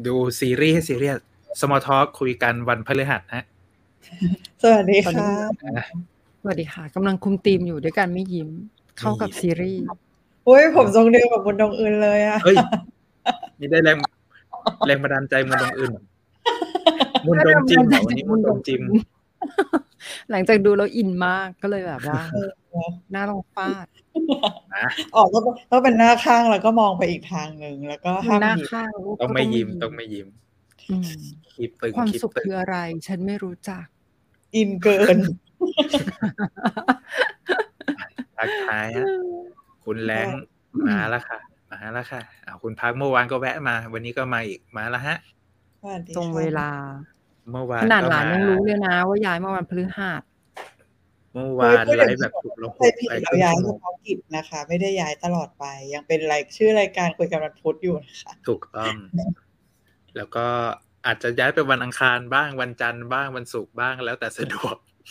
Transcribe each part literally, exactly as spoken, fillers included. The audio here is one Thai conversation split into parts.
ดูซีรีส์ให้ซีเรียส Small Talk คุยกันวันพฤหัสฮะสวัสดีค่ะสวัสดีค่ะกำลังคุมธีมอยู่ด้วยกันไม่ยิ้มเข้ากับซีรีส์โอ้ยผมทรงเดียวกับคุณดงอื่นเลยอ่ะเฮ้ยนี่ได้แรงแรงบันดาลใจมุนดงอื่นมุนดงจิมวันนี้มุนดงจิมหลังจากดูแล้วอินมากก็เลยแบบว่าหน้าต้องฟาดออกก็เป็นหน้าข้างแล้วก็มองไปอีกทางนึงแล้วก็ห้ามหน้าข้างต้องไม่ยิ้มต้องไม่ยิ้มคิดตึงความสุขคืออะไรฉันไม่รู้จักอินเกินทักทายฮะคุณแรงมาแล้วค่ะมาแล้วค่ะอ้าวคุณพักเมื่อวานก็แวะมาวันนี้ก็มาอีกมาแล้วฮะตรงเวลาเมื่อวานขนาดหลานยังรู้เลยนะว่าย้ายเมื่อวันพฤหัสเมื่อวานไลฟ์แบบถูกลงไปผิดเราย้ายเฉพาะกิจนะคะไม่ได้ย้ายตลอดไปยังเป็นรายชื่อรายการคุยกันวันพุธอยู่นะคะถูกต้องแล้วก็อาจจะย้ายไปวันอังคารบ้างวันจันทร์บ้างวันศุกร์บ้างแล้วแต่สะดวก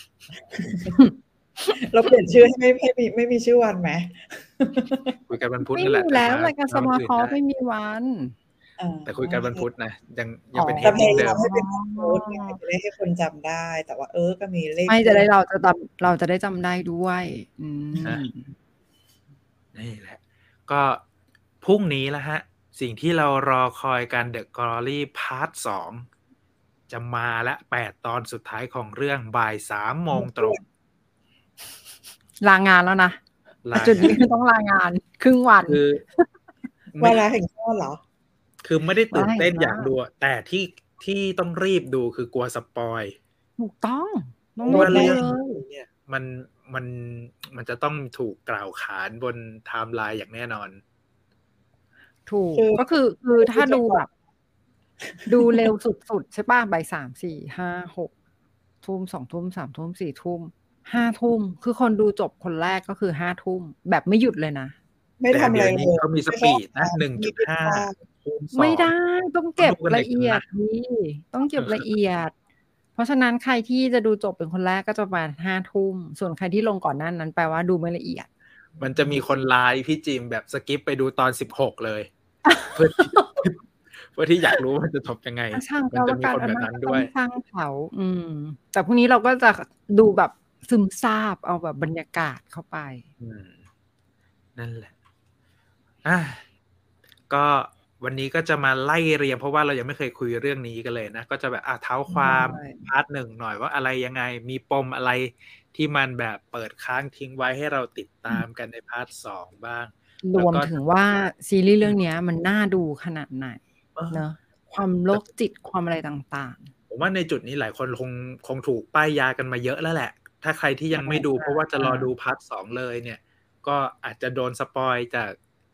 เราเปลี่ยนชื่อให้ไม่ไม่มีไม่มีชื่อวันไหมคุยกันวันพุธนี่แหละแล้วรายการสมาร์ทคอลไม่มีวันแต่คุยกันวันพุธนะยังยังเป็นเฮดดิ้งเดิมให้เป็นพุธจะได้ให้คนจำได้แต่ว่าเออก็มีเลขไม่จะได้เราจะจำเราจะได้จำได้ด้วยอืมนี่แหละก็พรุ่งนี้แล้วฮะสิ่งที่เรารอคอยกัน The Glory Part สองจะมาและแปดตอนสุดท้ายของเรื่องบ่ายสามโมงตรงลางานแล้วนะจุดนี้คือต้องลางานครึ่งวันคือเวลาแห่งชาติเหรอคือไม่ได้ตื่นเต้นอยากดูแต่ที่ที่ต้องรีบดูคือกลัวสปอยถูกต้องต้องรีบเลยเนี่ยมันมันมันจะต้องถูกกล่าวขานบนไทม์ไลน์อย่างแน่นอนถูกก็คือคือถ้าดูแบบดูเร็วสุดๆใช่ป่ะบ่ายสามสี่ห้าหกทุ่มสองทุ่มสามทุ่มสี่ทุ่มห้าทุ่มคือคนดูจบคนแรกก็คือห้าทุ่มแบบไม่หยุดเลยนะไม่ทำอะไรเลยเขามีสปีดนะ หนึ่งจุดห้าไม่ได้ต้องเก็บละเอียดนี่ต้องเก็บละเอียดเพราะฉะนั้นใครที่จะดูจบเป็นคนแรกก็จะประมาณห้าทุ่มส่วนใครที่ลงก่อนนั้นนั้นแปลว่าดูไม่ละเอียดมันจะมีคนไลน์พี่จิมแบบสกิปไปดูตอนสิบหกเลยเพื่อเพื่อที่อยากรู้ว่าจะจบยังไงมันจะมีคนแบบนั้นด้วยสร้างเขาอืมแต่พรุ่งนี้เราก็จะดูแบบซึมซาบเอาแบบบรรยากาศเข้าไปนั่นแหละอ่ะก็วันนี้ก็จะมาไล่เรียงเพราะว่าเรายังไม่เคยคุยเรื่องนี้กันเลยนะก็จะแบบอ่ะเท้าความพาร์ทหนึ่งหน่อยว่าอะไรยังไงมีปมอะไรที่มันแบบเปิดค้างทิ้งไว้ให้เราติดตามกันในพาร์ทสองบ้างรวมถึงว่าซีรีส์เรื่องนี้มันน่าดูขนาดไหนเนอะความโรคจิตความอะไรต่างๆผมว่าในจุดนี้หลายคนคงคงถูกป้ายยากันมาเยอะแล้วแหละถ้าใครที่ยังไม่ดูเพราะว่าจะรอดูพาร์ทสองเลยเนี่ยก็อาจจะโดนสปอยจาก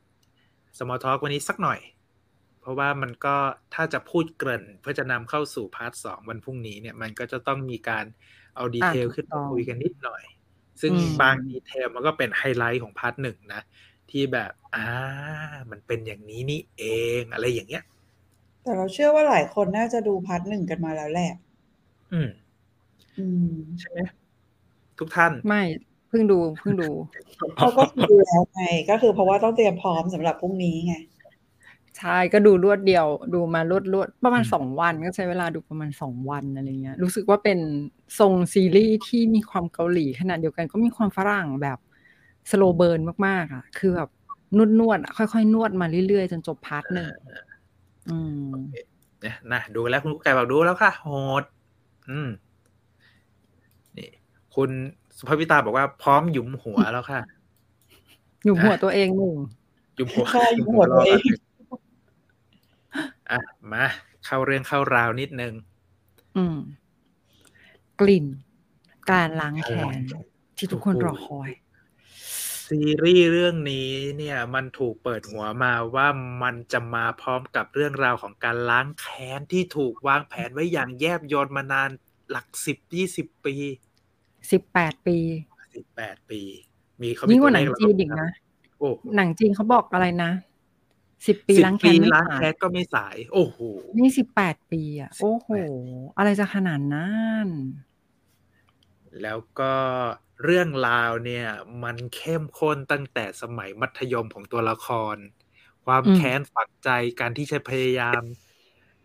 Small Talk วันนี้สักหน่อยเพราะว่ามันก็ถ้าจะพูดเกริ่นเพื่อจะนำเข้าสู่พาร์ทสองวันพรุ่งนี้เนี่ยมันก็จะต้องมีการเอาดีเทลขึ้นมาคุยกันนิดหน่อยซึ่งบางดีเทลมันก็เป็นไฮไลท์ของพาร์ทหนึ่งนะที่แบบอ่ามันเป็นอย่างนี้นี่เองอะไรอย่างเงี้ยแต่เราเชื่อว่าหลายคนน่าจะดูพาร์ทหนึ่งกันมาแล้วแหละอืมอืมใช่ไหมทุกท่านไม่เพิ่งดูเพิ่งดูเขาก็ดูแล้วไงก็คือเพราะว่าต้องเตรียมพร้อมสำหรับพรุ่งนี้ไงใช่ก็ดูรวดเดียวดูมารวดรวดประมาณสองวันก็ใช้เวลาดูประมาณสองวันอะไรเงี้ยรู้สึกว่าเป็นทรงซีรีส์ที่มีความเกาหลีขนาดเดียวกันก็มีความฝรั่งแบบสโลว์เบิร์นมากๆอ่ะคือแบบนวดๆค่อยๆนวดมาเรื่อยๆจนจบพาร์ทหนึ่งอืมเนี่ยนะดูแล้วคุณกุ๊กไก่บอกดูแล้วค่ะโหดอืมนี่คุณสุภวิตาบอกว่าพร้อมหยุมหัวแล้วค่ะหยุมหัวตัวเองหนึ่งหยุมหัวหยุมหัวตัวเองอ่ะมาเข้าเรื่องเข้าราวนิดนึงอืมกลิ่นการล้างแค้นที่ทุกคนรอคอยซีรีส์เรื่องนี้เนี่ยมันถูกเปิดหัวมาว่ามันจะมาพร้อมกับเรื่องราวของการล้างแค้นที่ถูกวางแผนไว้อย่างแยบยลมานานหลักสิบ ยี่สิบปีสิบแปดปีสิบแปดปีมีเขายิ่งกว่าหนังจีนอีกนะโอ้หนังจีนเขาบอกอะไรนะสิบปีล้างแค้นไม่สายก็ไม่สายโอ้โหนี่สิบแปดปีอ่ะโอ้โหอะไรจะขนาดนั้นแล้วก็เรื่องราวเนี่ยมันเข้มข้นตั้งแต่สมัยมัธยมของตัวละครความแค้นฝังใจการที่จะพยายาม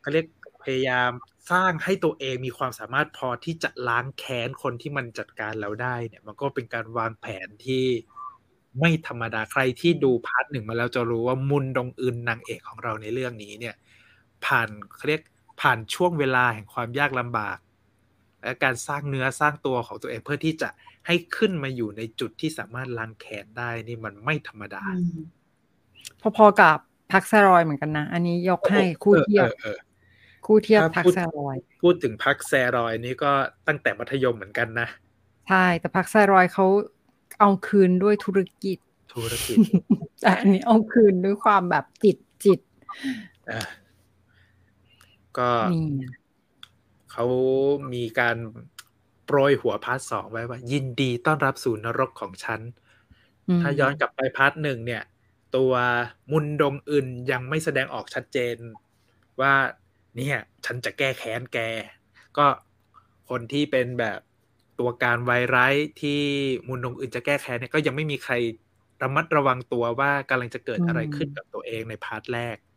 เขาเรียกพยายามสร้างให้ตัวเองมีความสามารถพอที่จะล้างแค้นคนที่มันจัดการเราได้เนี่ยมันก็เป็นการวางแผนที่ไม่ธรรมดาใครที่ดูพาร์ทหนึ่งมาแล้วจะรู้ว่ามุนดงอึนนางเอกของเราในเรื่องนี้เนี่ยผ่านเขาเรียกผ่านช่วงเวลาแห่งความยากลำบากและการสร้างเนื้อสร้างตัวของตัวเองเพื่อที่จะให้ขึ้นมาอยู่ในจุดที่สามารถล้างแค้นได้นี่มันไม่ธรรมดาพอๆกับพักแซรอยเหมือนกันนะอันนี้ยกให้คู่เทียบคู่เทียบพักแซรอยพูดถึงพักแซรอยนี่ก็ตั้งแต่มัธยมเหมือนกันนะใช่แต่พักแซรอยเขาเอาคืนด้วยธุรกิจธุรกิจแต่อันนี้เอาคืนด้วยความแบบจิตจิตอ่ะก็เขามีการโปรยหัวพาร์ทสองไว้ว่ายินดีต้อนรับสู่นรกของฉันถ้าย้อนกลับไปพาร์ทหนึ่งเนี่ยตัวมุนดงอึนยังไม่แสดงออกชัดเจนว่าเนี่ยฉันจะแก้แค้นแกก็คนที่เป็นแบบตัวการวายร้ายที่มุนดงอึนจะแก้แค้นเนี่ยก็ยังไม่มีใครระมัดระวังตัวว่ากำลังจะเกิดอะไรขึ้นกับตัวเองในพาร์ทแรก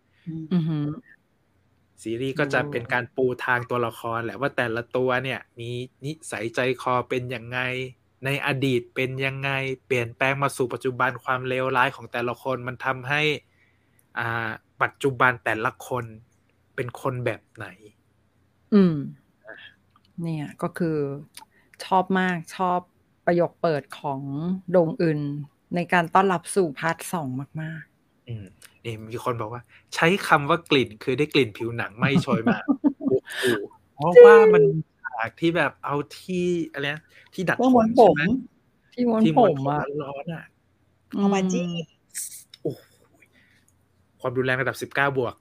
ซีรีส์ก็จะเป็นการปูทางตัวละครแหละว่าแต่ละตัวเนี่ยมีนิสัยใจคอเป็นยังไงในอดีตเป็นยังไงเปลี่ยนแปลงมาสู่ปัจจุบันความเลวร้ายของแต่ละคนมันทำให้อ่าปัจจุบันแต่ละคนเป็นคนแบบไหนอืมเนี่ยก็คือชอบมากชอบประโยคเปิดของดงอึนในการต้อนรับสู่พาร์ทสองมากๆอืมนี่มีคนบอกว่าใช้คำว่ากลิ่นคือได้กลิ่นผิวหนังไม่โชยมาโอ้โหเพราะว่ามันฉากที่แบบเอาที่อะไรนะที่ดัดผมใช่ไหมที่ม้วนผมอ่ะร้อนอ่ะเอามาจี้โอ้ความรุนแรงระดับสิบเก้าบวก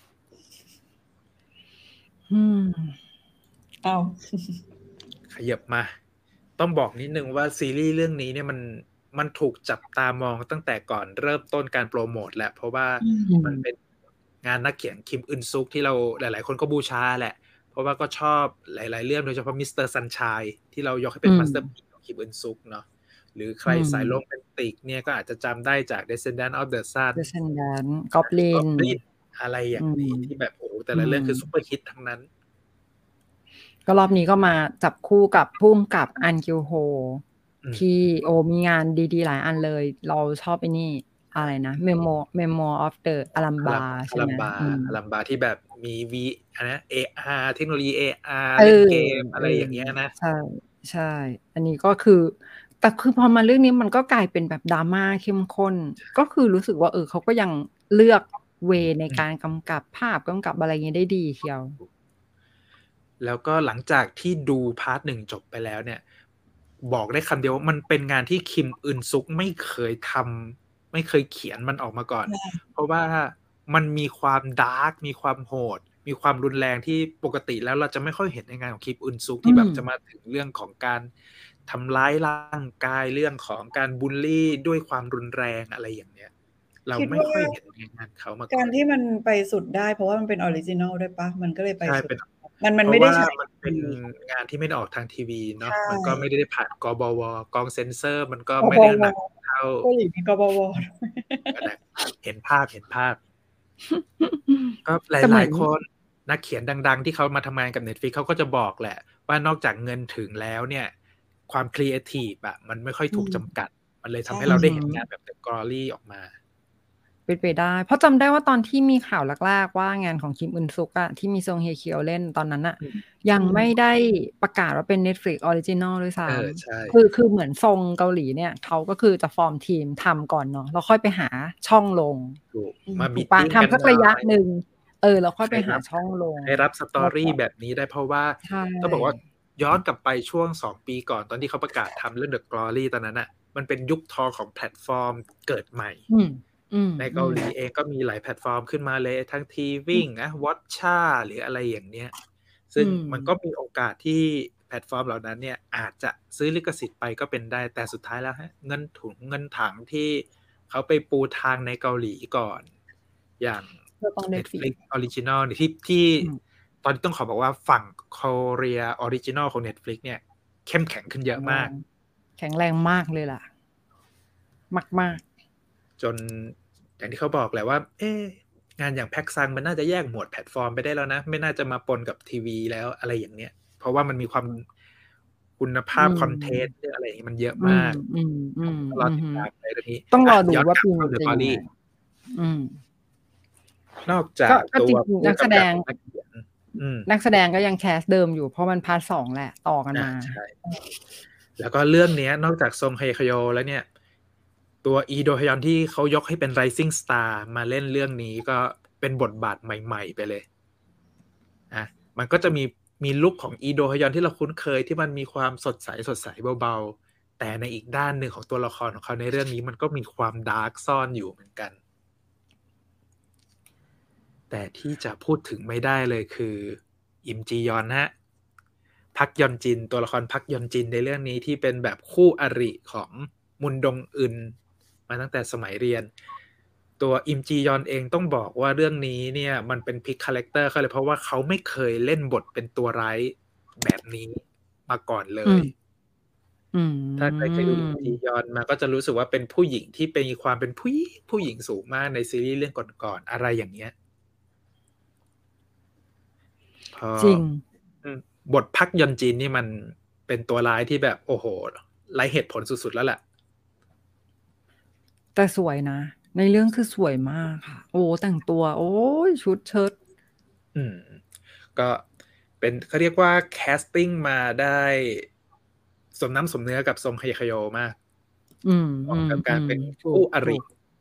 อืมเอาขยับมาต้องบอกนิดนึงว่าซีรีส์เรื่องนี้เนี่ยมันมันถูกจับตามองตั้งแต่ก่อนเริ่มต้นการโปรโมทแหละเพราะว่ามันเป็นงานนักเขียนคิมอึนซุกที่เราหลายๆคนก็บูชาแหละเพราะว่าก็ชอบหลายๆเรื่องโดยเฉพาะมิสเตอร์ซันชัยที่เรายกให้เป็นมาสเตอร์พีซของคิมอึนซุกเนาะหรือใครสายโรแมนติกเนี่ยก็อาจจะจำได้จาก Descendant of the Sun Descendant Goblin อะไรอย่างนี้ที่แบบโอ้แต่ละเรื่องคือซุปเปอร์ฮิตทั้งนั้นก็รอบนี้ก็มาจับคู่กับพุ่มกับอันกิวโฮที่โอมีงานดีๆหลายอันเลยเราชอบไอ้นี่อะไรนะ Memo Memo of the Alhambra ใช่ไหม Alhambra ที่แบบมี V อะไรนะ เอ อาร์ เทคโนโลยี เอ อาร์ เล่นเกมอะไรอย่างเงี้ยนะใช่ใช่อันนี้ก็คือแต่คือพอมาเรื่องนี้มันก็กลายเป็นแบบดราม่าเข้มข้นก็คือรู้สึกว่าเออเขาก็ยังเลือกเวในการกำกับภาพกำกับอะไรเงี้ยได้ดีเชียวแล้วก็หลังจากที่ดูพาร์ทหนึ่งจบไปแล้วเนี่ยบอกได้คำเดียวว่ามันเป็นงานที่คิมอึนซุกไม่เคยทำไม่เคยเขียนมันออกมาก่อนเพราะว่ามันมีความดาร์กมีความโหดมีความรุนแรงที่ปกติแล้วเราจะไม่ค่อยเห็นในงานของคิมอึนซุกที่แบบจะมาถึงเรื่องของการทำร้ายร่างกายเรื่องของการบูลลี่ด้วยความรุนแรงอะไรอย่างเนี้ยเราไม่ค่อยเห็นในงานเขามาก่อนการที่มันไปสุดได้เพราะว่ามันเป็นออริจินอลด้วยปะมันก็เลยไปสุดมันมันไม่ได้ใช้มันเป็นงานที่ไม่ได้ออกทางทีวีเนาะมันก็ไม่ได้ผ่านกบวกองเซ็นเซอร์มันก็ไม่ได้หนักเท่าเกาหลีมีกบวเห็นภาพเห็นภาพก็หลายๆคนนักเขียนดังๆที่เขามาทำงานกับ Netflix เขาก็จะบอกแหละว่านอกจากเงินถึงแล้วเนี่ยความครีเอทีฟอ่ะมันไม่ค่อยถูกจำกัดมันเลยทำให้เราได้เห็นงานแบบ The Glory ออกมาเป็นไปได้เพราะจำได้ว่าตอนที่มีข่าวแรกๆว่างานของคิมอึนซุกอะที่มีซงเฮเคียวเล่นตอนนั้นอะยังไม่ได้ประกาศว่าเป็น Netflix Original ด้วยซ้ำคือคือเหมือนทรงเกาหลีเนี่ยเขาก็คือจะฟอร์มทีมทำก่อนเนาะแล้วค่อยไปหาช่องลงมาบีติ้งทำสักระยะหนึ่งเออแล้วค่อยไปหาช่องลงให้รับสตอรี่แบบนี้ได้เพราะว่าต้องบอกว่าย้อนกลับไปช่วงสองปีก่อนตอนที่เขาประกาศทำเรื่อง The Glory ตอนนั้นอะมันเป็นยุคทองของแพลตฟอร์มเกิดใหม่ในเกาหลีเองก็มีหลายแพลตฟอร์มขึ้นมาเลยทั้งทีวิ่งนะวอทช่าหรืออะไรอย่างเนี้ยซึ่งมันก็มีโอกาสที่แพลตฟอร์มเหล่านั้นเนี่ยอาจจะซื้อลิขสิทธิ์ไปก็เป็นได้แต่สุดท้ายแล้วฮะเงินถุงเงินถังที่เขาไปปูทางในเกาหลีก่อนอย่าง Netflix Original ที่ที่ตอนนี้ต้องขอบอกว่าฝั่ง Korea Original ของ Netflix เนี่ยเข้มแข็งขึ้นเยอะมากแข็งแรงมากเลยล่ะมากๆจนอย่างที่เขาบอกแหละว่าเอ๊ะงานอย่างแพ็กซังมันน่าจะแยกหมวดแพลตฟอร์มไปได้แล้วนะไม่น่าจะมาปนกับทีวีแล้วอะไรอย่างเนี้ยเพราะว่ามันมีความคุณภาพคอนเทนต์อะไรอย่างนี้มันเยอะมากรอติดตามในเรื่องนี้ต้องรอดูว่าปีนี้จะยังไงนอกจากตัวนักแสดงนักแสดงก็ยังแคสเดิมอยู่เพราะมันพาร์ทสองแหละต่อกันมาใช่แล้วก็เรื่องนี้นอกจากซงเฮคโยแล้วเนี่ยตัวอีโดฮยอนที่เขายกให้เป็น Rising Star มาเล่นเรื่องนี้ก็เป็นบทบาทใหม่ๆไปเลยอ่ะมันก็จะมีมีลุคของอีโดฮยอนที่เราคุ้นเคยที่มันมีความสดใสสดใสเบาๆแต่ในอีกด้านหนึ่งของตัวละครของเขาในเรื่องนี้มันก็มีความดาร์กซ่อนอยู่เหมือนกันแต่ที่จะพูดถึงไม่ได้เลยคืออิมจียอนฮะพักยอนจินตัวละครพักยอนจินในเรื่องนี้ที่เป็นแบบคู่อริของมุนดงอึนมาตั้งแต่สมัยเรียนตัวอิมจียอนเองต้องบอกว่าเรื่องนี้เนี่ยมันเป็นพลิกคาแรคเตอร์เขาเลยเพราะว่าเขาไม่เคยเล่นบทเป็นตัวร้ายแบบนี้มาก่อนเลยถ้าใครเคยดูอิมจียอนมาก็จะรู้สึกว่าเป็นผู้หญิงที่เป็นความเป็นผู้หญิงผู้หญิงสูงมากในซีรีส์เรื่องก่อนๆอะไรอย่างเงี้ยจริงบทพักยอนจินนี่มันเป็นตัวร้ายที่แบบโอ้โหไร้เหตุผลสุดๆแล้วแหละแต่สวยนะในเรื่องคือสวยมากค่ะโอ้แต่งตัวโอ้ยชุดเชิ้ตอืมก็เป็นเขาเรียกว่าแคสติ้งมาได้สมน้ำสมเนื้อกับซงเฮคโยมากอืมกับการเป็นคู่อริ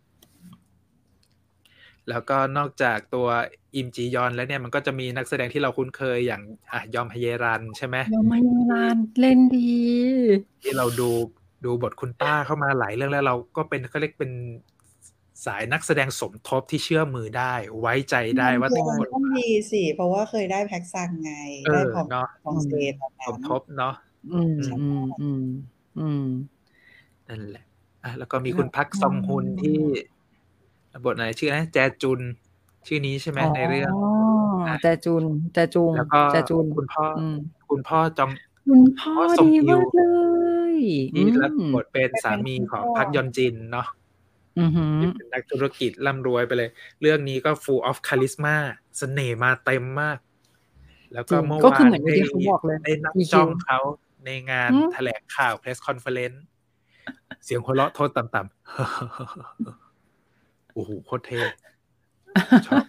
แล้วก็นอกจากตัวอิมจียอนแล้วเนี่ยมันก็จะมีนักแสดงที่เราคุ้นเคยอย่างอ่ะยอมฮเยรันใช่ไหมยอมฮเยรันเล่นดีที่เราดูดูบทคุณป้าเข้ามาหลายเรื่องแล้วเราก็เป็นเขาเรียกเป็นสายนักแสดงสมทบที่เชื่อมือได้ไว้ใจได้ว่าทุกคนต้องดีสิเพราะว่าเคยได้แพ็กซังไงได้พอเนาะของเซตสมทบเนาะอืมอืมอืมอืมนั่นแหละอ่ะแล้วก็มีคุณพักซองฮุนที่บทไหนชื่อนะแจจุนชื่อนี้ใช่ไหมในเรื่องแจจุนแจจุงแล้วก็แจจุนคุณพ่อคุณพ่อจอมคุณพ่อดีมากเลยที่รับบทเป็นสามีของพักยอนจินเนาะที่เป็นนักธุรกิจร่ำรวยไปเลยเรื่องนี้ก็ full of charisma เสน่ห์มาเต็มมากแล้วก็เมื่อวานได้ได้นักจ้องเขาในงานแถลงข่าว press conference เสียงหัวเราะโทนต่ำๆโอ้โหโคตรเท่ชอบ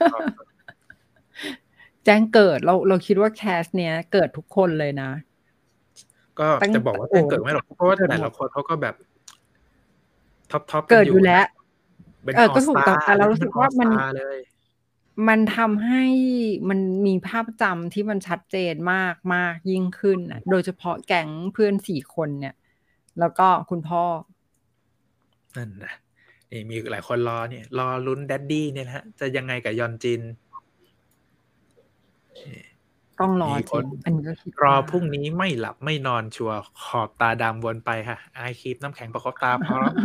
แจ้งเกิดเราเราคิดว่าแคสเนี้ยเกิดทุกคนเลยนะก็จะบอกว่าแจ้งเกิดไม่หรอกเพราะว่าแต่ละคนเขาก็แบบท็อปท็อปเกิดอยู่แล้วเออก็ถูกแต่เรารู้สึกว่ามันมันทำให้มันมีภาพจำที่มันชัดเจนมากมากยิ่งขึ้นโดยเฉพาะแก๊งเพื่อนสี่คนเนี่ยแล้วก็คุณพ่อนั่นนะนี่มีหลายคนรอเนี่ยรอลุ้นแดดดี้เนี่ยฮะจะยังไงกับยอนจินต้องรอจริงอันนี้ก็คิดรอพรุ่งนี้ไม่หลับไม่นอนชัวร์ขอบตาดำวนไปค่ะไอคลิปน้ำแข็งประคบตาพร้อม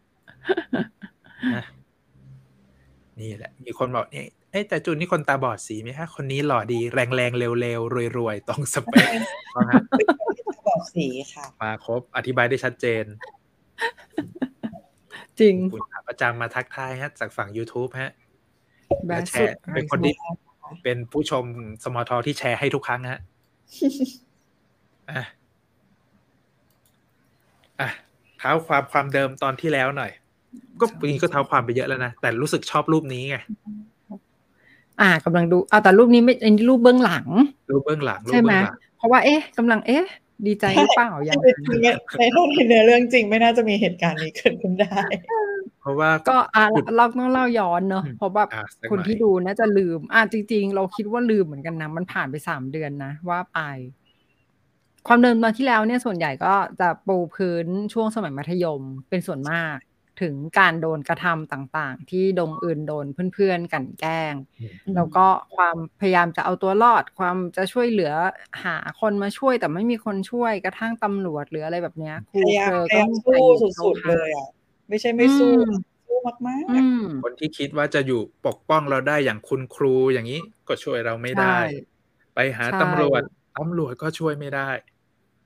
นะนี่แหละมีคนบอกนี่เอ้แต่จุนนี่คนตาบอดสีไหมฮะคนนี้หล่อดีแรงแรงเร็วเร็วรวยรวยตรงสเปคนะฮะตาบอดสีค่ะมาครบอธิบายได้ชัดเจนจริงคุณประจำมาทักทายฮะจากฝั่ง YouTube ฮะและแชร์เป็นคนที่เป็นผู้ชมสมอทอที่แชร์ให้ทุกครั้งฮะอ่ะอ่ะเท้าความความเดิมตอนที่แล้วหน่อยก็ปีนี้ก็เท้าความไปเยอะแล้วนะแต่รู้สึกชอบรูปนี้ไงอ่ากำลังดูเอาแต่รูปนี้ไม่อันนี้รูปเบื้องหลังรูปเบื้องหลังใช่ไหมเพราะว่าเอ๊ะกำลังเอ๊ะดีใจหรือเปล่ายังในเรื่องในเรื่องจริงไม่น่าจะมีเหตุการณ์นี้เกิดขึ้นได้เพราะว่าก็อ่ะเราต้องเล่าย้อนเนอะเพราะแบบคนที่ดูน่าจะลืมอ่ะจริงๆเราคิดว่าลืมเหมือนกันนะมันผ่านไปสามเดือนนะว่าไปความเดิมตอนที่แล้วเนี่ยส่วนใหญ่ก็จะปูพื้นช่วงสมัยมัธยมเป็นส่วนมากถึงการโดนกระทำต่างๆที่ดงอื่นโดนเพื่อนๆกันแกล้งแล้วก็ความพยายามจะเอาตัวรอดความจะช่วยเหลือหาคนมาช่วยแต่ไม่มีคนช่วยกระทั่งตำรวจหรืออะไรแบบนี้ครูเธอก็สู้สุดๆเลยอ่ะไม่ใช่ไม่สู้สู้มากๆคนที่คิดว่าจะอยู่ปกป้องเราได้อย่างคุณครูอย่างนี้ก็ช่วยเราไม่ได้ไปหาตำรวจตำรวจก็ช่วยไม่ได้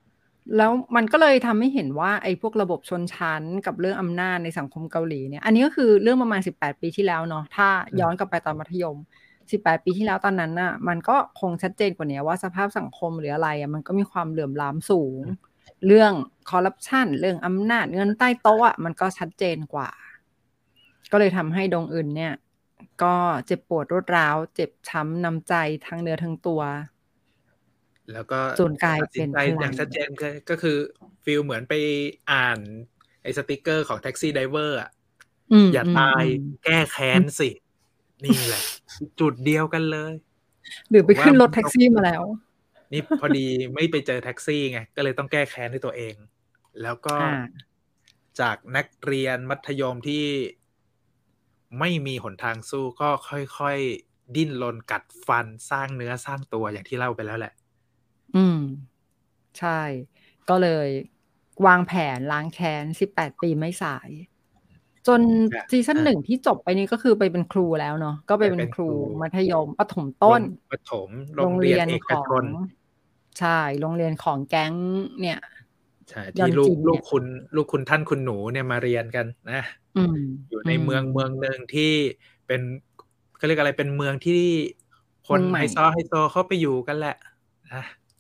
แล้วมันก็เลยทำให้เห็นว่าไอ้พวกระบบชนชั้นกับเรื่องอำนาจในสังคมเกาหลีเนี่ยอันนี้ก็คือเรื่องประมาณสิบแปดปีที่แล้วเนาะถ้าย้อนกลับไปตอนมัธยมสิบแปดปีที่แล้วตอนนั้นน่ะมันก็คงชัดเจนกว่านี้ว่าสภาพสังคมหรืออะไรอ่ะมันก็มีความเหลื่อมล้ำสูงเรื่องคอร์รัปชันเรื่องอำนาจเงินใต้โต๊ะอ่ะมันก็ชัดเจนกว่าก็เลยทำให้ดงอึนเนี่ยก็เจ็บปวดรวดร้าวเจ็บช้ำน้ำใจทั้งเนื้อทั้งตัวแล้วก็จนกลายเป็นพตัดสินใจลัอย่าง งชัดเจนก็คือฟีลเหมือนไปอ่านไอ้สติกเกอร์ของแท็กซี่ไดเวอร์อ่ะอย่าตายแก้แค้นสินี่แหละจุดเดียวกันเลยหรือไปขึ้นรถแท็กซี่มาแล้วนี่พอดีไม่ไปเจอแท็กซี่ไงก็เลยต้องแก้แค้นด้วยตัวเองแล้วก็จากนักเรียนมัธยมที่ไม่มีหนทางสู้ก็ค่อยๆดิ้นรนกัดฟันสร้างเนื้อสร้างตัวอย่างที่เล่าไปแล้วแหละอืมใช่ก็เลยวางแผนล้างแค้นสิบแปดปีไม่สายจนซีซั่นหนึ่งที่จบไปนี้ก็คือไปเป็นครูแล้วเนาะก็ไปเป็นครูมัธยมประถมต้นประถมโรงเรียนเอกชนใช่โรงเรียนของแก๊งเนี่ยใช่ที่ลูกลูกคุณลูกคุณท่านคุณหนูเนี่ยมาเรียนกันนะอยู่ในเมืองเมืองหนึ่งที่เป็นเขาเรียกอะไรเป็นเมืองที่คนไฮโซไฮโซเข้าไปอยู่กันแหละนะ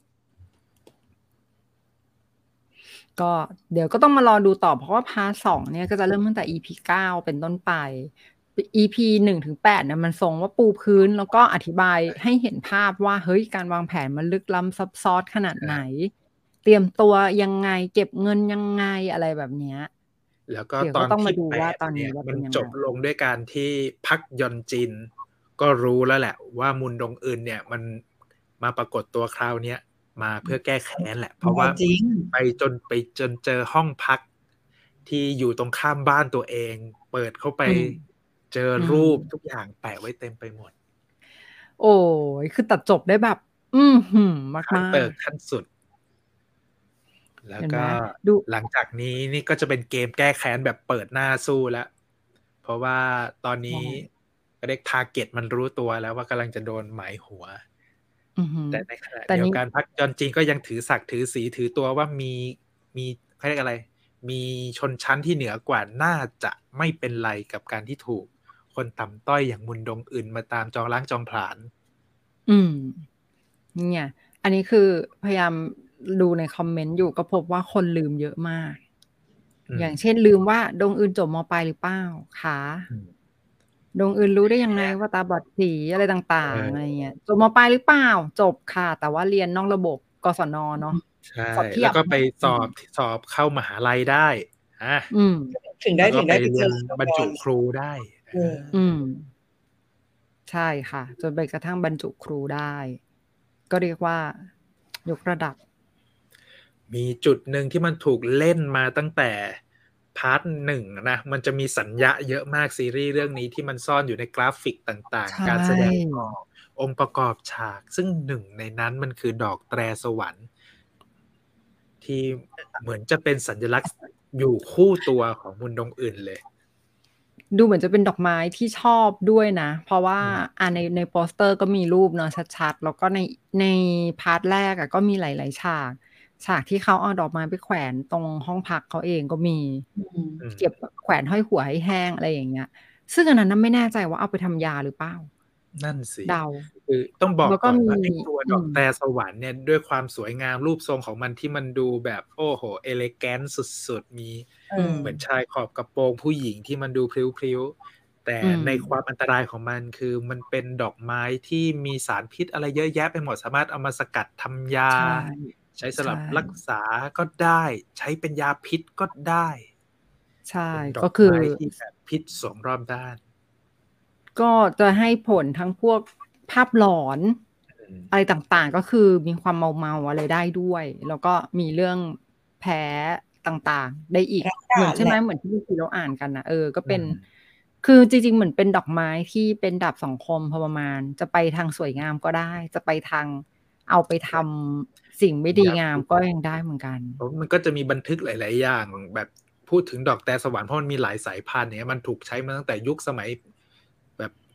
ก็เดี๋ยวก็ต้องมารอดูต่อเพราะว่าพาร์ทสองเนี่ยก็จะเริ่มตั้งแต่ อี พี เก้าเป็นต้นไป อี พี หนึ่งถึงแปดเนี่ยมันทรงว่าปูพื้นแล้วก็อธิบายให้เห็นภาพว่าเฮ้ยการวางแผนมันลึกล้ำซับซ้อนขนาดไหนเตรียมตัวยังไงเก็บเงินยังไงอะไรแบบเนี้ยแล้วก็ตอนที่แปดเนี่ยมันจบลงด้วยการที่พักยอนจินก็รู้แล้วแหละว่ามุนดงอึนเนี่ยมันมาปรากฏตัวคราวนี้มาเพื่อแก้แค้นแหละเพราะว่าไปจนไปจนเจอห้องพักที่อยู่ตรงข้ามบ้านตัวเองเปิดเข้าไปเจอรูปทุกอย่างแปะไว้เต็มไปหมดโอ้ยคือตัดจบได้แบบอื้อหือมากมากเปิดขั้นสุดแล้วก็หลังจากนี้นี่ก็จะเป็นเกมแก้แค้นแบบเปิดหน้าสู้แล้วเพราะว่าตอนนี้เรียกทาร์เก็ตมันรู้ตัวแล้วว่ากำลังจะโดนหมายหัวแต่ในขณะเดียวกันพรรคจอนจินก็ยังถือศักดิ์ถือสีถือตัวว่ามีมีเขาเรียกอะไรมีชนชั้นที่เหนือกว่าน่าจะไม่เป็นไรกับการที่ถูกคนต่ำต้อยอย่างมุนดงอื่นมาตามจองล้างจองผลาญอืมเนี่ยอันนี้คือพยายามดูในคอมเมนต์อยู่ก็พบว่าคนลืมเยอะมากอย่างเช่นลืมว่าดงอื่นจบม.ปลายหรือเปล่าคะดงอื่นรู้ได้ยังไงว่าตาบอดสีอะไรต่างๆอะไรเงี้ยจบม.ปลายหรือเปล่าจบค่ะแต่ว่าเรียนนอกระบบกศนเนาะใช่แล้วก็ไปสอบสอบเข้ามหาลัยได้อ่ะถึงได้ถึงได้ไปเรียนบรรจุครูได้อืมใช่ค่ะจนไปกระทั่งบรรจุครูได้ก็เรียกว่ายกระดับมีจุดหนึ่งที่มันถูกเล่นมาตั้งแต่พาร์ทหนึ่งนะมันจะมีสัญญาเยอะมากซีรีส์เรื่องนี้ที่มันซ่อนอยู่ในกราฟิกต่างๆการแสดงออกองค์ประกอบฉากซึ่งหนึ่งในนั้นมันคือดอกแตรสวรรค์ที่เหมือนจะเป็นสัญลักษณ์อยู่คู่ตัวของมุนดงอื่นเลยดูเหมือนจะเป็นดอกไม้ที่ชอบด้วยนะเพราะว่าอ่าในในโปสเตอร์ก็มีรูปเนาะชัดๆแล้วก็ในในพาร์ทแรกอ่ะก็มีหลายๆฉากฉากที่เขาเอาดอกไม้ไปแขวนตรงห้องพักเขาเองก็มีเก็บแขวนห้อยหัวให้แห้งอะไรอย่างเงี้ยซึ่งอันนั้นไม่แน่ใจว่าเอาไปทำยาหรือเปล่านั่นสิเดาคือต้องบอกก่อนว่าไอ้ตัวดอกแตรสวรรค์เนี่ยด้วยความสวยงามรูปทรงของมันที่มันดูแบบโอ้โหเอเลแกนต์สุดๆมีเหมือนชายขอบกระโปรงผู้หญิงที่มันดูพลิ้วๆแต่ในความอันตรายของมันคือมันเป็นดอกไม้ที่มีสารพิษอะไรเยอะแยะไปหมดสามารถเอามาสกัดทำยาใช้สำหรับรักษาก็ได้ใช้เป็นยาพิษก็ได้ใช่ก็คือที่แบบพิษสองรอบด้านก็จะให้ผลทั้งพวกภาพหลอนอะไรต่างๆก็คือมีความเมาๆอะไรได้ด้วยแล้วก็มีเรื่องแพ้ต่างๆได้อีกเหมือนใช่ไหมเหมือนที่เราอ่านกันนะเออก็เป็นคือจริงๆเหมือนเป็นดอกไม้ที่เป็นดาบสองคมพอประมาณจะไปทางสวยงามก็ได้จะไปทางเอาไปทำสิ่งไม่ดีงามก็ยังได้เหมือนกันมันก็จะมีบันทึกหลายๆอย่างแบบพูดถึงดอกแตรสวรรค์เพราะมันมีหลายสายพันธุ์เนี่ยมันถูกใช้มาตั้งแต่ยุคสมัยแบบ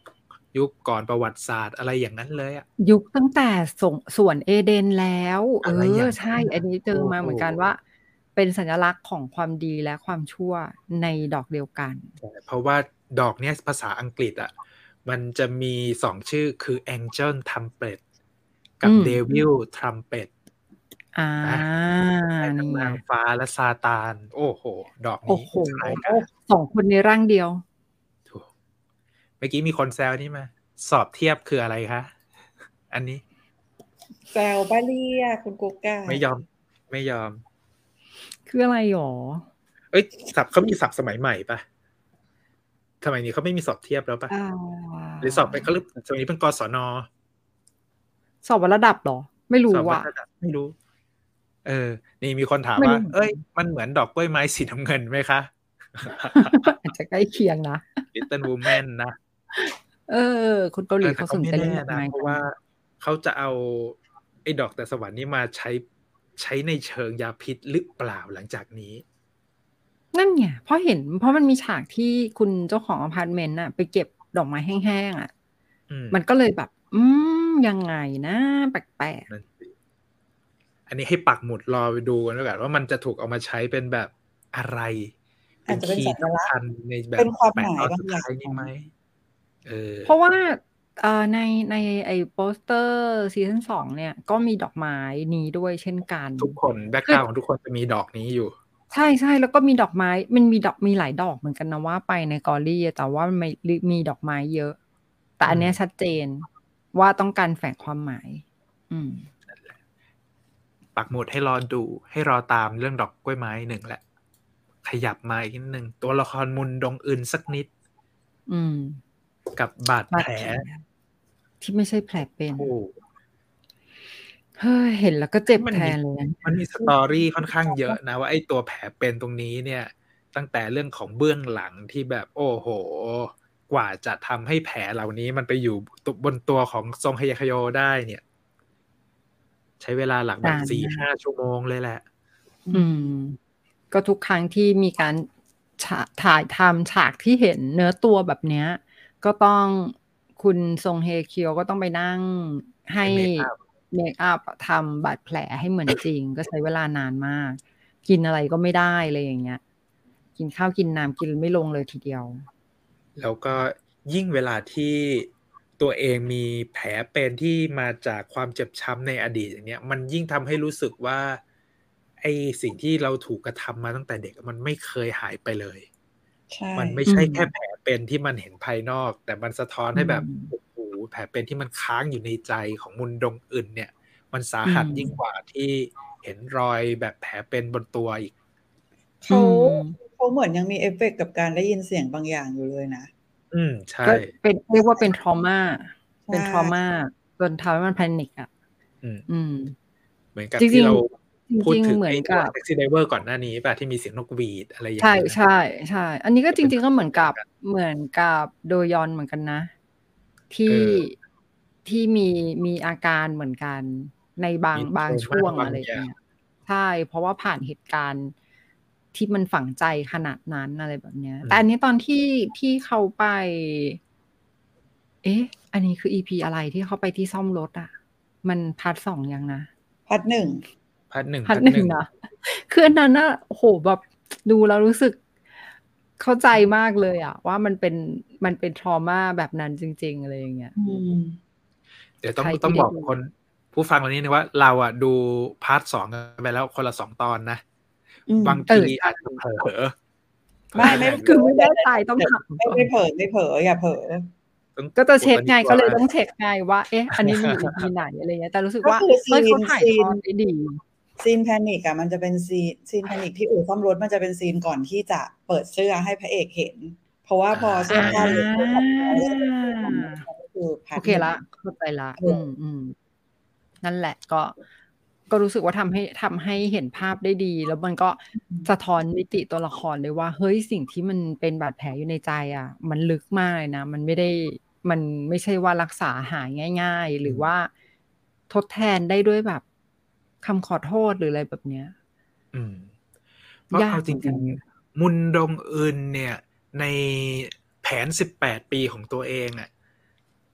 ยุคก่อนประวัติศาสตร์อะไรอย่างนั้นเลยอะยุคตั้งแต่สงสวนเอเดนแล้วเออะไรออย่างนั้ใช่นอันน่ะนี้เจอโอ้โฮมาเหมือนกันว่า เป็นสัญลักษณ์ของความดีและความชั่วในดอกเดียวกันใช่ เพราะว่าดอกเนี้ย ภาษาอังกฤษอะมันจะมี สอง ชื่อ คือ Angel Trumpet กัอืบม Devil Trumpet อาอา ได้ทั้นี่งไนางงฟ้าและซาตาน โอ้โฮ ดอกโอ้นี้โฮคล้ายกันสอง คนในร่างเดียวถูก เมื่อกี้มีคนแซวนี่มา สอบเทียบคืออะไรคะ? อันนี้แซวเปล่าเนี่ยคุณกุ๊กไก่ไม่ยอม ไม่ยอมคืออะไรเหรอ? เฮ้ย ศัพท์ เขามีศัพท์สมัยใหม่เปล่า? สมัยนี้เขาไม่มีสอบเทียบแล้วเปล่า? อ่หรือสอบเป็น เขาเรียกาสมัยนี้เป็น กศน. สอบวัดระดับเหรอ? ไม่รูส้อบวัอดะระดับ ไม่รู้ เออ นี่มีคนถามไม่วรู่า้เหมือ "เอ๊ยนกันมันเหมือนดอกกล้วยไม้สีน้ำเงินไหมคะ?" อาจจะใกล้เคียงนะ Little Women นะเออ คนเกาหเออลีเแขต่าก็ไม่แนสนใจเรื่อ่งดอกนไะม้กเพราะัวน่าเขาจะเอาไอ้ดอกแต่สวรรค์นี้มาใช้ ใช้ในเชิงยาพิษหรือเปล่าหลังจากนี้? นั่นไง เพราะเห็น เพราะมันมีฉากที่คุณเจ้าของอะพาร์ตเมนต์น่ะ ไปเก็บดอกไม้แห้ง ๆ อะอืมมันก็เลยแบบ อืม ยังไงนะ แปลก ๆนั่นสิ อันนี้ให้ปักหมุดรอไปดูกันไว้ก่อนว่า มันจะถูกเอามาใช้เป็นแบบอะไร เปอ็าจนคีย์สจะเป็นสัญลัำคกษัณ์ญในแบเป็บนความแปหมดาย บตอนสาุงดอย่ทา้ายนี้ไหม? งเออเพราะว่า เอ่อ ใน ในไอ้โปสเตอร์ซีซัน สอง เนี่ย ก็มีดอกไม้นี้ด้วยเช่นกันทุกคน แบ็กคืกอราวนด์ ของทุกคนจะมีดอกนี้อยู่ใช่ ๆ แล้วก็มีดอกไม้ มันมีดอก มีหลายดอกเหมือนกันนะว่าไปใน Glory อะ แต่ว่าไม ริ มีดอกไม้เยอะ แต่อือันเนี้ยมชัดเจนว่าต้องการแฝงความหมาย อืมนั่นแหละ ปักหมุดให้รอดู ให้รอตามเรื่องดอกกล้วยไม้ หนึ่ง แล้ว ขยับมาอีกนิดหนึ่ง ตัวละครมุนดงอึนสักนิดอืมกับบาดบาแผลดแผล ที่ไม่ใช่แผลเป็นโอ้เฮ้ย เห็นแล้วก็เจ็บมันมีแทนเลยนะมันมี story ค่อนข้างเยอะนะว่า ไอ้ตัวแผลเป็นตรงนี้เนี่ย ตั้งแต่เรื่องของเบื้องหลังที่แบบ โอ้โฮ กว่าจะทำให้แผลเหล่านี้มันไปอยู่ ตุ บนตัวของซง ฮย คโยได้เนี่ย ใช้เวลาหลักแบนาบ สี่ห้านมากชั่วโมงเลยแหละอืม ก็ทุกครั้งที่มีการ ฉะ ถ่ายทำฉากที่เห็นเนื้อตัวแบบเนี้ย ก็ต้อง คุณซง ฮย เคียว ก็ต้องไปนั่งใหใช้้เมกอัปเมกอัปอะทำบาดแผลให้เหมือนจริง ก็ใช้เวลานานมาก กินอะไรก็ไม่ได้ อะไรอย่างเงี้ย กินข้าวกินน้ำกินไม่ลงเลยทีเดียวแล้วก็ยิ่งเวลาที่ตัวเองมีแผลเป็นที่มาจากความเจ็บช้ำในอดีต อย่างเงี้ย มันยิ่งทำให้รู้สึกว่า ไอ้สิ่งที่เราถูกกระทำมาตั้งแต่เด็กอะมันไม่เคยหายไปเลยใช่มันไม่อืใช่แค่มแผลเป็นที่มันเห็นภายนอก แต่มันสะท้อนอืให้แบบมโอ้โฮ แผลเป็นที่มันค้างอยู่ในใจของมุนดงอึนเนี่ย มันสาอืหัสยิ่งมกว่าที่เห็นรอยแบบแผลเป็นบนตัวอีกเขอืามเขาเหมือนยังมีเอฟเฟกต์กับการได้ยินเสียงบางอย่างอยู่เลยนะอืม ใชก็่เป็น เรียกว่าเป็น trauma ใชเป็น่ trauma จนทำให้มัน panic อะอืมอืมเหมือนกับจริงที่เราๆพูดถึงจริง ๆ เหมไืออ้นตกัวบ Taxi Driver ก่อนหน้านี้เปล่า ที่มีเสียงนกหวีด อะไรอใย่างเงี้ยช่ ๆ ๆ อันนี้ก็จะจริง ๆ ก็เหมือนกับเป็นเหมือนกับโดยอนเหมือนกันนะ ที่เออที่มี มีอาการเหมือนกันในบางมีบางช่ trauma วงบาอะงไรอย่อาย่งาเงงี้ย ใช่ เพราะว่าผ่านเหตุการณ์ที่มันฝังใจขนาดนั้น อะไรแบบเนี้ยอืแต่อันมนี้ตอนที่ ที่เขาไป เอ๊ะ อันนี้คือ อี พี อะไรที่เขาไปที่ซ่อมรถอะ มัน พาร์ต สอง ยังนะ? พาร์ต หนึ่งพาร์ต หนึ่งพาร์พตาร์ตหนึ่หนงึ่งนะ คืออันนั้นน่ะ โอ้โฮ แบบ ดูแล้วรู้สึกเข้าใจมากเลยอะว่า มันเป็น มันเป็น trauma แบบนั้นจริง ๆ อะไรอย่างเงี้ยอืมเดี๋ยวตใ้องครทต้ีอ่งได้ดบอกคูน ผู้ฟังวันนี้นะว่า เราอะดู พาร์ต สอง กันไปแล้วคนละ สอง ตอนนะอืมบางทเออีใชอาจจะเผ่ลอ เผลอไม่ขไม่ณะเผดคืูอไม่แน่ใจต้องถามไม่ก่อไมน่เผลอ ไม่เผลอ อย่าเผลอต้องก็จะโอเช้็ตอนนกไี้งกลก็ัวเลยต้องเช็กไงว่า เอ๊ะ อันนี้มันอยู่ อี พี ไหน อะไรอย่างเงี้ย แต่รู้สึกว่าก็คือซเฮ้ยีนเขาถ่ายซีนทอดได้ดีซีน panic อะมันจะเป็นซีน ซีน panic ที่อู่ซ่อมรถมันจะเป็นซีนก่อนที่จะเปิดเสื้อให้พระเอกเห็น เพราะว่าพอเสื้ออาผ้าเลอะเทอะ ก็คือ พาโร์ตอเคหนึ่งแล้ว เข้าใจแล้วเออือม ๆ นั่นแหละ ก็ ก็รู้สึกว่าทำให้ ทำให้เห็นภาพได้ดี แล้วมันก็อืมสะท้อนมิติตัวละครเลยว่า เฮ้ย สิ่งที่มันเป็นบาดแผลอยู่ในใจอะมันลึกมากเลยนะ มันไม่ได้ มันไม่ใช่ว่ารักษาหายง่าย ๆ หอรืือมว่าทดแทนได้ด้วยแบบคำขอโทษ หรืออะไรแบบเนี้ยอืม เพราะยเอาากเหมือนกจรัิงนๆ มุนดงอึนเนี่ย ในแผน สิบแปด ปีของตัวเองอะ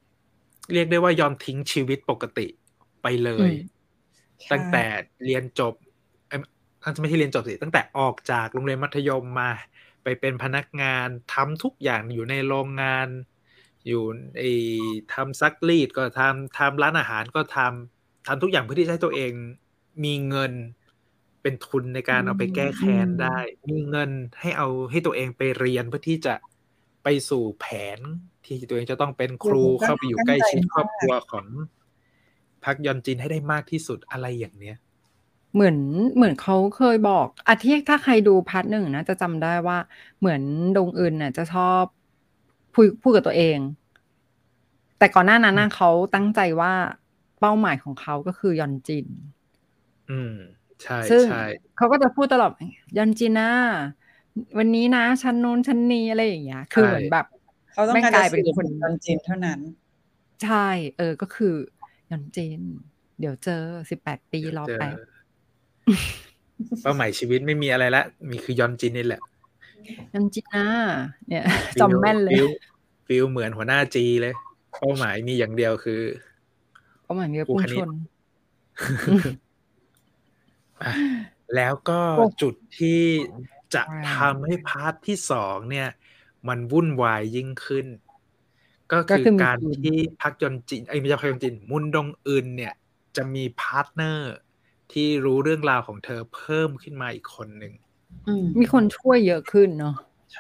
เรียกได้ว่ายอมทิ้งชีวิตปกติไปเลอืยมตั้งใช่แต่เรียนจบเอ้ยอาจจะไม่ใช่เรียนจบสิตั้งแต่ออกจากโรงเรียนมัธยมมา ไปเป็นพนักงานทำทุกอย่างอยู่ในโรงงาน อยู่ไอ้ทำซักรีดก็ทำทำร้านอาหารก็ทำทำทุกอย่างเพื่อที่จะให้ตัวเองมีเงินเป็นทุนในการเอาไปแก้แค้นอืมได้ มีเงินให้เอาให้ตัวเองไปเรียนเพื่อที่จะไปสู่แผนที่ตัวเองจะต้องเป็นครูโอ้โหเข้าไปอยู่ตั้งใกล้ใจชิดครอบมากครัวของพักยอนจินให้ได้มากที่สุดอะไรอย่างเนี้ยเหมือนเหมือนเขาเคยบอกอาที่ถ้าใครดูพาร์ทหนึ่งนะจะจำได้ว่าเหมือนดงอึนน่ะจะชอบพูดพูดกับตัวเอง แต่ก่อนหน้านั้นอืมน่ะเขาตั้งใจว่าเป้าหมายของเขาก็คือยอนจินอืม ใช่ซึ่งใช่เขาก็จะพูดตลอดยอนจินนะวันนี้นะชั้นนู้นชั้นนี้อะไรอย่างเงี้ย คือใช่เหมือนแบบเขาต้องแม่งการกจะลายเป็สื่นอคนถึงยอนจินเท่านั้นใช่ เออ ก็คือยอนจิน เดี๋ยวเจอ สิบแปด ปีเดี๋ยวรอเจอแป๊บเป้าหมายชีวิตไม่มีอะไรแล้ว มีคือยอนจินนี่แหละยอนจินนะ เนี่ยฟีจำลแม่นเลฟียล ฟีลเหมือนหัวหน้าจีเลย เป้าหมายมีอย่างเดียวคือเป้าหมายมีครูพุ่งคชณิตนอะ แล้วก็โอ้จุดที่จะแรทงำให้พาร์ตที่ สอง เนี่ย มันวุ่นวายยิ่งขึ้น ก็ก็คือคือมีการจีนที่พักยอนจิน เอ๊ย ไม่ใช่พักยอนจิน มุนดงอึนเนี่ย จะมีพาร์ตเนอร์ที่รู้เรื่องราวของเธอเพิ่มขึ้นมาอีกคนหนึ่งอืมมีคนช่วยเยอะขึ้นเนาะใช่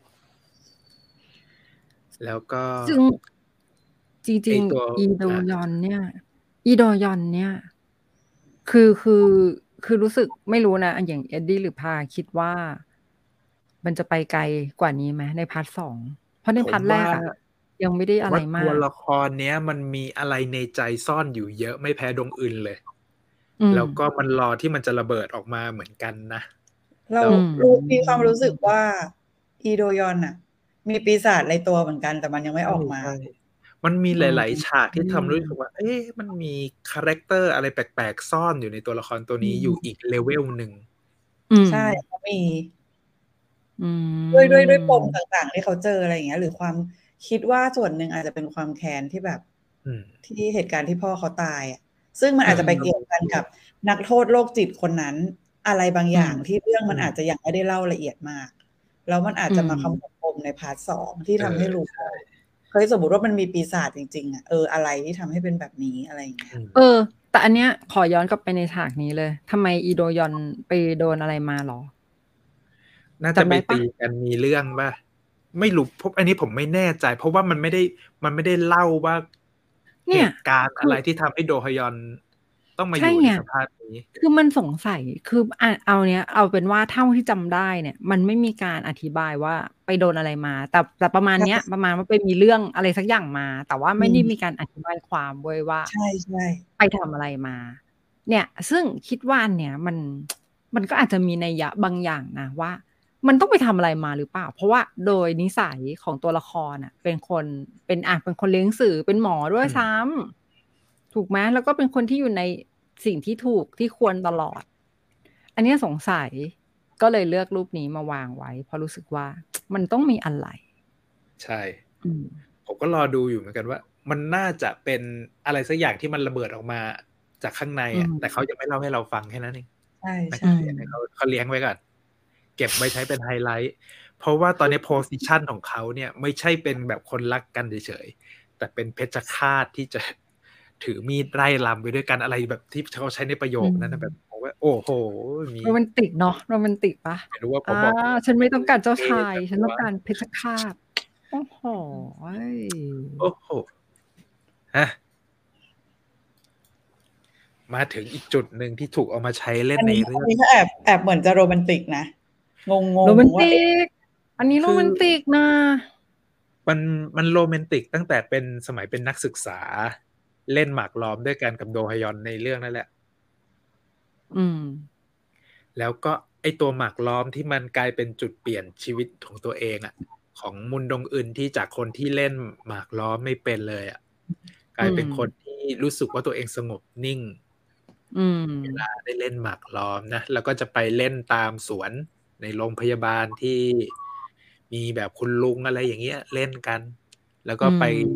แล้วก็ซึ่ง จ จไอ้ริงตัวๆ อีโดอายอนเนี่ย อีโดยอนเนี่ย คือ คือ คือรู้สึก ไม่รู้นะ อย่าง Eddie หรือพาคิดว่า มันจะไปไกลกว่านี้ไหมในพาร์ต สอง เพราะในผพาร์ตมแรว่ากอะ ยังไม่ได้อะว่ไรามาตัวกละครเนี้ย มันมีอะไรในใจซ่อนอยู่เยอะไม่แพ้ดงอึนเลยอืมแล้วก็มันรอที่มันจะระเบิดออกมาเหมือนกันนะเราแล้วอืมรู้ มีความรู้สึกว่า อีโดยอนน่ะ มีปีศาจในตัวเหมือนกัน แต่มันยังไม่ออกมาใช่ ๆ มันมีอืหลาย ๆ ฉากที่ทำให้รู้สึกมว่า เอ๊ะ มันมีคาแรกเตอร์อะไรแปลก ๆ ซ่อนอยู่ในตัวละครตัวอืนี้อยู่มอีก level หนึ่งอืมใช่ เขามีอืด้วย ด้วย ด้วยปมมต่าง ๆ ที่เขาเจอ อะไรอย่างเงี้ย หรือความ คิดว่าส่วนหนึ่งอาจจะเป็นความแค้นที่แบบอืมที่เหตุการณ์ที่พ่อเขาตายอะ ซึ่งมันเออาจจะไปก็เกี่ยวกันกับนักโทษโรคจิตคนนั้น อะไรบางออืย่างมที่เรื่องอืมมันอาจจะยังไม่ได้เล่าละเอียดมาก แล้วมันอาจอืจะมาขมมวดปมในพาร์ต สอง ที่เอทำให้รู้ใช่ว่า เฮ้ย สมมุติว่ามันมีปีศาจจริง ๆ อะ เออ อะไรที่ทำให้เป็นแบบนี้ อะไรอย่างเงี้อืยมเออ แต่อันเนี้ยขอย้อนกลับไปในฉากนี้เลย ทำไมอีโดยอนไปโดนอะไรมาเหรอ? น่าจจะำไปได้เปตล่า? ีกัน มีเรื่องเปล่า? ไม่รู้ พ อันนี้ผมไม่แน่ใจ เพราะว่ามันไม่ได้ มันไม่ได้เล่าว่าเนเหี่ยตุการณ์คอะไรที่ทำให้โดฮยอนต้องมาใชอยู่ใไนงสภาพนี้คือมันสงสัย คือ อะ เอาเนี้ย เอาเป็นว่าเท่าที่จำได้เนี่ย มันไม่มีการอธิบายว่าไปโดนอะไรมา แต่ แต่ประมาณใช่เนี้ย ประมาณว่าไปมีเรื่องอะไรสักอย่างมา แต่ว่าอไมื่ได้มมีการอธิบายความเว้ยว่าใช่ ๆไปทำอะไรมา เนี่ย ซึ่งคิดว่าอันเนี้ยมัน มันก็อาจจะมีนัยยะบางอย่างนะว่า มันต้องไปทำอะไรมาหรือเปล่า? เพราะว่าโดยนิสัยของตัวละครน่ะเป็นคน เป็น อะ เป็นคนเลี้ยงสื่อ เป็นหมอด้วอืมยซ้ำ ถูกไหม? แล้วก็เป็นคนที่อยู่ในสิ่งที่ถูก ที่ควรตลอด อันเนี้ยสงสัย ก็เลยเลือกรูปนี้มาวางไว้ เพราะรู้สึกว่า มันต้องมีอะไรใช่อืมผมก็รอดูอยู่เหมือนกันว่า มันน่าจะเป็นอะไรสักอย่างที่มันระเบิดออกมาจากข้างในอือะมแต่เขายังไม่เล่าให้เราฟังแค่นั้นเองใช่ไม่ใชอื่เขียนให้เขา เขาเลี้ยงไว้ก่อน เก็บไว้ใช้เป็นไฮไลต์ เพราะว่าตอนนี้ โพซิชัน ของเขาเนี่ย ไม่ใช่เป็นแบบคนรักกันเฉย ๆ แต่เป็นเพชฌฆาตที่จะ ถือมีดไล่รำไปด้วยกัน อะไรแบบที่เขาใช้ในประโยอืคนั้นน่ะ แบบมผมว่า โอ้โฮ มีโรแมนติกเนาะ โรแมนติกเปล่า? ไม่รู้ว่าผอมาบอกฉันไม่ต้องการเจ้าชายเกย์ฉันแบบต้องการเพชฌฆาต โอ้โฮโอ้โฮ อะ มาถึงอีกจุดหนึ่งที่ถูกเอามาใช้เล่อันนี้นในเรือั่นองนี้ก็แอบ แอบเหมือนจะโรแมนติกนะ งโรแมงนๆ วต่าิเอ๊ะก อันนี้โรคือแมนติกนะมัน มันโรแมนติกตั้งแต่เป็น สมัยเป็นนักศึกษา เล่นหมากล้อมด้วยกันกับโดฮยอนในเรื่องนั่นแหละอืมแล้วก็ไอ้ตัวหมากล้อมที่มันกลายเป็นจุดเปลี่ยนชีวิตของตัวเองอะ ของมุนดงอึนที่จากคนที่เล่นหมากล้อมไม่เป็นเลยอะ กอลืายเป็นมคนที่รู้สึกว่าตัวเองสงบนิ่งอืเวลมาได้เล่นหมากล้อมนะ แล้วก็จะไปเล่นตามสวนในโรงพยาบาลที่มีแบบคุณลุง อะไรอย่างเงี้ย เล่นกัน แล้วอกื็ไปม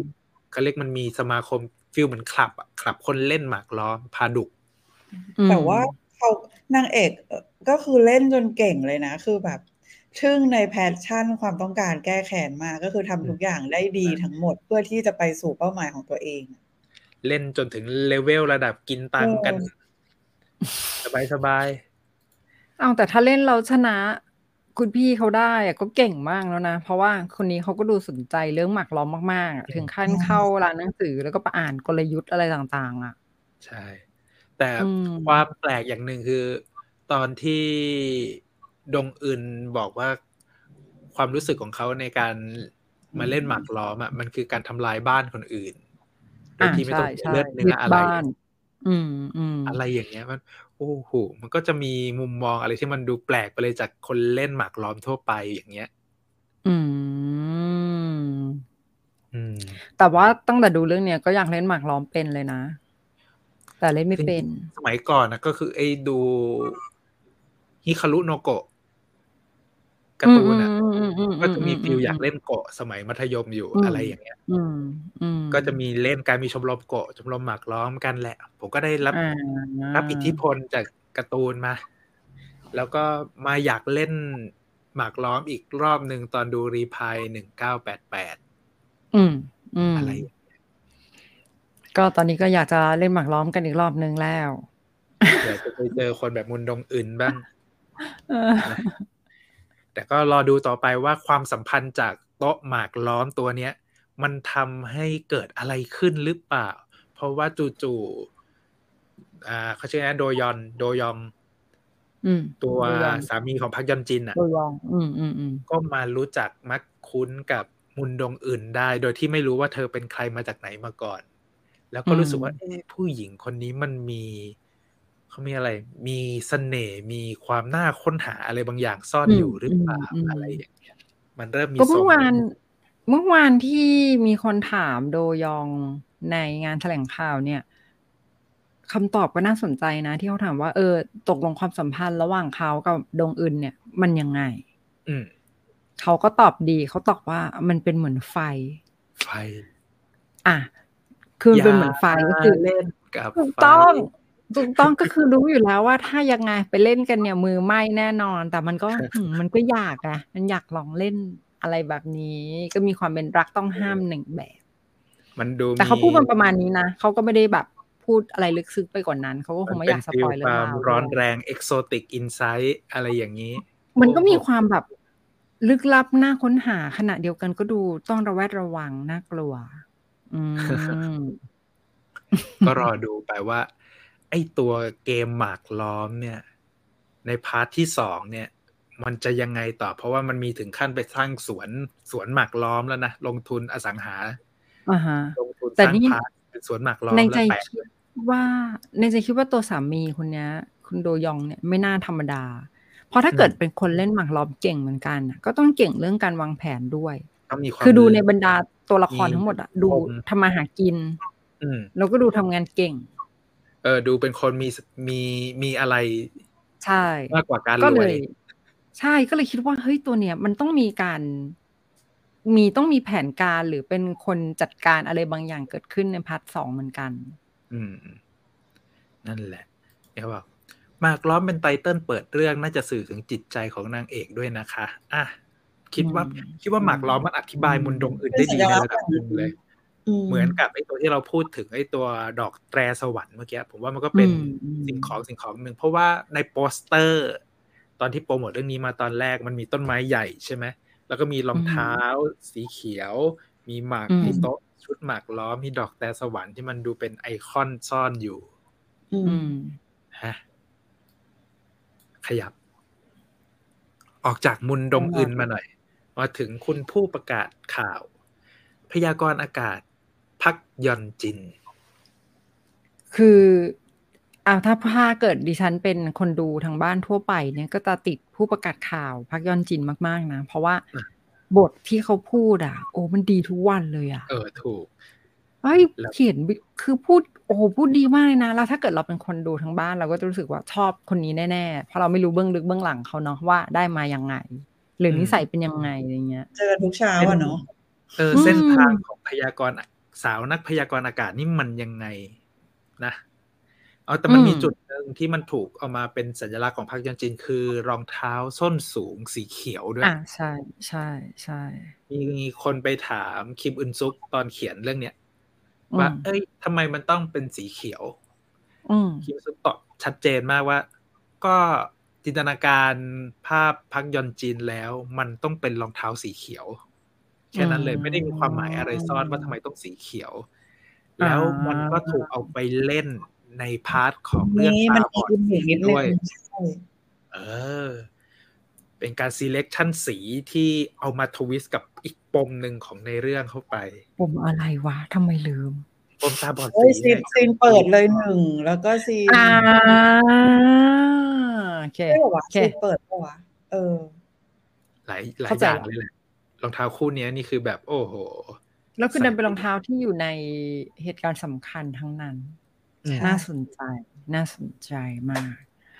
เขาเรียกมันมีสมาคมฟีลเหมือนคลับอ่ะคลับคนเล่นหมากล้อมพาดุกแต่ว่าเขานางเอกก็คือเล่นจนเก่งเลยนะคือแบบทึ่งในแพชชั่นความต้องการแก้แค้นมากก็คือทำทุกอย่างได้ดีทั้งหมดเพื่อที่จะไปสู่เป้าหมายของตัวเองเล่นจนถึงเลเวลระดับกินตังค์กันสบายสบายเอาแต่ถ้าเล่นเราชนะคุณพี่เขาได้อะก็เก่งมากแล้วนะเพราะว่าคนนี้เขาก็ดูสนใจเรื่องหมากล้อมมากๆถึงขั้นเข้าร้านหนังสือแล้วก็ไปอ่านกลยุทธ์อะไรต่างๆอ่ะใช่แต่ความแปลกอย่างหนึ่งคือตอนที่ดงอึนบอกว่าความรู้สึกของเขาในการมาเล่นหมากล้อมอ่ะมันคือการทำลายบ้านคนอื่นโดยที่ไม่ต้องเลือดเนื้ออะไรอืมอืมอะไรอย่างเงี้ยมันโอ้โหมันก็จะมีมุมมองอะไรที่มันดูแปลกไปเลยจากคนเล่นหมากล้อมทั่วไปอย่างเงี้ยอืมอืมแต่ว่าตั้งแต่ดูเรื่องเนี้ยก็อยากเล่นหมากล้อมเป็นเลยนะแต่เล่นไม่เป็นสมัยก่อนนะก็คือไอ้ดูฮิคารุโนโกะการ์ตูนอ่ะก็จะมีฟีลอยากเล่นโกะสมัยมัธยมอยู่อะไรอย่างเงี้ยก็จะมีเล่นการมีชมรมโกะชมรมหมากล้อมกันแหละผมก็ได้รับรับอิทธิพลจากการ์ตูนมาแล้วก็มาอยากเล่นหมากล้อมอีกรอบนึงตอนดูรีพายหนึ่งเก้าแปดแปดอืมอืมอะไรก็ตอนนี้ก็อยากจะเล่นหมากล้อมกันอีกรอบนึงแล้วเดี๋ยวจะไปเจอคนแบบมุนดงอื่นบ้างแต่ก็รอดูต่อไปว่าความสัมพันธ์จากโต๊ะหมากล้อมตัวเนี้ยมันทำให้เกิดอะไรขึ้นหรือเปล่าเพราะว่าจู่ๆอ่าเขาชื่อนะโดยอนโดยองตัวสามีของพักยอนจินอ่ะโดยองอืมอืมอืมก็มารู้จักมักคุ้นกับมุนดงอื่นได้โดยที่ไม่รู้ว่าเธอเป็นใครมาจากไหนมาก่อนแล้วก็รู้สึกว่าเอ๊ะผู้หญิงคนนี้มันมีเขามีอะไรมีเสน่ห์มีความน่าค้นหาอะไรบางอย่างซ่อนอยู่หรือเปล่าอะไรอย่างเงี้ยมันเริ่มมีก็เมื่อวานเมื่อวานที่มีคนถามโดยองในงานแถลงข่าวเนี่ยคำตอบก็น่าสนใจนะที่เขาถามว่าเออตกลงความสัมพันธ์ระหว่างเขากับดงอึนเนี่ยมันยังไงอืมเขาก็ตอบดีเขาตอบว่ามันเป็นเหมือนไฟไฟอ่ะคือมันเป็นเหมือนไฟก็คือเล่นกับถูกต้องถูกต้องก็คือรู้อยู่แล้วว่าถ้ายังไงไปเล่นกันเนี่ยมือไหม้แน่นอนแต่มันก็มันก็อยากอะมันอยากลองเล่นอะไรแบบนี้ก็มีความเป็นรักต้องห้ามหนึ่งแบบมันดูแต่เขาพูดมันประมาณนี้นะเขาก็ไม่ได้แบบพูดอะไรลึกซึ้งไปกว่านั้นเขาก็คงไม่อยากสปอยเรื่องราวร้อนแรงเอกโซติกอินไซต์อะไรอย่างนี้มันก็มีความแบบลึกลับน่าค้นหาขณะเดียวกันก็ดูต้องระแวดระวังน่ากลัวอืมก็รอดูไปว่าไอ้ตัวเกมหมากล้อมเนี่ยในพาร์ทที่สองเนี่ยมันจะยังไงต่อเพราะว่ามันมีถึงขั้นไปสร้างสวนสวนหมากล้อมแล้วนะลงทุนอสังหาอ่าฮะลงทุนสร้างพาร์ทเป็นสวนหมากล้อมในใจคิดว่าในใจคิดว่าตัวสามีคนนี้คุณโดยองเนี่ยไม่น่าธรรมดาเพราะถ้าเกิดเป็นคนเล่นหมากล้อมเก่งเหมือนกันก็ต้องเก่งเรื่องการวางแผนด้วยคือดูในบรรดาตัวละครทั้งหมดอะดูทำมาหากินแล้วก็ดูทำงานเก่งเออดูเป็นคนมีมีมีอะไรใช่มากกว่าการรวยใช่ก็เลยคิดว่าเฮ้ยตัวเนี้ยมันต้องมีการมีต้องมีแผนการหรือเป็นคนจัดการอะไรบางอย่างเกิดขึ้นในพาร์ทสองเหมือนกันอืมนั่นแหละเขาบอกหมากล้อมเป็นไตเติ้ลเปิดเรื่องน่าจะสื่อถึงจิตใจของนางเอกด้วยนะคะอ่ะคิดว่าคิดว่าหมากล้อมมันอธิบายมุนดงอื่นได้ดีในระดับหนึ่งเลยเหมือนกับไอ้ตัวที่เราพูดถึงไอ้ตัวดอกแตรสวรรค์เมื่อกี้ผมว่ามันก็เป็นสิ่งของสิ่งของหนึ่งเพราะว่าในโปสเตอร์ตอนที่โปรโมทเรื่องนี้มาตอนแรกมันมีต้นไม้ใหญ่ใช่ไหมแล้วก็มีรองเท้าสีเขียวมีหมากมีโต๊ะชุดหมากล้อมมีดอกแตรสวรรค์ที่มันดูเป็นไอคอนซ่อนอยู่ฮะขยับออกจากมุนดงอื่นมาหน่อยมาถึงคุณผู้ประกาศข่าวพยากรณ์อากาศพักยอนจินคืออ่าถ้าถ้าเกิดดิฉันเป็นคนดูทางบ้านทั่วไปเนี่ยก็จะติดผู้ประกาศข่าวพักยอนจินมากๆนะเพราะว่าบทที่เขาพูดอ่ะโอ้มันดีทุกวันเลยอ่ะเออถูกเฮ้ยเขียนคือพูดโอ้โหพูดดีมากเลยนะแล้วถ้าเกิดเราเป็นคนดูทางบ้านเราก็จะรู้สึกว่าชอบคนนี้แน่ๆเพราะเราไม่รู้เบื้องลึกเบื้องหลังเขาเนาะว่าได้มายังไงหรือนิสัยเป็นยังไงอะไรเงี้ยเจอทุกเช้าอ่ะเนาะเออเส้นทางของพยากรณ์สาวนักพยากรณ์อากาศนี่มันยังไงนะเอาแต่มันมีจุดหนึ่งที่มันถูกเอามาเป็นสัญลักษณ์ของพรรคยอนจินคือรองเท้าส้นสูงสีเขียวด้วยอ่าใช่ใช่ใช่มีคนไปถามคิมอึนซุกตอนเขียนเรื่องเนี้ยว่าเอ้ยทำไมมันต้องเป็นสีเขียวคิมอึนซุกตอบชัดเจนมากว่าก็จินตนาการภาพพรรคยอนจินแล้วมันต้องเป็นรองเท้าสีเขียวแค่นั้นเลยไม่ได้มีความหมายอะไรซ่อนว่าทำไมต้องสีเขียวแล้วมันก็ถูกเอาไปเล่นในพาร์ทของเรื่องตาบอดด้วยเออเป็นการ selection สีที่เอามาทวิสต์กับอีกปมหนึ่งของในเรื่องเข้าไปปมอะไรวะทำไมลืมปมตาบอดสีซีนซีนเปิดเลยหนึ่งแล้วก็ซีนอ่าโอเคไม่บอกว่าซีนเปิดปะวะเออหลายหลายอย่างเลยแหละรองเท้าคู่นี้นี่คือแบบโอ้โหแล้วคือดันเป็นรองเท้าที่อยู่ในเหตุการณ์สำคัญทั้งนั้นน่าสนใจน่าสนใจมาก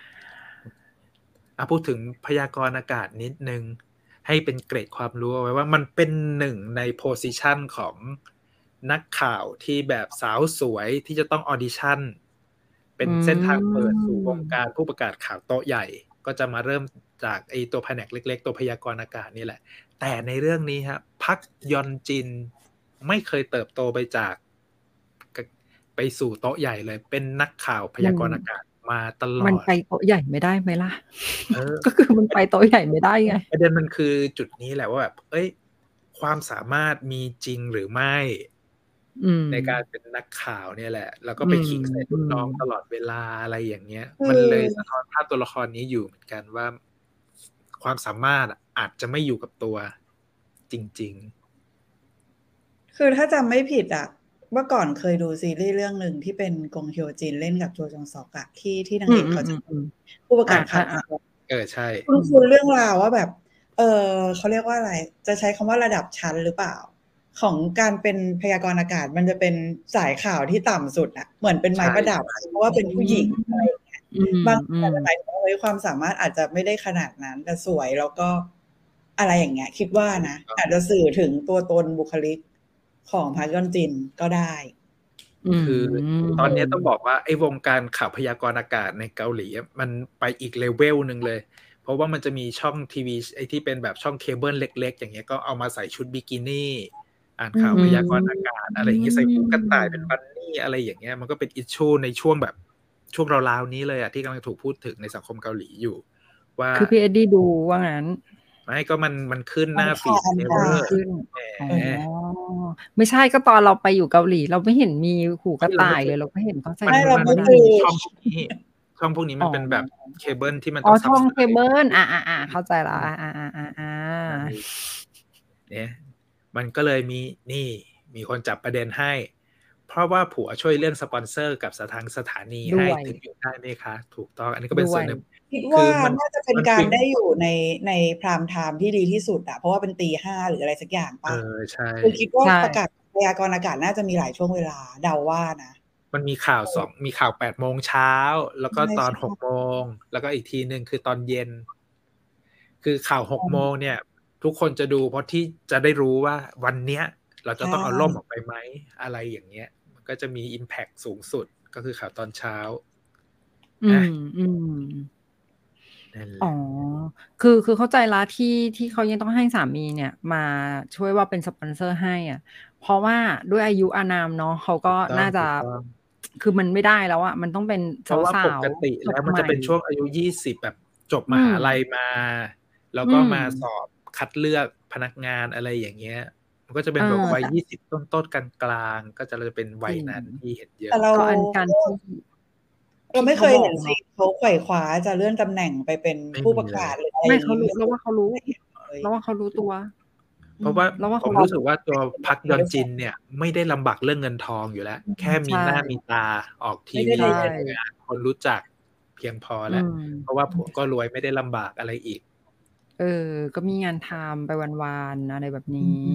อ่ะพูดถึงพยากรณ์อากาศนิดนึงให้เป็นเกรดความรู้เอาไว้ว่ามันเป็นหนึ่งในโพสิชันของนักข่าวที่แบบสาวสวยที่จะต้องออดิชั่นเป็นเส้นทางเปิดสู่วงการผู้ประกาศข่าวโต๊ะใหญ่ก็จะมาเริ่มจากไอตัวแผนกเล็กๆตัวพยากรณ์อากาศนี่แหละแต่ในเรื่องนี้ฮะพักยอนจินไม่เคยเติบโตไปจากไปสู่โต๊ะใหญ่เลยเป็นนักข่าวพยากรณ์อากาศมาตลอดมันไปโต๊ะใหญ่ไม่ได้ไหมล่ะก็คือมันไปโต๊ะใหญ่ไม่ได้ไงประเด็นมันคือจุดนี้แหละว่าแบบเอ้ยความสามารถมีจริงหรือไม่ในการเป็นนักข่าวเนี่ยแหละแล้วก็ไปขิงใส่รุ่นน้องตลอดเวลาอะไรอย่างเงี้ยมันเลยสะท้อนภาพตัวละครนี้อยู่เหมือนกันว่าความสามารถอาจจะไม่อยู่กับตัวจริงๆคือถ้าจำไม่ผิดอ่ะเมื่อก่อนเคยดูซีรีส์เรื่องหนึ่งที่เป็นกงฮยจินเล่นกับโจจงซอกอะที่ที่นางเอกเขาจะผู้ประกาศข่าวเออใช่คุณคุณเรื่องราวว่าแบบเออเขาเรียกว่าอะไรจะใช้คำว่าระดับชั้นหรือเปล่าของการเป็นพยากรณ์อากาศมันจะเป็นสายข่าวที่ต่ำสุดอะเหมือนเป็นไม้ประดับเพราะว่าเป็นผู้หญิงอะไรอย่างเงี้ยบางทีอาจจะหมายถึงว่าความสามารถอาจจะไม่ได้ขนาดนั้นแต่สวยแล้วก็อะไรอย่างเงี้ยคิดว่านะอาจจะสื่อถึงตัวตนบุคลิกของพรรคยอนจินก็ได้คือตอนนี้ต้องบอกว่าไอ้วงการข่าวพยากรณ์อากาศในเกาหลีมันไปอีกเลเวลนึงเลยเพราะว่ามันจะมีช่องทีวีไอ้ที่เป็นแบบช่องเคเบิลเล็กๆอย่างเงี้ยก็เอามาใส่ชุดบิกินี่อ่านข่าวพยากรณ์อากาศอะไรอย่างเงี้ยใส่หูกระต่ายเป็นบันนี่อะไรอย่างเงี้ยมันก็เป็นอิชชูในช่วงแบบช่วงราวๆนี้เลยอ่ะที่กำลังถูกพูดถึงในสังคมเกาหลีอยู่ว่าคือพี่เอ็ดดี้ดูว่างั้นไม่ก็มันมันขึ้นหน้าฟีดเนเวอร์ขึ้นอ๋อไม่ใช่ก็ตอนเราไปอยู่เกาหลีเราไม่เห็นมีหูกระต่ายเลยเราก็เห็นเขาใส่ไม่เราไม่ดูช่องพวกนี้ช่องพวกนี้มันเป็นแบบเคเบิลที่มันต้องช่องเคเบิลอ่าอ่าอ่าเข้าใจละอ่าอ่าอ่าอ่าเนี่ยมันก็เลยมีนี่มีคนจับประเด็นให้เพราะว่าผัวช่วยเรื่องสปอนเซอร์กับสถานสถานีให้ถึงอยู่ได้ไหมคะถูกต้องอันนี้ก็เป็นส่วนหนึ่งคิดว่าน่าจะเป็นการได้อยู่ในในพรามไทม์ที่ดีที่สุดอะเพราะว่าเป็นตีห้าหรืออะไรสักอย่างป่ะเออใช่คือคิดว่าประกาศพยากรณ์อากาศน่าจะมีหลายช่วงเวลาเดาว่านะมันมีข่าวสองมีข่าวแปดโมงเช้าแล้วก็ตอนหกโมงแล้วก็อีกทีนึงคือตอนเย็นคือข่าวหกโมงเนี่ยทุกคนจะดูเพราะที่จะได้รู้ว่าวันเนี้ยเราจะต้องเอาล่มออกไปไหมอะไรอย่างเงี้ยมันก็จะมี impact สูงสุดก็คือข่าวตอนเช้าอืมอืมอ๋อคือคือเข้าใจละที่ที่เขายังต้องให้สามีเนี่ยมาช่วยว่าเป็นสปอนเซอร์ให้อ่ะเพราะว่าด้วยอายุอานามเนาะเขาก็น่าจะคือมันไม่ได้แล้วอ่ะมันต้องเป็นสาวๆปกติแล้วมันจะเป็นช่วงอายุยี่สิบแบบจบมหาลัยมาแล้วก็มาสอบคัดเลือกพนักงานอะไรอย่างเงี้ยมันก็จะเป็นแบบวัยยี่สิบต้นๆกลางๆก็จะเป็นวัยนั้นที่เห็นเยอะก็อันการที่เราไม่เคยเห็นสิเขาไขว่คว้าจะเลื่อนตำแหน่งไปเป็นผู้ประกาศหรืออะไรไม่เขารู้แล้วว่าเขารู้แล้วว่าเขารู้ตัวเพราะว่าผมรู้สึกว่าตัวพักยอนจินเนี่ยไม่ได้ลำบากเรื่องเงินทองอยู่แล้วแค่มีหน้ามีตาออกทีวีคนรู้จักเพียงพอแล้วเพราะว่าผัวก็รวยไม่ได้ลำบากอะไรอีกเออก็มีงานทำไปวันๆอะไรแบบนี้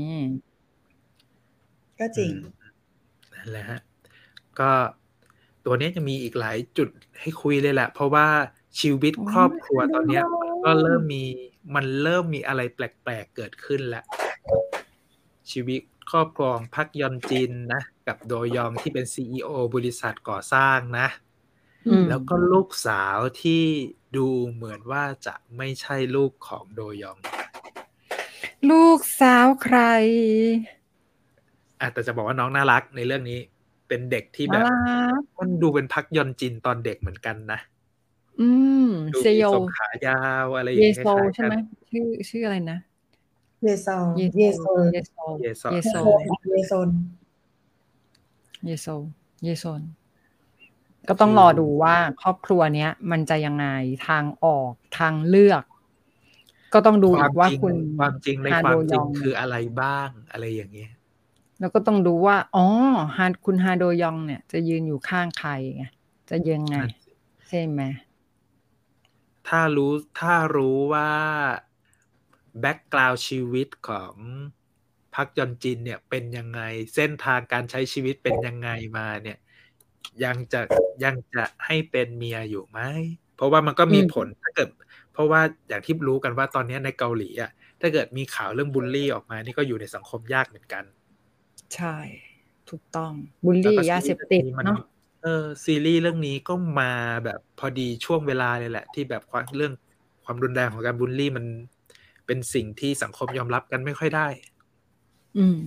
ก็จริงนั่นแหละฮะก็ตัวนี้จะมีอีกหลายจุดให้คุยเลยแหละเพราะว่าชีวิตครอบครัวตอนนี้มันก็เริ่มมีมันเริ่มมีอะไรแปลกๆเกิดขึ้นแล้วชีวิตครอบครัวของพักยอนจินนะกับโดยองที่เป็น ซี อี โอ บริษัทก่อสร้างนะอืมแล้วก็ลูกสาวที่ดูเหมือนว่าจะไม่ใช่ลูกของโดยองลูกสาวใครอ่ะแต่จะบอกว่าน้องน่ารักในเรื่องนี้ เป็นเด็กที่แบน่าบรักมันดูเป็นพักยอนจินตอนเด็กเหมือนกันนะอืมดูเซมีโยทรงขายาวอะไรอเยย่างเงี้ยโซคล้ายๆใช่กัไหมนชื่อชื่ออะไรนะเยซอเยเยโซโซเยโซเยซอเยเยโซโซเยโซนเยโซ เยโซน ก็ต้องคือรอดูว่าครอบครัวเนี้ย มันจะยังไงทางออกทางเลือก ก็ต้องดูคอีวามกว่าจริงคุณความจริงในฮาควาโดมจยริงองคเนืี่อยยอะไรบ้าง อะไรอย่างเงี้ยแล้วก็ต้องดูว่า อ๋อ ฮา คุณฮาโดยองเนี่ย จะยืนอยู่ข้างใครไง จะยังไงนั่นสิใช่ไหม? ถ้ารู้ ถ้ารู้ว่า แบ็กกราวนด์ชีวิตของพักยอนจินเนี่ยเป็นยังไง เส้นทางการใช้ชีวิตเป็นยังไงมาเนี่ย ยังจะ ยังจะให้เป็นเมียอยู่ไหม? เพราะว่ามันก็อืมีมผล ถ้าเกิด เพราะว่าอย่างที่รู้กันว่าตอนเนี้ยในเกาหลีอะ ถ้าเกิดมีข่าวเรื่องบุลลีออกมานี่ก็อยู่ในสังคมยากเหมือนกันใช่ ถูกต้อง บุลแลล้วีก็ยาซีเสรีส์พเรื่องติดนี้มันเนาะเออ ซีรีส์เรื่องนี้ก็มาแบบพอดีช่วงเวลาเลยแหละ ที่แบบความ เรื่องความรุนแรงของการบุลลีมันเป็นสิ่งที่สังคมยอมรับกันไม่ค่อยได้อืม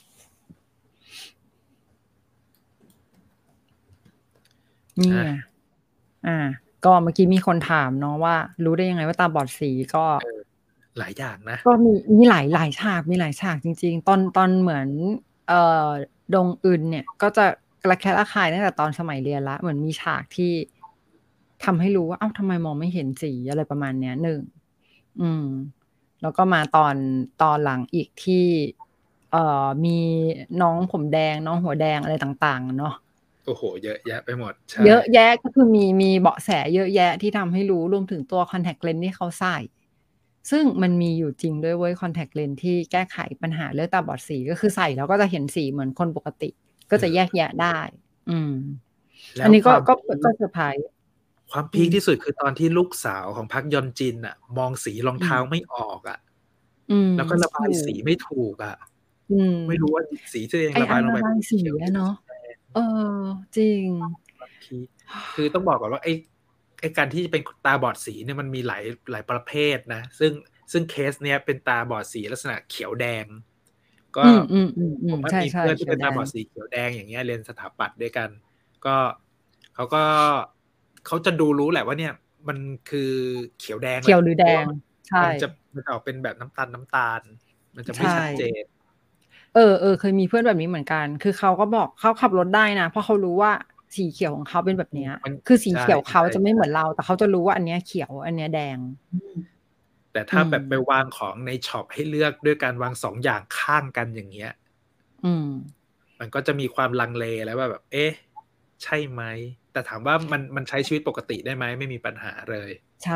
นี่อาไง อา ก็เมื่อกี้มีคนถามเนาะว่า รู้ได้ยังไงว่าตาบอดสี ก็เออ หลายอย่างนะก็มี มีหลาย หลายฉาก มีหลายฉากจริง ๆ ตอน ตอนเหมือน เอ่อ ดงอึนเนี่ย ก็จะระแคะระคายตั้งแต่ตอนสมัยเรียนแล้ว เหมือนมีฉากที่ทำให้รู้ว่า อ้าว ทำไมมองไม่เห็นสี อะไรประมาณเนี้ย หนึ่ง อืม แล้วก็มาตอน ตอนหลังอีกที่ เอ่อ มีน้องผมแดง น้องหัวแดงอะไรต่าง ๆ อะเนาะโอ้โฮ เยอะแยะไปหมด ใช่เยอะแยะ ก็คือมี มีเบาะแสเยอะแยะที่ทำให้รู้ รวมถึงตัวคอนแท็กต์เลนส์ที่เขาใส่ ซึ่งมันมีอยู่จริงด้วยเว้ย คอนแท็กต์เลนส์ที่แก้ไขปัญหาเรื่องตาบอดสี ก็คือใส่แล้วก็จะเห็นสีเหมือนคนปกติ ก็จะแยกแยะได้ อืมแล้อันวนี้คก็วามก็พีก็กเซอร์ไพรส์ความอืพีกมที่สุดคือตอนที่ลูกสาวของพักยอนจินน่ะ มองสีรองอืเท้ามไม่ออกอะอืมแล้วก็ระบถายูสีกไม่ถูกอะอืมไม่รู้ว่า ด สีที่ตัวเองไอ้ระบอัายนรลงไะบปเาป็นยสสีเีขียวหรือะเนอสาีะแดงเออ จริงความพีก คือต้องบอกก่อนว่าไอ้ ไอ้การที่เป็น ค ตาบอดสีเนี่ยมันมีหลาย หลายประเภทนะ ซึ่ง ซึ่งเคสเนี้ยเป็นตาบอดสีลักษณะเขียวแดง กอื็ม ๆ ๆ ๆผมอะใชมีเพ่ื่อนๆ เทขีี่เยวแดงป็นตาบอดสีเขียวแดง อย่างเงี้ย เรียนสถาปัตย์ด้วยกัน ก็เขาก็ เขาจะดูรู้แหละว่าเนี่ยมันคือเขียวแดงเขแหีลยวะหรือเพแดราะว่างมันใช่มันจะ มันจะออกเป็นแบบน้ำตาล ๆ มันจะใไชม่่ชัดเจนเออ ๆ เคยมีเพื่อนแบบนี้เหมือนกัน คือเขาก็บอก เขาขับรถได้นะ เพราะเขารู้ว่าสีเขียวของเขาเป็นแบบอืมเนี้ยมันคือสีใชเขียวเขา่จะไม่เหมือนเรา แต่เขาจะรู้ว่าอันเนี้ยเขียว อันเนี้ยแดงอืมแต่ถอื้าแบบไปมวางของในช็อปให้เลือกด้วยการวาง สอง อย่างข้างกัน อย่างเงี้ยอืมมันก็จะมีความลังเลแล้วว่าแบบ เอ๊ะ ใช่ไหม? แต่ถามว่ามัน มันใช้ชีวิตปกติได้ไหม? ไม่มีปัญหาเลยใช่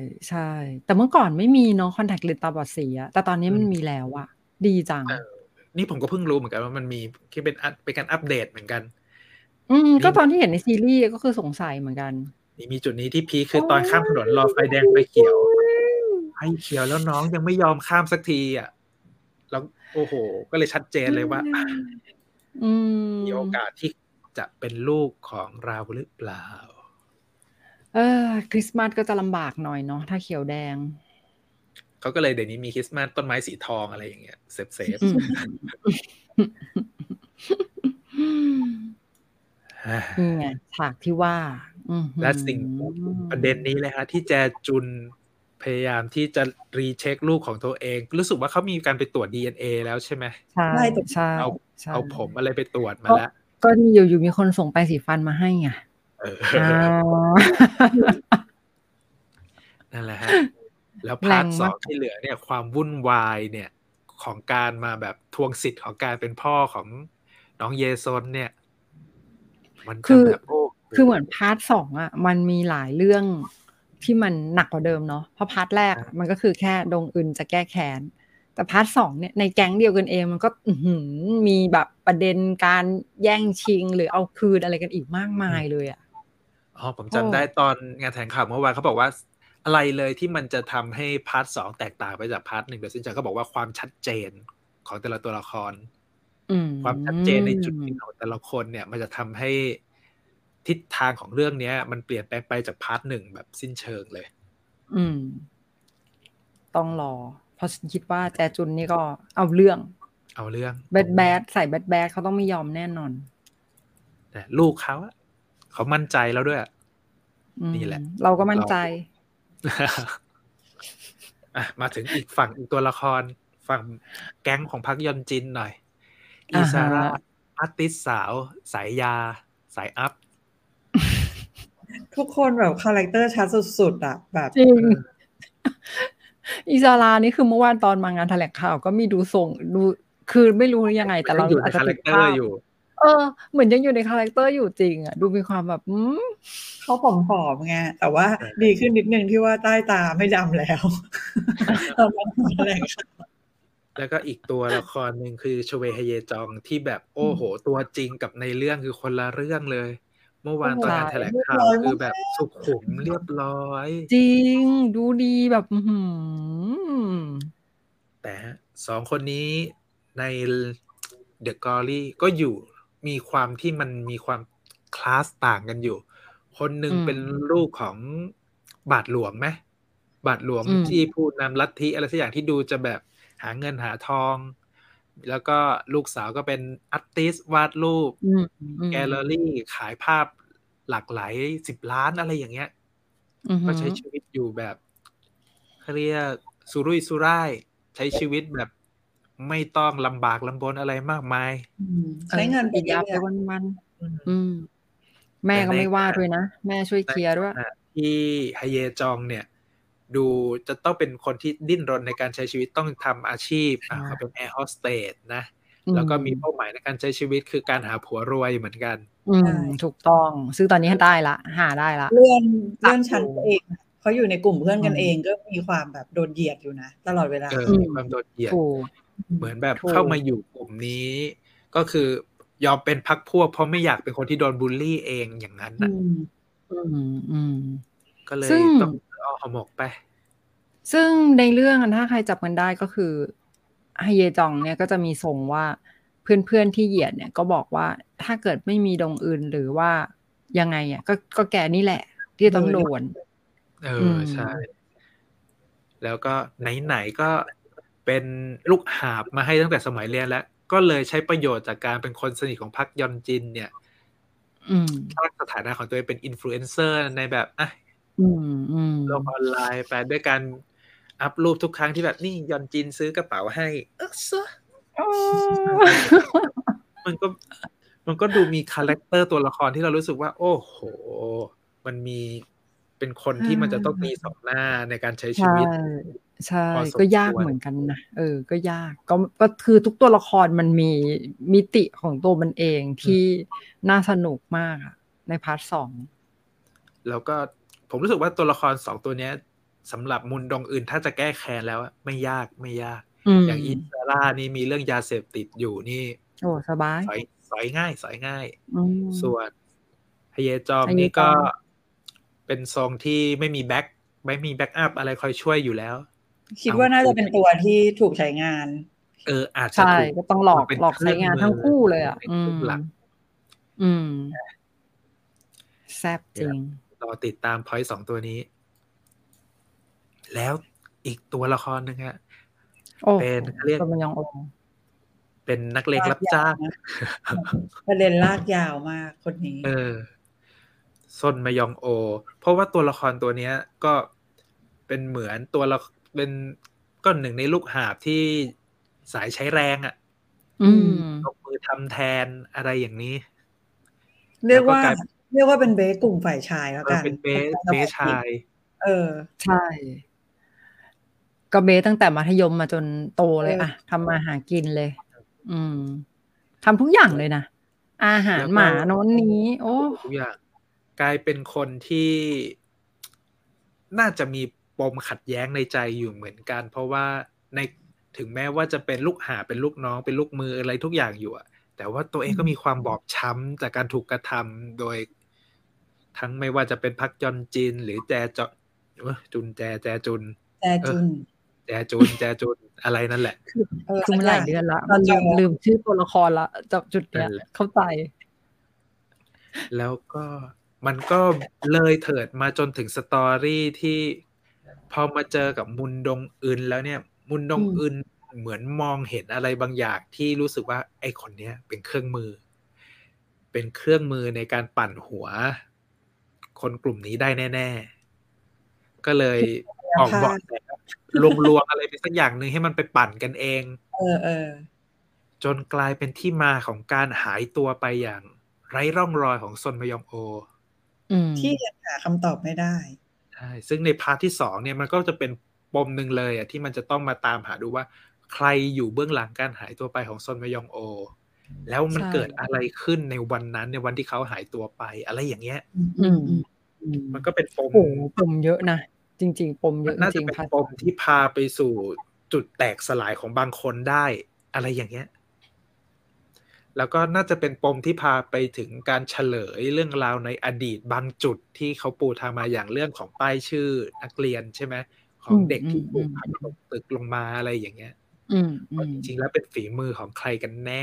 ๆ แต่เมื่อก่อนไม่มีเนาะ คอนแท็กต์เลนส์ตาบอดสีอะ แต่ตอนนี้อืมมันมีแล้วอะ ดีจังเออ นี่ผมก็เพิ่งรู้เหมือนกันว่ามันมี ที่เป็นอัป เป็นการอัปเดตเหมือนกันอืมนก็ี่ตอนที่เห็นในซีรีส์ก็คือสงสัยเหมือนกันนี่มีจุดนี้ที่พีก คโอื๊อตอนข้ามถนนรอไฟแดงไฟเขียว ไฟเขียวแล้วน้องยังไม่ยอมข้ามสักทีอะ แล้ว โอ้โฮ ก็เลยชัดเจนเลยว่า อาอืมีโอกมาสที่จะเป็นลูกของเราหรือเปล่า? เออ คริสต์มาสก็จะลำบากหน่อยเนาะ ถ้าเขียวแดงเขาก็เลย เดี๋ยวนี้มีคริสต์มาสต้นไม้สีทอง อะไรอย่างเงี้ย เซฟอืมๆนี่ไง ฉากที่ว่า อื้อฮืและสิ่ง ประเด็นนี้เลยครับ ที่แจจุนพยายามที่จะ recheck ลูกของตัวเอง รู้สึกว่าเขามีการไปตรวจ ดีเอ็นเอ แล้วใช่ไหม? ใช่ได้ แต่ใช่เอาใช่เอาผมอะไรไปตรวจมกา็แล้วก็นี่อยู่ ๆ มีคนส่งแปรงสีฟันมาให้ไงเอออานั่นแหละครับ แล้ว พแราร์ตงมสอากง ที่เหลือเนี่ย ความวุ่นวายเนี่ย ของการมาแบบทวงสิทธิ์ของการเป็นพ่อของน้องเยซอนเนี่ย มันคจะือแบบ โอ้โฮคือเหมือน พาร์ต สอง อะ มันมีหลายเรื่องที่มันหนักกว่าเดิมเนาะ เพราะ พาร์ต แรกใช่มันก็คือแค่ดงอึนจะแก้แค้น แต่ พาร์ต สอง เนี่ย ในแก๊งเดียวกันเองมันก็ อื้อฮือ มีแบบประเด็นการแย่งชิง หรือเอาคืนอะไรกันอีกมากมาอืมยเลยอะอ๋อ ผมโอจำได้้ตอนงานแถลงข่าวเมื่อวานเขาบอกว่า ส อะไรเลยที่มันจะทำให้ พาร์ต สอง แตกต่างไปจาก พาร์ต หนึ่ง โดยสิ้นเชิง เขาบอกว่าความชัดเจนของแต่ละตัวละครอืมความชัดเจนในจุดยืนของแต่ละคนเนี่ย มันจะทำให้ทิศทางของเรื่องเนี้ย มันเปลี่ยนแปลงไปจากพาร์ทหนึ่งแบบสิ้นเชิงเลยอืม ต้องรอ เพราะฉันคิดว่าแจจุนนี่ก็เอาเรื่องเอาเรื่องแบดแบดใส่แบดแบดเขาต้องไม่ยอมแน่นอนแต่ลูกเขาอะเขามั่นใจแล้วด้วยอืมนี่แหละเราก็มั่นใจอ่ะมาถึงอีกฝั่งอีกตัวละคร ฝั่งแก๊งของพักยอนจินหน่อย อีอ่าซาฮะร่า อาร์ติสสาว สายยา สายอัพทุกคนแบบคาแรคเตอร์ชัดสุดๆอ่ะ แบบจริงเอออีซารานี่คือเมื่อวานตอนมางานแถลงข่าวก็มีดูส่งดู คือไม่รู้ยังไง แต่เราอยู่ในอาจจะคาแรติดคเตอภาร์พอยู่เออ เหมือนยังอยู่ในคาแรคเตอร์อยู่จริงอะ ดูมีความแบบ อืมเขาผอมๆไง แต่ว่าใช่ดีขึ้นนิดนึงที่ว่าใต้ตาไม่ดำแล้ว ตอนนั้นแถลงข่าวแล้วก็อีกตัวละครหนึ่งคือ ชเว ฮเยจอง ที่แบบ โอ้โฮ ตัวจริงกับในเรื่องคือคนละเรื่องเลย เมื่อวานตอนงานแถลงข่าว คือแบบสุขุมเรียบร้อยจริง ดูดีแบบ อื้อฮือแต่ สอง คนนี้ใน The Glory ก็อยู่ มีความที่มันมีความคลาสต่างกันอยู่ คนหนึ่งอืมเป็นลูกของบาทหลวงไหม? บาทหลวงอืมที่ผู้นำลัทธิอะไรสักอย่างที่ดูจะแบบหาเงินหาทอง แล้วก็ลูกสาวก็เป็นอาร์ติสต์วาดรูปอืม อืแกลเลอมรีขายภาพหลากหลาย สิบล้าน อะไรอย่างเงี้ยอือฮก็ึใช้ชีวิตอยู่แบบ เขาเรียกสุรุ่ยสุร่าย ใช้ชีวิตแบบไม่ต้องลำบากลำบนอะไรมากมายอืมเอใช้เงินไปฉีดเรื่ยาอยไปๆวันอืมๆ อืม แม่แต่ก็ในไม่ว่าขณะด้วยนะ แม่ช่วยในเคลียร์ด้วยขณะที่ ฮเยจองเนี่ย ดูจะต้องเป็นคนที่ดิ้นรนในการใช้ชีวิต ต้องทำอาชีพใชอ่า เขา่เป็นแอร์โฮสเตสนะอืแล้วก็มีมเป้าหมายในการใช้ชีวิต คือการหาผัวรวยเหมือนกันอืใช่ม ถูกต้อง ซึ่งตอนนี้เอห ได้แล้ว หาได้แล้วเลื่อนจเลืา่กอนชั้นตัวเองอะ เพราะอยู่ในกลุ่มเพื่อนอืกันเอมง ก็มีความแบบโดนเหยียดอยู่นะ ตลอดเวลาเอออืมีมความโดนเหยียถดูกอืมเหมือนแบบถูเข้าก มาอยู่กลุ่มนี้ ก็คือยอมเป็นพรรคพวก เพราะไม่อยากเป็นคนที่โดนบุลลีเอง อย่างงั้นอืน่ะมอืม อืมก็เลซึย่งต้องเอาห่อหมกไปซึ่งในเรื่องอะ ถ้าใครจับกันได้ ก็คือ ฮเยจองเนี่ยก็จะมีทรงว่า เพื่อน ๆ ที่เหยียดเนี่ย ก็บอกว่า ถ้าเกิดไม่มีดงอึน หรือว่ายังไงอะ ก็ ก็แกนี่แหละ ที่จะต้องโดนเออือมใช่ แล้วก็ไหน ๆ ก็เป็นลูกหาบมาให้ตั้งแต่สมัยเรียนแล้ว ก็เลยใช้ประโยชน์จากการเป็นคนสนิทของพักยอนจินเนี่ยอืมสร้างสถานะของตัวเองเป็น Influencer ในแบบ อะอืมโลกอๆอนไลน์ไป ด้วยการอัปรูปทุกครั้งที่แบบ นี่ยอนจินซื้อกระเป๋าให้ อะซะอ๋อมันก็ มันก็ดูมีคาแรกเตอร์ตัวละครที่เรารู้สึกว่า โอ้โฮ มันมี เป็นคนที่มันจะต้องมี สอง หน้าในการใช้ใชชี่วิตใช่พอสก็มยาคกวรเหมือนกันนะ เออ ก็ยาก ก็ ก็คือทุกตัวละครมันมีมิติของตัวมันเองอทืมี่น่าสนุกมากอะในพาร์ต สองแล้วก็ผมรู้สึกว่า ตัวละคร สอง ตัวเนี้ย สำหรับมุนดงอึน ถ้าจะแก้แค้นแล้วอะ ไม่ยาก ไม่ยากอือย่าง อีมซาร่า นี่มีเรื่องยาเสพติดอยู่นี่โอ้ สบายสอย สอยง่าย สอยง่ายอืส่วมน ฮเยจองฮเยนี่ ก็จองเป็นทรงที่ไม่มีแบ็ก ไม่มีแบ็กอัปอะไรคอยช่วยอยู่แล้วคิดว่าน่าจะเป็นตัวที่ถูกใช้งานเออ อาจใชจะ่ถูกก็ต้องหลมอากเป็นหลอกเครใช้ื่องมงานทืั้งอคู่เลยอะเป็นอืครึ่งมหลักอืมอาแซ่บเดจี๋รยิวงรอติดตาม พอยนต์ สอง ตัวนี้ แล้วอีกตัวละครหนึ่งอะโอ้เป็โฮน เขาเรียซกน มยองโอเป็นนักเลงลากยรับจา้วางนะ ประเด็นลากยาวมากคนนี้เออ ซน มยองโอ เพราะว่าตัวละครตัวเนี้ย ก็เป็นเหมือนตัวละ เป็น ก็หนึ่งในลูกหาบที่สายใช้แรงอะอืมลงมือทำแทน อะไรอย่างนี้เรแีล้ยกว่าวก็กลายเรียกว่าเป็นเบสกลุ่มฝ่ายชายแล้วเออกันเป็นเบสสเบสมัยชเด็าก ยเออใช่ ก็เบสตั้งแต่มัธยมมาจนโตเลยอะเออทำมาหากินเลย อืม ทำทุกอย่างแลเ้วลยนะ อาหาแลร้วหมก็าโน้นนี้ โอ้ทุกสิ่งทุกอย่าง กลายเป็นคนที่ น่าจะมีปมขัดแย้งในใจอยู่เหมือนกัน เพราะว่าใน ถึงแม้ว่าจะเป็นลูกหาบ เป็นลูกน้อง เป็นลูกมืออะไรทุกอย่างอยู่อะ แต่ว่าตัวเออืงก็มีมความบอบช้ำจากการถูกกระทำโดย ทั้งไม่ว่าจะเป็นพักยอนจิน หรือแจ จ เอ๊ย จุนแจ แจจุนแจเออจุนแจจุนแจจุนอะไรนั่นแหละคือเออคือสัมักนอหย่าลาง ยเดือนละตมัอนนจลืม ลืมชื่อตัวละครแล้ว จากจุดนั่เนี้ยนแหละเข้าใจแล้วก็ มันก็เลยเถิดมาจนถึง story ที่พอมาเจอกับมุนดงอึนแล้วเนี่ย มุนดอืงมอึนเหมือนมองเห็นอะไรบางอย่างที่รู้สึกว่า ไอ้คนเนี้ยเป็นเครื่องมือ เป็นเครื่องมือในการปั่นหัวคนกลุ่มนี้ได้แน่ ๆ ก็เลยออกพลาเบาะดแส ลวง ๆ อะไรไปสักอย่างหนึ่งให้มันไปปั่นกันเองเออ ๆจนกลายเป็นที่มาของการหายตัวไปอย่างไร้ร่องรอยของซนมยองโออืมที่ยังหาคำตอบไม่ได้ใช่ ซึ่งในพาร์ตที่ สอง เนี่ย มันก็จะเป็นปมหนึ่งเลยอะที่มันจะต้องมาตามหาดูว่า ใครอยู่เบื้องหลังการหายตัวไปของซนมยองโอ แล้วมัในช่เกิดอะไรขึ้นในวันนั้น ในวันที่เขาหายตัวไป อะไรอย่างเงี้ยอือืมอ ๆอืมมันก็เป็นปโอ้มโฮ ปมเยอะนะ จริง ๆ ปมเยมัอะนน่าจจะริงเป็ๆนพาร์ตปสอมงที่พาไปสู่จุดแตกสลายของบางคนได้ อะไรอย่างเงี้ย แล้วก็น่าจะเป็นปมที่พาไปถึงการเฉลยเรื่องราวในอดีตบางจุดที่เขาปูทางมา อย่างเรื่องของป้ายชื่อนักเรียน ใช่ไหม ขอืองเด็กที่ถูกผลักตม ๆกๆตึกลงมา อะไรอย่างเงี้ยอืว่าจม ๆริง ๆ แล้วเป็นฝีมือของใครกันแน่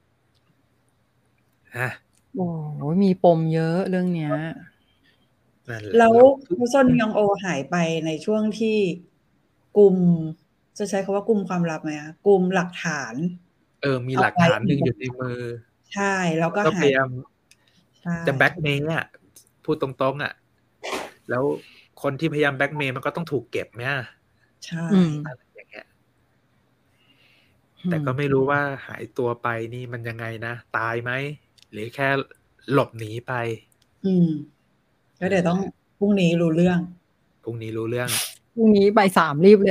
อาโอ้โฮ มีปมเยอะเรื่องเนี้ยนั่นแหลและ้วแล้วคือแล้วซนอืมยองโอหายไปในช่วงที่กุม จะใช้คำว่ากุมความลับไหมคะ กุมหลักฐานเออ มีเอาหลักไว้ฐานหนึ่งอยู่ในมือใช่ แล้วก็ก็หพายยายามใช่จะแบล็กเมย์อะ พูดตรง ๆ อะ แล้วคนที่พยายามแบล็กเมย์มันก็ต้องถูกเก็บไหมอะใช่อืมอะไรอย่างเงี้ยอืแต่ก็มไม่รู้ว่าหายตัวไปนี่มันยังไงนะ ตายไหม หรือแค่หลบหนีไป? อืม ก็นัเดี๋่ยวต้อนแหลงะพรุ่งนี้รู้เรื่องพรุ่งนี้รู้เรื่องพรุ่งนี้บ่ายสาม รีบเลย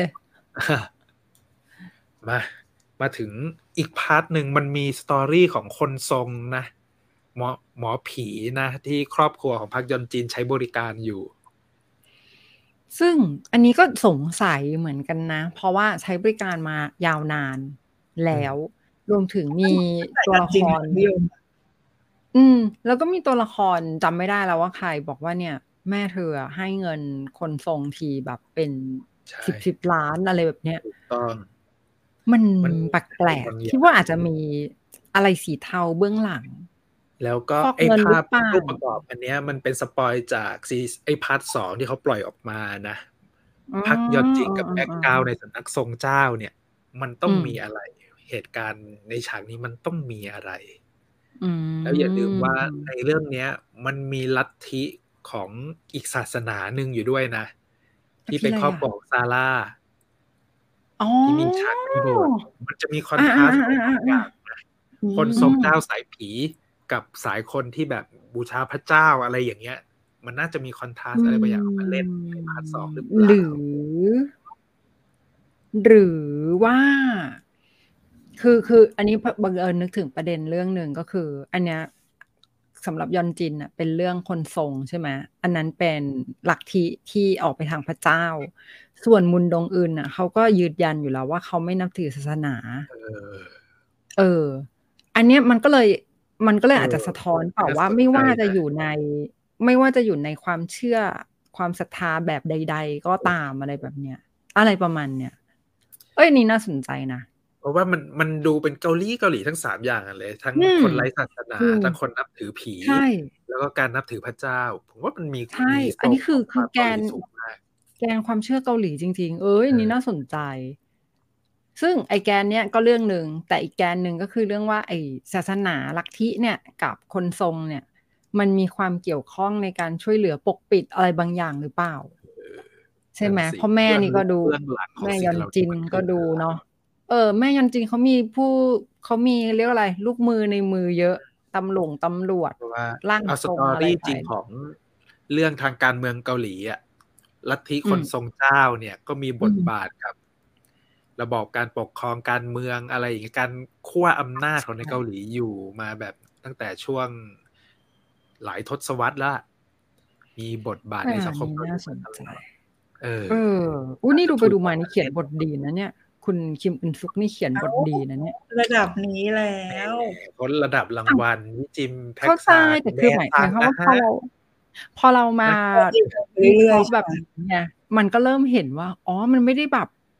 มา มาถึงอีกพาร์ตหนึ่ง มันมี story ของคนทรงนะ หมอ หมอผีนะ ที่ครอบครัวของ Park Yeon-jin ใช้บริการอยู่ซึ่งอันนี้ก็สงสัยเหมือนกันนะ เพราะว่าใช้บริการมายาวนานแลอื้วมรวมถึงมีตัวละคร อืม แล้วก็มีตัวละคร จำไม่ได้แล้วว่าใคร บอกว่าเนี่ย แม่เธออะให้เงินคนทรงทีแบบเป็นใช่สิบ ๆ ล้าน อะไรแบบเนี้ยถูกต้องมันมันแปลกบางๆอย่คิดางว่าอาจจะมีอะไรสีเทาเบื้องหลังแล้วก็ฟอกไอ้เงินภหรืาพอเปล่า? รูปประกอบอันเนี้ย มันเป็นสปอยล์จากซี ไอ้พาร์ต สอง ที่เขาปล่อยออกมานะอ๋อ Park Yeon-jin กับเอแบ็กอกราวนด์ๆในสำนักทรงเจ้าเนี่ย มันต้ออืงมมีอะไร เหตุการณ์ในฉากนี้มันต้องมีอะไรอืแล้วอย่าลืมว่ามในเรื่องเนี้ย มันมีลัทธิของอีกศาสนาหนึ่งอยู่ด้วยนะลัทที่ธิเป็นอะไรอครอบครัวะ? ของซาร่าอ๋อที่มีฉากในโบสถ์ มันจะมีคออนาทราสต์ ของบางอย่าๆ ๆงนะๆ ๆ อืคนทรงเจ้ามสายผีกับสายคนที่แบบบูชาพระเจ้า อะไรอย่างเงี้ย มันน่าจะมีคอนทราสอืต์อะไรบางอย่างเอามาเล่นในพาร์ต สอง หรือเปมลหร่า? ือ หรือว่า คือ คืออันนี้ พ บังเอิญนึกถึงประเด็นเรื่องหนึ่ง ก็คืออันเนี้ย สำหรับยอนจินน่ะเป็นเรื่องคนทรง ใช่ไหม อันนั้นเป็นลัทธิที่ออกไปทางพระเจ้า ส่วนมุนดงอึนน่ะ เขาก็ยืนยันอยู่แล้วว่า เขาไม่นับถือศาสนาเออเออ อันเนี้ยมันก็เลย มันก็เลเยอออาจจะสะท้อนเปล่าน่าว่าสนไม่ใจว่าจะนะอยู่ใน ไม่ว่าจะอยู่ในความเชื่อ ความศรัทธาแบบใด ๆ ก็ตาม อะไรแบบเนี้ย อะไรประมาณเนี้ย เอ๊ย อันนี้น่าสนใจนะเพราะว่ามัน มันดูเป็นเกาหลี เกาหลีทั้ง สาม อย่างอะเลย ทั้งอืมคนไร้ศาสนาถูกทั้งคนนับถือผีใช่แล้วก็การนับถือพระเจ้า ผมว่ามันมีใช่มีอันนี้ scope คือ คของคืวอามแกเกาหลีนสูงมากแกนความเชื่อเกาหลีจริง ๆ เอ๊ย อันนี้เออน่าสนใจ ซึ่งไอ้แกนเนี้ยก็เรื่องหนึ่ง แต่อีกแกนหนึ่ง ก็คือเรื่องว่า ไอ้ศาสนาลัทธิเนี่ยกับคนทรงเนี่ย มันมีความเกี่ยวข้องในการช่วยเหลือปกปิดอะไรบางอย่างหรือเปล่า? เออใช่นั่ไนหมสิเพราะแม่เบื้องลนี่ก็ึกดูเบื้องหลังขแอมง่สิ่งเหล่ายอนจนี้ินมันคก็ือดูอะไร? เนาะ เออ แม่ยอนจินเขามีผู้ เขามี เรียกว่าอะไร ลูกมือในมือเยอะ ตำหล่งตำรวจเพราะว่าร่างเอาทรงอะไร story ไปจริงของเรื่องทางการเมืองเกาหลีอะ ลัทธิอืมคนทรงเจ้าเนี่ย ก็มีอบืทมบาทกับระบอบการปกครองการเมือง อะไรอย่างงี้ การขั้วอำนาจใชของในเก่าหลีอยู่มาแบบตั้งแต่ช่วงหลายทศวรรษแล้วอะ มีบทบาทอาในสังอันนี้น่คมเกาหลาีสนใจมาตลอด เออเออ อุ๊ยอาจนี่จะถดูไปูดกูเอมาานมี่าเขเีลยน่นบทดีนะเนี่ย คุณคิมอึนซุกนี่เขียนอ้าบทวดีนะเนี่ยระดับนี้แล้แหมวพ้นระดับราอ้าวงวัล นี่จิม แพเข้กาซใจานแต่แดคือหมายซหัมายงความนวะ่าคพอรัเราบพอเรามานะก็อีกวิเเรืค่อรายะๆห์ใช่แบไบหม? นี้ไง มันก็เริ่มเห็นว่า อ๋อ มันไม่ได้แบบ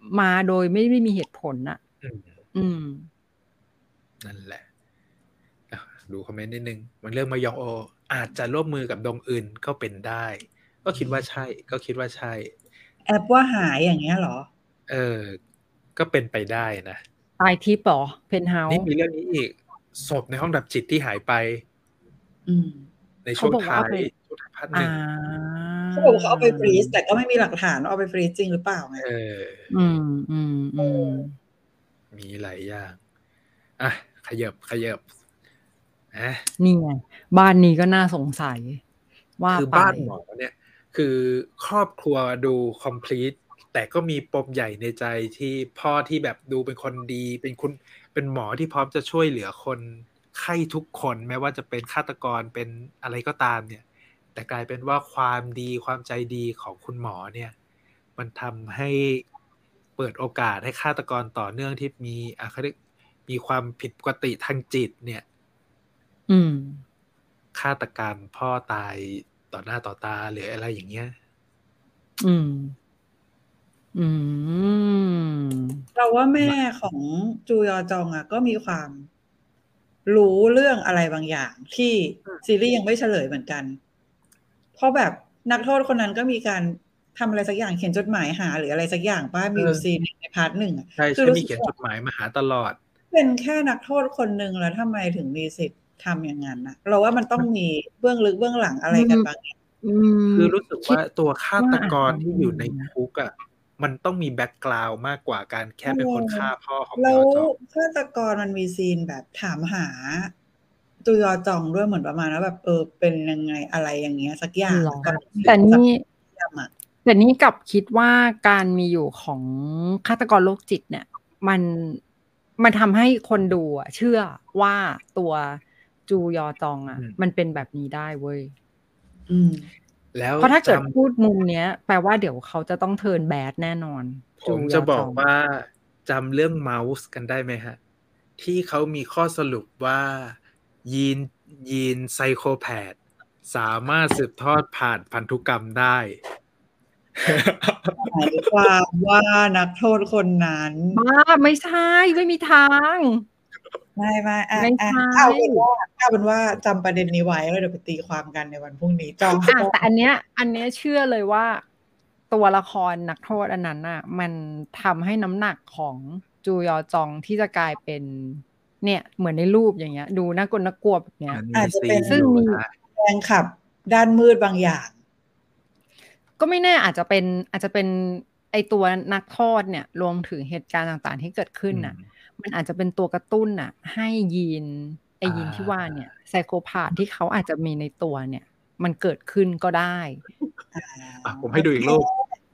มาโดยไม่ได้มีเหตุผลน่ะอืมอืมนั่นแหละอ่ะดูคอมเมนต์นิดนึง มันเรื่องมายองโอ อาจจะร่วมมือกับดงอื่นก็เป็นได้ ก็คิดว่าใช่ ก็คิดว่าใช่แอปว่าหายอย่างเงี้ยเหรอเออ ก็เป็นไปได้นะตายทิพย์เหรอเพนท์เฮานี่ส์มีเรื่องนี้อีก ศพในห้องดับจิตที่หายไปอืมในเขาช่วงบอกว่าท้าเอายไปช่วงท้ายพาร์ท หอ่านึ่งเขาบอกว่าเขาเอาไปฟรีซ แต่ก็ไม่มีหลักฐานว่าเอาไปฟรีซจริงหรือเปล่าไงเอออืม อืม อืมมีหลายอย่าง อ่ะ ขยับ ขยับ อะนี่ไง บ้านนี้ก็น่าสงสัย ว่าคือไปบ้านหมอเนี่ย คือครอบครัวดู complete แต่ก็มีปมใหญ่ในใจที่พ่อที่แบบดูเป็นคนดี เป็นคุณ เป็นหมอที่พร้อมจะช่วยเหลือคนไข้ทุกคน แม้ว่าจะเป็นฆาตกร เป็นอะไรก็ตามเนี่ย แต่กลายเป็นว่าความดี ความใจดีของคุณหมอเนี่ย มันทำให้เปิดโอกาสให้ฆาตกรต่อเนื่องที่มี อ่า เขาเรียก มีความผิดปกติทางจิตเนี่ยอืมฆาตกรรมพ่อตายต่อหน้าต่อตา หรืออะไรอย่างเงี้ยอืม อืมเราว่าแม่ของจูยอจองอะก็มีความรู้เรื่องอะไรบางอย่างที่ซีรีส์ยังไม่เฉลยเหมือนกัน เพราะแบบนักโทษคนนั้นก็มีการทำอะไรสักอย่างเขียนจดหมายหาหรืออะไรสักอย่างป้ามีอยู่เออซีนหนึ่งในพาร์ทหนึ่งอะใช่คือใช่รู้มีสึกเขียนว่าจดหมายมาหาตลอดเป็นแค่นักโทษคนหนึ่งแล้วทำไมถึงมีสิทธิ์ทำอย่างนั้นน่ะ เราว่ามันต้องมีเบื้องลึกเบื้องหลังอะไรกันบางอย่างอืมคือรู้สึกคิว่าดตัวฆาว่าตอาจกรจะที่อยู่ในคุกอะ มันต้องมีแบ็กกราวนด์มากกว่าการแค่เป็นคนฆ่าพ่อของแล้ยว อจองฆาตกรมันมีซีนแบบถามหาจูยอจองด้วยเหมือนประมาณว่าแบบ เออ เป็นยังไงอะไรอย่างเงี้ยสักอย่าเหงรอก่อนที่แต่นี่จะ อะแต่นี่กลับคิดว่าการมีอยู่ของฆาตกรโรคจิตเนี่ย มัน มันทำให้คนดูอะเชื่อว่าตัวจูยอจองอะอืมมันเป็นแบบนี้ได้เว้ยอืมแล้วเพราะถ้าจเกิดพูดมุมเนี้ย แปลว่าเดี๋ยวเขาจะต้อง turn bad แน่นอนผจูมยจะอบอจกองว่า จำเรื่อง Mouse กันได้ไหมครับ? ที่เขามีข้อสรุปว่ายีน ยีน Psychopath สามารถสืบทอดผ่านพันธุกรรมได้หมายความว่านักโทษคนนั้นบ้า ไม่ใช่ ไม่มีทางไม่ ๆ อะไม่อะใช่เอาเป็นว่า เอาเป็นว่าจำประเด็นนี้ไว้แล้วเดี๋ยวไปตีความกันในวันพรุ่งนี้ จองอะจองแต่อันเนี้ย อันเนี้ยเชื่อเลยว่า ตัวละครนักโทษอันนั้นน่ะ มันทำให้น้ำหนักของจูยอจองที่จะกลายเป็น เนี่ย เหมือนในรูปอย่างเงี้ย ดูน่ากลัว ๆ แบบเนี้มยันอามีจจะซีเป็นนซึ่งอยู่มีนะแรงขับด้านมืดบางอย่างก็ไม่แน่ อาจจะเป็น อาจจะเป็นไอ้ตัวนักโทษเนี่ย รวมถึงเหตุการณ์ต่าง ๆ ที่เกิดขึ้นอืน่ะมมันอาจจะเป็นตัวกระตุ้นน่ะ ให้ยีน ไอ้อายีนที่ว่าเนี่ย Psychopath ที่เขาอาจจะมีในตัวเนี่ย มันเกิดขึ้นก็ได้อ๋ออะ ผมให้ดูอีกรูป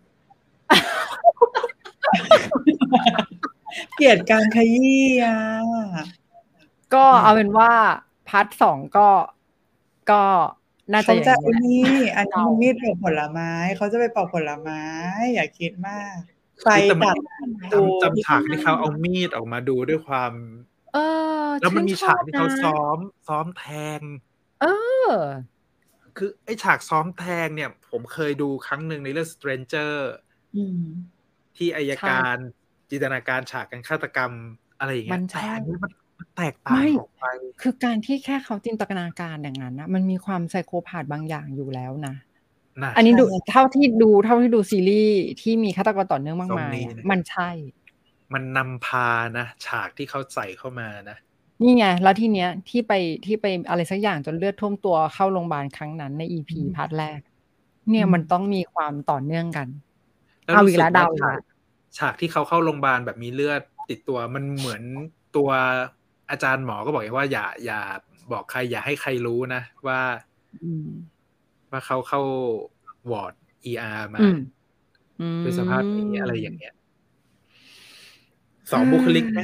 เกลียดการขยี้อะก็อืเอาเป็นว่า พาร์ต สอง ก็ ก็น่าเขจะาอย่าจะงไอ้เงี้ยนี่ อันเนดี้ามันมีดปอกผลไม้ เขาจะไปปอกผลไม้ อย่าคิดมาก ไฟคือแต่มัจนับจำ จำฉากที่เขาเอามีดออกมาดูด้วยความเออแล้วชมัื่นนมีฉากชอบนที่เขาะซ้อม ซ้อมแทงเออคือไอ้ฉากซ้อมแทงเนี่ย ผมเคยดูครั้งหนึ่งในเรื่อง Stranger อืมที่อัยใช่การจินตนาการฉากการฆาตกรรม อะไรอย่างเงมีั้ยนแต่ใช่อันนี้มัน มันแตกต่ไามง่ออกไปคือการที่แค่เขาจินตนาการอย่างนั้นน่ะ มันมีความ Psychopath บางอย่างอยู่แล้วนะน่าอันนี้ดูใช่เท่าที่ดู เท่าที่ดูซีรีส์ที่มีฆาตกรต่อเนื่องมากทรงมายนี้อะนะมันใช่มันนำพานะ ฉากที่เขาใส่เข้ามานะนี่ไง แล้วทีเนี้ยที่ไป ที่ไปอะไรสักอย่างจนเลือดท่วมตัวเข้าโรงบาลครั้งนั้นใน อี พีอืมพาร์ตแรก เนี่อืยมันมต้องมีความต่อเนื่องกันแล้วเอารู้อีกสึแล้กววเด่าาอีฉกแาล้กวฉากที่เขาเข้าโรงบาลแบบมีเลือดติดตัว มันเหมือนตัวอาจารย์หมอก็บอกไงว่า อย่า อย่าบอกใคร อย่าให้ใครรู้นะว่าอืมว่าเขาเข้าวอร์ด อี อาร์ มอืาม อืด้วยสภาพนี้ อะไรอมย่างเงี้ย สอง บุคลิกไหม?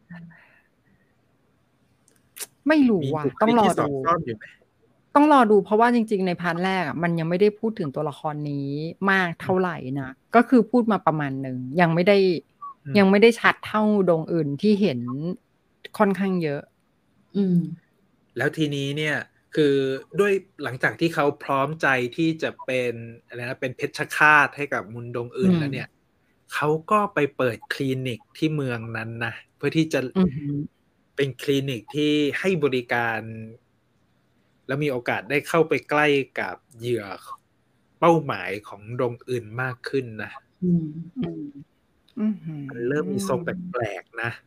ไม่รู้มีอะบุคลิกที่ต้องรอดสูอดซ่อนอยู่ไหม? ต้องรอดู เพราะว่าจริง ๆ ในพาร์ตแรกอะมันยังไม่ได้พูดถึงตัวละครนี้มากเท่าไรนะ ก็คือพูดมาประมาณหนึ่ง ยังไม่ได้อืมยังไม่ได้ชัดเท่าดงอื่นที่เห็นค่อนข้างเยอะอืมแล้วทีนี้เนี่ย คือด้วย หลังจากที่เขาพร้อมใจที่จะเป็น อะไรนะ เป็นเพชฌฆาตให้กับมุนดงออืื่นมแล้วเนี่ยเขาก็ไปเปิดคลินิกที่เมืองนั้นนะเพื่อที่จะเป็นคลินิกที่ให้บริการแล้วมีโอกาสได้เข้าไปใกล้กับเหยื่อเป้าหมายของดงอื่นมากขึ้นนะมันเริ่มมีทรงแปลกๆนะ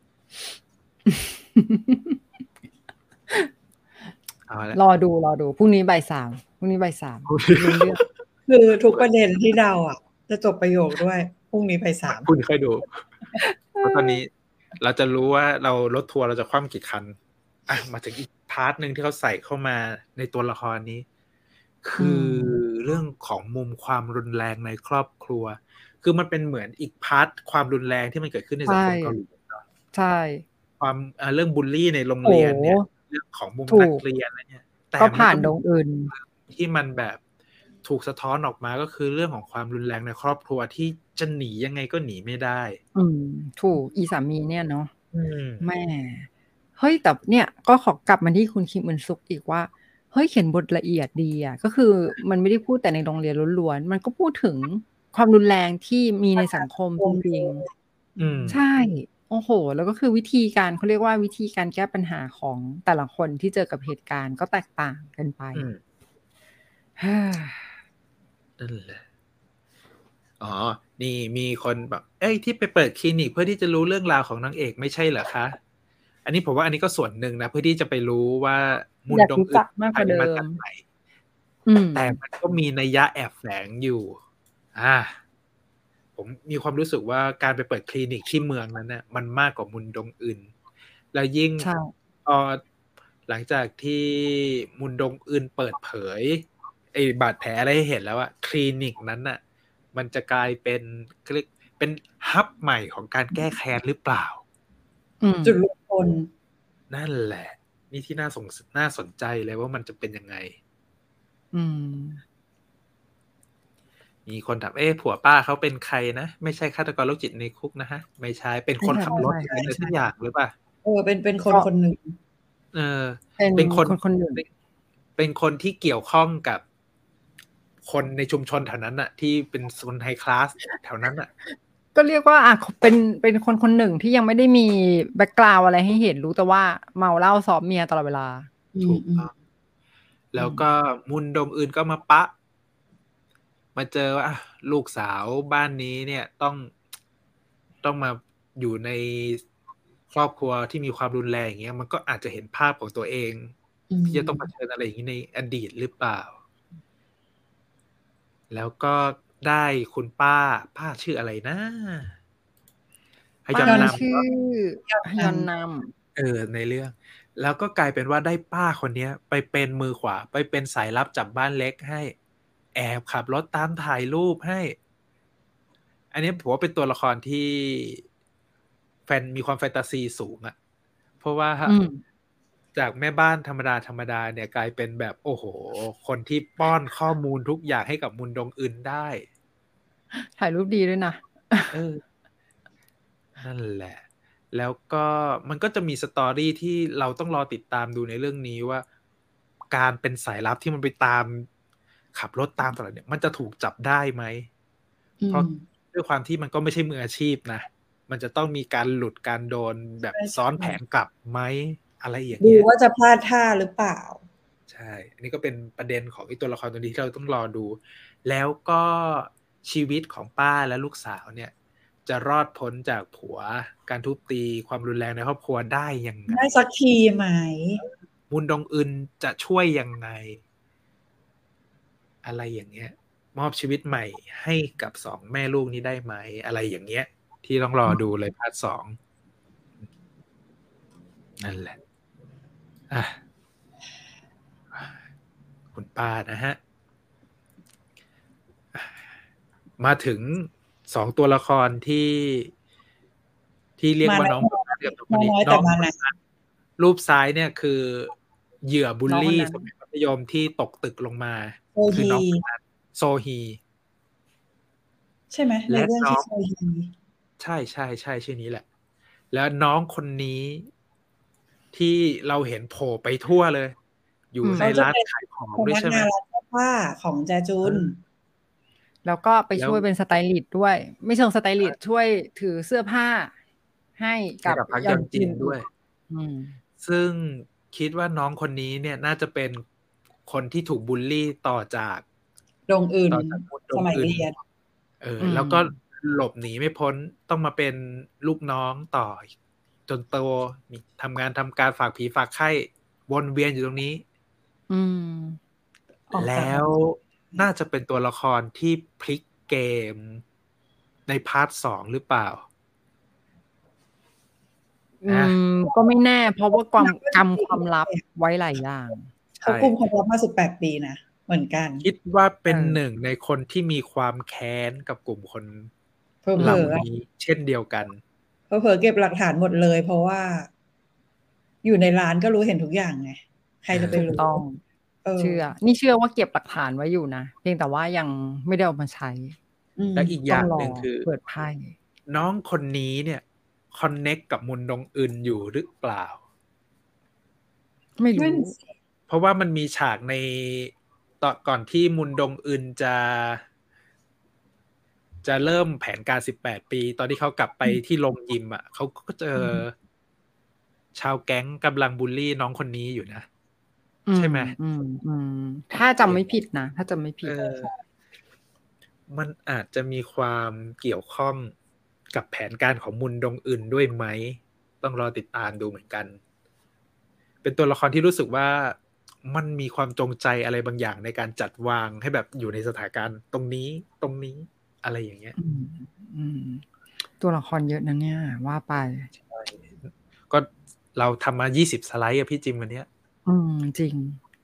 รอดูรอดูพรุ่งนี้บ่ายสามพรุ่งนี้บ่ายสามรู้เรื่องคือทุกประเด็นที่เดาอ่ะจะจบประโยคด้วยพรุ่งนี้บ่ายสามพรุ่งนี้ค่อยดูเพราะตอนนี้เราจะรู้ว่าเรารถทัวร์เราจะคว่ำกี่คันอ่ะมาถึงอีกพาร์ทนึงที่เขาใส่เข้ามาในตัวละครนี้คือเรื่องของมุมความรุนแรงในครอบครัวคือมันเป็นเหมือนอีกพาร์ทความรุนแรงที่มันเกิดขึ้นในสังคมเกาหลีใช่ความเรื่องบูลลี่ในโรงเรียนเนี่ยเรื่องของมุมนักเรียนอะไรเนี่ยแต่ก็ผ่านดงอื่นที่มันแบบถูกสะท้อนออกมาก็คือเรื่องของความรุนแรงในครอบครัวที่จะหนียังไงก็หนีไม่ได้อืมถูกอีสามีเนี่ยเนาะแม่เฮ้ยแต่เนี่ยก็ขอกลับมาที่คุณคิมอึนซุกอีกว่าเฮ้ยเขียนบทละเอียดดีอ่ะก็คือมันไม่ได้พูดแต่ในโรงเรียนล้วนๆมันก็พูดถึงความรุนแรงที่มีในสังคมจริงๆใช่โอ้โหแล้วก็คือวิธีการเขาเรียกว่าวิธีการแก้ปัญหาของแต่ละคนที่เจอกับเหตุการณ์ก็แตกต่างกันไปนั่นแหละอ๋อนี่มีคนแบบเอ้ยที่ไปเปิดคลินิกเพื่อที่จะรู้เรื่องราวของนางเอกไม่ใช่เหรอคะอันนี้ผมว่าอันนี้ก็ส่วนหนึ่งนะเพื่อที่จะไปรู้ว่ามุนดงอื่นมาจากไหนแต่มันก็มีนัยยะแอบแฝงอยู่อ่าผมมีความรู้สึกว่าการไปเปิดคลินิกที่เมืองนั้นเนี่ยมันมากกว่ามุนดงอื่นแล้วยิ่งพอหลังจากที่มุนดงอื่นเปิดเผยไอ้บาดแผลอะไรให้เห็นแล้วอะคลินิกนั้นน่ะมันจะกลายเป็นเรียกเป็นฮับใหม่ของการแก้แค้นหรือเปล่าจุดรวมพลนั่นแหละนี่ที่น่าสงน่าสนใจเลยว่ามันจะเป็นยังไงอืมมีคนถามเอ๊ะผัวป้าเขาเป็นใครนะไม่ใช่ฆาตกรโรคจิตในคุกนะฮะไม่ใช่เป็นคนขับรถอะไรสักอย่างหรือเปล่าเออเป็นเป็นคนคนหนึ่งเออเป็นคนคนหนึ่งเป็นคนที่เกี่ยวข้องกับคนในชุมชนแถวนั้นน่ะที่เป็นคนไฮคลาสแถวนั้นน่ะก็เรียกว่าอ่ะเป็นเป็นคนคนหนึ่งที่ยังไม่ได้มีแบ็คกราวด์อะไรให้เห็นรู้แต่ว่าเมาเหล้าซ้อมเมียตลอดเวลาถูกต้องแล้วก็มุนดงอื่นก็มาปะมาเจอว่าลูกสาวบ้านนี้เนี่ยต้องต้องมาอยู่ในครอบครัวที่มีความรุนแรงอย่างเงี้ยมันก็อาจจะเห็นภาพของตัวเองที่จะต้องเผชิญอะไรอย่างนี้ในอดีตหรือเปล่าแล้วก็ได้คุณป้าป้าชื่ออะไรนะฮยอนนำชื่อฮยอนนำเออในเรื่องแล้วก็กลายเป็นว่าได้ป้าคนนี้ไปเป็นมือขวาไปเป็นสายลับจับบ้านเล็กให้แอบขับรถตามถ่ายรูปให้อันนี้ผมว่าเป็นตัวละครที่แฟนมีความแฟนตาซีสูงอะเพราะว่าจากแม่บ้านธรรมดาธรรมดาเนี่ยกลายเป็นแบบโอ้โหคนที่ป้อนข้อมูลทุกอย่างให้กับมุนดงอื่นได้ถ่ายรูปดีด้วยนะเออนั่นแหละแล้วก็มันก็จะมีสตอรี่ที่เราต้องรอติดตามดูในเรื่องนี้ว่าการเป็นสายลับที่มันไปตามขับรถตามตลอดเนี่ยมันจะถูกจับได้ไหมเพราะด้วยความที่มันก็ไม่ใช่มืออาชีพนะมันจะต้องมีการหลุดการโดนแบบซ้อนแผนกลับไหมอะไรอย่างเงี้ยดูว่าจะพลาดท่าหรือเปล่าใช่อันนี้ก็เป็นประเด็นของไอ้ตัวละครตัวนี้ที่เราต้องรอดูแล้วก็ชีวิตของป้าและลูกสาวเนี่ยจะรอดพ้นจากผัวการทุบตีความรุนแรงในครอบครัวได้ยังไงได้สักทีไหมมุนดงอึนจะช่วยยังไงอะไรอย่างเงี้ยมอบชีวิตใหม่ให้กับสองแม่ลูกนี้ได้ไหมอะไรอย่างเงี้ยที่ต้องรอดูเลยพาร์ทสองนั่นแหละอ่ะคุณป้านะฮะมาถึงสองตัวละครที่ที่เรียกว่าน้องเรียกน้องน้องรูปซ้ายเนี่ยคือเหยื่อบูลลี่สมัยมัธยมที่ตกตึกลงมาคือน้องโซฮีใช่ไหมและน้องใช่ใช่ใช่ชื่อนี้แหละแล้วน้องคนนี้ที่เราเห็นโผล่ไปทั่วเลยอยู่ในร้านขายของด้วยใช่ไหมร้านเสื้อผ้าของแจจุนแล้วก็ไปแล้วช่วยเป็นสไตลิสต์ด้วย ไม่เชิงสไตลิสต์ช่วยถือเสื้อผ้าให้ให้กับกับพรรคยยออน นจิจินนอีด้วยก อืมซึ่งคิดว่าน้องคนนี้เนี่ยน่าจะเป็นคนที่ถูกบุลลีต่อจากดงอึนต่อจากมุนดสงมัยอึนเรียนเอออืมแล้วก็หลบหนีไม่พ้น ต้องมาเป็นลูกน้องต่อ จนโต มี ทำงานทำการฝากผีฝากไข้ วนเวียนอยู่ตรงนี้อืมออกแลจาก้วน่าจะเป็นตัวละครที่พลิกเกมในพาร์ต สอง หรือเปล่า? อืนะม ก็ไม่แน่ เพราะว่า กวาม กำจริความลับไว้หลายอย่างใชเขากุมความลับมา สิบแปด ปีนะ เหมือนกันคิดว่าเปเ็นออหนึ่ง ในคนที่มีความแค้นกับกลุ่มคนเผลอเหล่าๆ อะนี้ เช่นเดียวกันเผลอ ๆ เก็บหลักฐานหมดเลย เพราะว่า อยู่ในร้านก็รู้เห็นทุกอย่างไง ใครจะไปถูกรู้ต้องเออเชื่อ นี่เชื่อว่าเก็บหลักฐานไว้อยู่นะ เพียงแต่ว่ายังไม่ได้เอามาใช้อืมแล้วอีกอต้ย่างองรอหนึ่ง คือเปิดไพ่น้องคนนี้เนี่ยคอนเน็กต์กับมุนดงอึนอยู่หรือเปล่า? ไม่นั่รู้นสิเพราะว่ามันมีฉากใน ตอน ก่อนที่มุนดงอึนจะ จะเริ่มแผนการ สิบแปด ปี ตอนที่เขากลับไปอืมที่โรงยิมอะ เขาก็เจออืมชาวแก๊งกำลังบุลลีน้องคนนี้อยู่นะอืใช่ไหม? อืม ๆ ถ้าจำไม่ผิดนะ ถ้าจำไม่ผิเอดอ มันอาจจะมีความเกี่ยวข้องกับแผนการของมุนดงอึนด้วยไหม? ต้องรอติดตามดูเหมือนกัน เป็นตัวละครที่รู้สึกว่า มันมีความจงใจอะไรบางอย่างในการจัดวางให้แบบอยู่ในสถานการณ์ตรงนี้ ตรงนี้ อะไรอย่างเงี้ยอืม อืม ตัวละครเยอะนะเนี่ย ว่าไปใช่ ก็เราทำมา ยี่สิบ สไลด์อะพี่จิม วันเนี้ยอืม จริง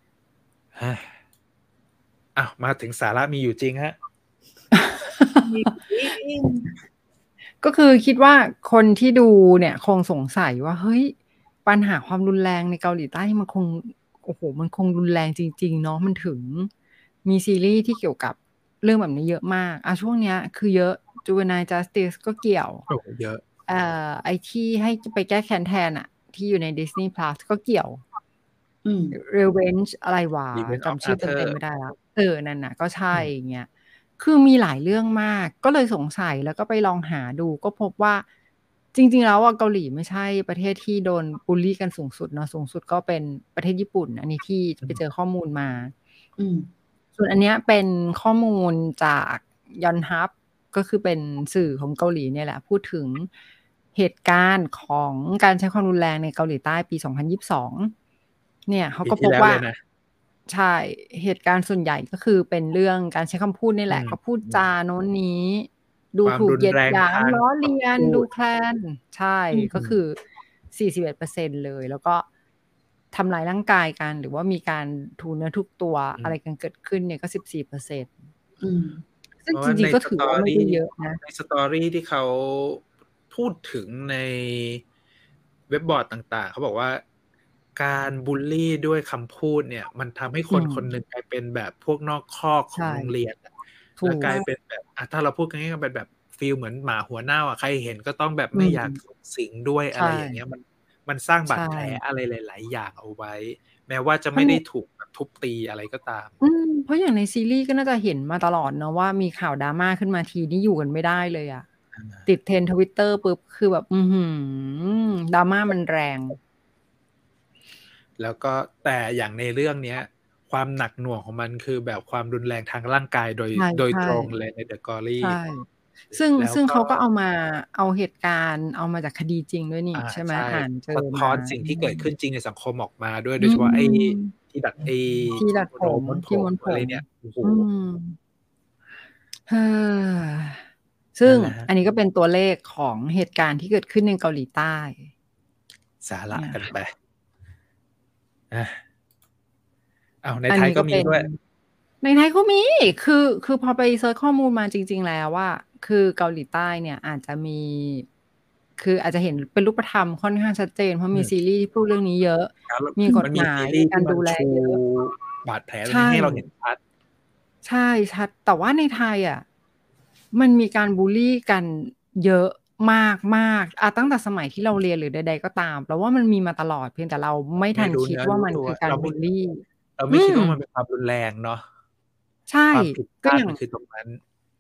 อ้าว มาถึงสาระมีอยู่จริงครับมีจริงก็คือคิดว่าคนที่ดูเนี่ยคงสงสัยว่า เฮ้ย ปัญหาความรุนแรงในเกาหลีใต้มันคง โอ้โฮ มันคงรุนแรงจริง ๆ เนาะ มันถึงมีซีรีส์ที่เกี่ยวกับเรื่องแบบนี้เยอะมาก อา ช่วงเนี้ยคือเยอะ Juvenile Justice ก็เกี่ยวโอ้โฮ เยอะเอ่อ ไอ้ที่ให้ไปแก้แค้นแทนอะ ที่อยู่ใน Disney Plus ก็เกี่ยวอืม Revenge อะไรวะ Revenge of จำชื่อ Arthur เต็ม ๆ ไม่ได้แล้ว เออ นั่นน่ะ ก็ใช่อืมอย่างเงี้ย คือมีหลายเรื่องมาก ก็เลยสงสัย แล้วก็ไปลองหาดู ก็พบว่า จริง ๆ แล้วอะเกาหลีไม่ใช่ประเทศที่โดนบุลลีกันสูงสุดเนาะ สูงสุดก็เป็นประเทศญี่ปุ่น อันนี้ที่อืมไปเจอข้อมูลมาอืมส่วนอันเนี้ยเป็นข้อมูลจาก Yonhap ก็คือเป็นสื่อของเกาหลีเนี่ยแหละ พูดถึงเหตุการณ์ของการใช้ความรุนแรงในเกาหลีใต้ปี สองพันยี่สิบสอง เนี่ยเขาปีก็ทีพ่ บแล้วว่าเลยนะใช่ เหตุการณ์ส่วนใหญ่ก็คือเป็นเรื่องการใช้คำพูดนี่แหละอืมก็พูดอืจาม โน้นนี้ ดูความถูกรุนเหยียดแรงหยาทาม งล้อเลียนคำพูดดูแคลน ใช่อืมก็คือ สี่สิบเอ็ดเปอร์เซ็นต์ เลย แล้วก็ทำร้ายร่างกายกัน หรือว่ามีการถูเนื้อถูกตัวอืมอะไรกันเกิดขึ้นเนี่ยก็ สิบสี่เปอร์เซ็นต์อืมซึ่งเพราะจว่าริในง ๆ ก็ถือว่าไม่ได้ story เยอะนะใน story ที่เขาพูดถึงในเว็บบอร์ดต่าง ๆ เขาบอกว่า การบุลลีด้วยคำพูดเนี่ย มันทำให้คอืนคนหมนึ่งกลายเป็นแบบพวกนอกคอกขใชอง่โรงเรียนอะถแลู้วกกลายเป็นแบบ อะ ถ้าเราพูดง่าย ๆ ก็เป็นแบบฟีลเหมือนหมาหัวเน่าอะ ใครเห็นก็ต้องแบบอืไม่อยากมสุงสิงด้วยใชอะไร่อย่างเงี้ย มัน มันสร้างใบชาดแผล่อะไรหลาย ๆ อย่างเอาไว้ แม้ว่าจะเพไม่ราะไในด้ถูกแบบทุบตีอะไรก็ตามอืม เพราะอย่างในซีรีส์ก็น่าจะเห็นมาตลอดเนาะว่า มีข่าว drama ขึ้นมาทีนี่อยู่กันไม่ได้เลยอะอาติด Trend Twitter ปุ๊บ คือแบบ อื้อฮือ drama มันแรงแล้วก็ แต่อย่างในเรื่องเนี้ย ความหนักหน่วงของมันคือแบบความรุนแรงทางร่างกายโดยใโดยช่ตรงเลยใน The ๆ Glory ใช่ ซึ่งแล้วซึ่งกเ็ขาก็เอามา เอาเหตุการณ์ เอามาจากคดีจริงด้วยนี่อาใช่ไหมใช่อ่านเจอสะมท้อานสิ่งอืที่เกิดขึ้นมจริงในสังคมออกมาด้วยอโดืยเฉพาะไอ้มที่ดัด ไอ้ที่ดัดผโอ้โฮมม้วนผที่ม้วมนผอะไรมเนี่ย โอ้โฮอืม ซึ่นัง่นแหละครัอับนนี้ก็เป็นตัวเลขของเหตุการณ์ที่เกิดขึ้นในเกาหลีใต้สาระเนี่ยคกันไ่ปะอา อ้าว ในอันนี้ไทยก็ก็มเปี็นด้วยในไทยก็มี คือ คือพอไปเซิร์ชข้อมูลมาจริง ๆ แล้วอะ คือเกาหลีใต้เนี่ยอาจจะมี คืออาจจะเห็นเป็นรูปธรรมค่อนข้างชัดเจน เพราะอืมมีซีรีส์ที่พูดเรื่องนี้เยอะครับ แล้วมีกมัฎนมหีมาซียรีส์ทมีกาี่มันรดูแลชูเยอะบาดแผลตรใชงนี้่ให้เราเห็นชัดใช่ ชัด แต่ว่าในไทยอะ มันมีการบุลลีกันเยอะมาก ๆ อะ ตั้งแต่สมัยที่เราเรียนหรือใด ๆ ก็ตาม เราว่ามันมีมาตลอด เพียงแต่เราไม่ไทมั่นคิดรู้เนื้อว่ารู้ตมันัวคือการเราไบมุ่ลลีเราไอม่ืคิดว่ามมันเป็นความรุนแรงเนาะใช่ความผิดพก็ลาดอย่างมันคือตรงนั้น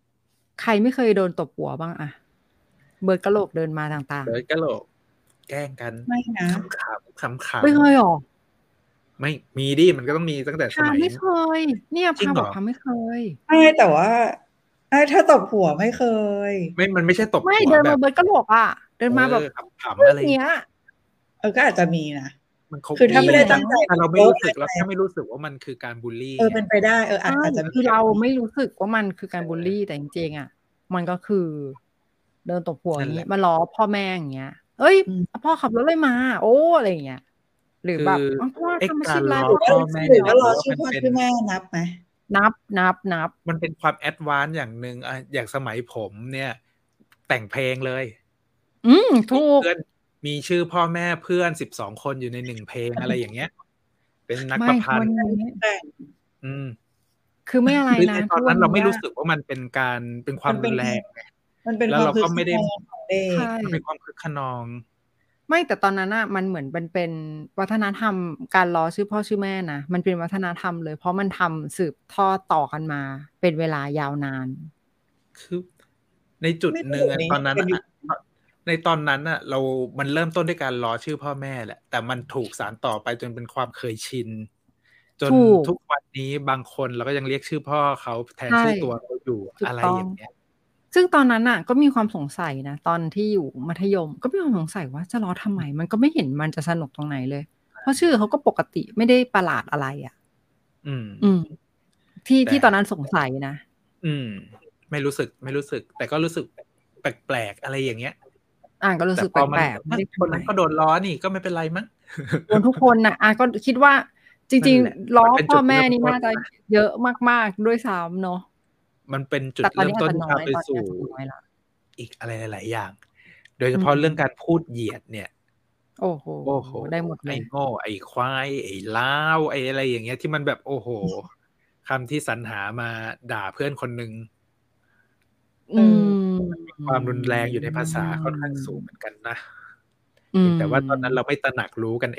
ใครไม่เคยโดนตบหัวบ้างอะเบิร์ดกะโหลกเดินมาต่างเบิร์ดกะโหลกแกล้งกันไม่นะขำๆขำๆไม่เคยหรอๆไม่มีดิมันก็ต้องมีตั้งแต่สพามัยไม่เคย เนี่ยจริงพาเหบรอกอพาไม่เคยไม่แต่ว่าไอ้ถ้าตบหัวไม่เคยไม่มันไม่ใช่ตบไม่หัวเดินแบมาบเบิร์ดกะโหลกอะเดินมาแบบเออขำๆอะไรเนี้ยเออก็อาจจะมีนะมันคงคือถ้าไม่ได้มีตั้งใจแต่เราไม่โป๊ะรู้สึกเราแรแค่งไม่รู้สึกว่ามันคือการบูลลีเออไงเป็นไปได้ เอออาจใช่อาจจะมีคือแบบเรานี้ไม่รู้สึกว่ามันคือการเออบูลลี แต่จริง ๆ อะ มันก็คือ เดินตบหัวนั่อน ย่างแหงี้ละมาล้อพ่อแม่ อย่างเงี้ย "เฮ้ยอืมพ่อขับรถอะไรมา โอ้" อะไรอย่างเงี้ย หรือคืแบอบ "อ้าว พ่อไอ้ทำอากาชีรพอะไรล้อพ่อพ่อทำแม่หรือเนี่ว่ายหรรือ อว่าชื่อมันพ่อเป็นชื่อแม่นับไหม? นับ นับ นับมันเป็นความ แอดวานซ์ อย่างหนึ่ง อะ อย่างสมัยผมเนี่ย แต่งเพลงเลยอืม ถมีูกเพื่อน มีชื่อพ่อแม่เพื่อน สิบสอง คนอยู่ใน หนึ่ง เพลง อะไรอย่างเงี้ย เป็นนักไม่ประทุพัวัน นธ์นี้แต่งอืมคือไม่อะไรคือนะในตทอุกนวันั้น นนเราเนไม่ี้ยรู้สึกว่ามันเป็นการ เป็นความัมนเป็รุนนแรงไงมันเป็นแล้วควาเรมาคึก็กไม่ขได้นอง ของเด็ใชก่มันเป็นความคึกคะนองไม่ แต่ตอนนั้นน่ะ มันเหมือนมันเป็นวัฒนธรรมการล้อชื่อพ่อชื่อแม่นะ มันเป็นวัฒนธรรมเลย เพราะมันทำสืบทอดต่อกันมาเป็นเวลายาวนานคือ ในจุดไม่หนึเ่งดี๋ยวอะนี้ตอนนั้นเป็นยุอะ อ ในตอนนั้นน่ะ เรา มันเริ่มต้นด้วยการล้อชื่อพ่อแม่แหละ แต่มันถูกสานต่อไปจนเป็นความเคยชิน จถนูกทุกวันนี้บางคนเราก็ยังเรียกชื่อพ่อเขาแทในช่ชื่อตัวเขาอยู่ถูอะไรกต้ออย่างเงี้ยซึ่งตอนนั้นน่ะ ก็มีความสงสัยนะ ตอนที่อยู่มัธยม ก็มีความสงสัยว่าจะล้อทำไม? มันก็ไม่เห็นมันจะสนุกตรงไหนเลย เพราะชื่อเขาก็ปกติไม่ได้ประหลาดอะไรอะอืมอืม ที่แต่ที่ตอนนั้นสงสัยนะอืม ไม่รู้สึก ไม่รู้สึก แต่ก็รู้สึกแปลก ๆ อะไรอย่างเงี้ยอา ก็รู้แต่สึกพแอมันปลก ๆ ไม่อะได้คน นั้นก็โดนล้อนี่ ก็ไม่เป็นไรมั้งโดนทุกคนน่ะ อา ก็คิดว่า จนั่ริงนแหละๆ ล้อพ่อแม่มันเป็นจุดเริ่มนี่น่าจะต้นนะเยอะมาก ๆ ด้วยซ้ำเนาะมันเป็นจุแตด่ตอเนริน่ี้มอาตจ้นจะที่น้อพาย ไป สตอนนีู้่อาจจะน้อยแล้วอีกอะไรหลาย ๆ อย่าง โดยเฉอืพาะเรื่องมการพูดเหยียดเนี่ยโอ้โฮโอ้โฮได้หมดเไลยอ้โง่ ไอ้ควาย ไอ้ล้าว ไอ้อะไรอย่างเงี้ย ที่มันแบบ โอ้โฮ คำที่สรรหามาด่าเพื่อนคนหนึ่งอืเออมันมีความรุนแรงอยู่ในภาษาค่อนข้างสูงมเหมือนกันนะอืเพียงแต่ว่าตอนนั้นเรามไม่ตระหนักรู้กันเอง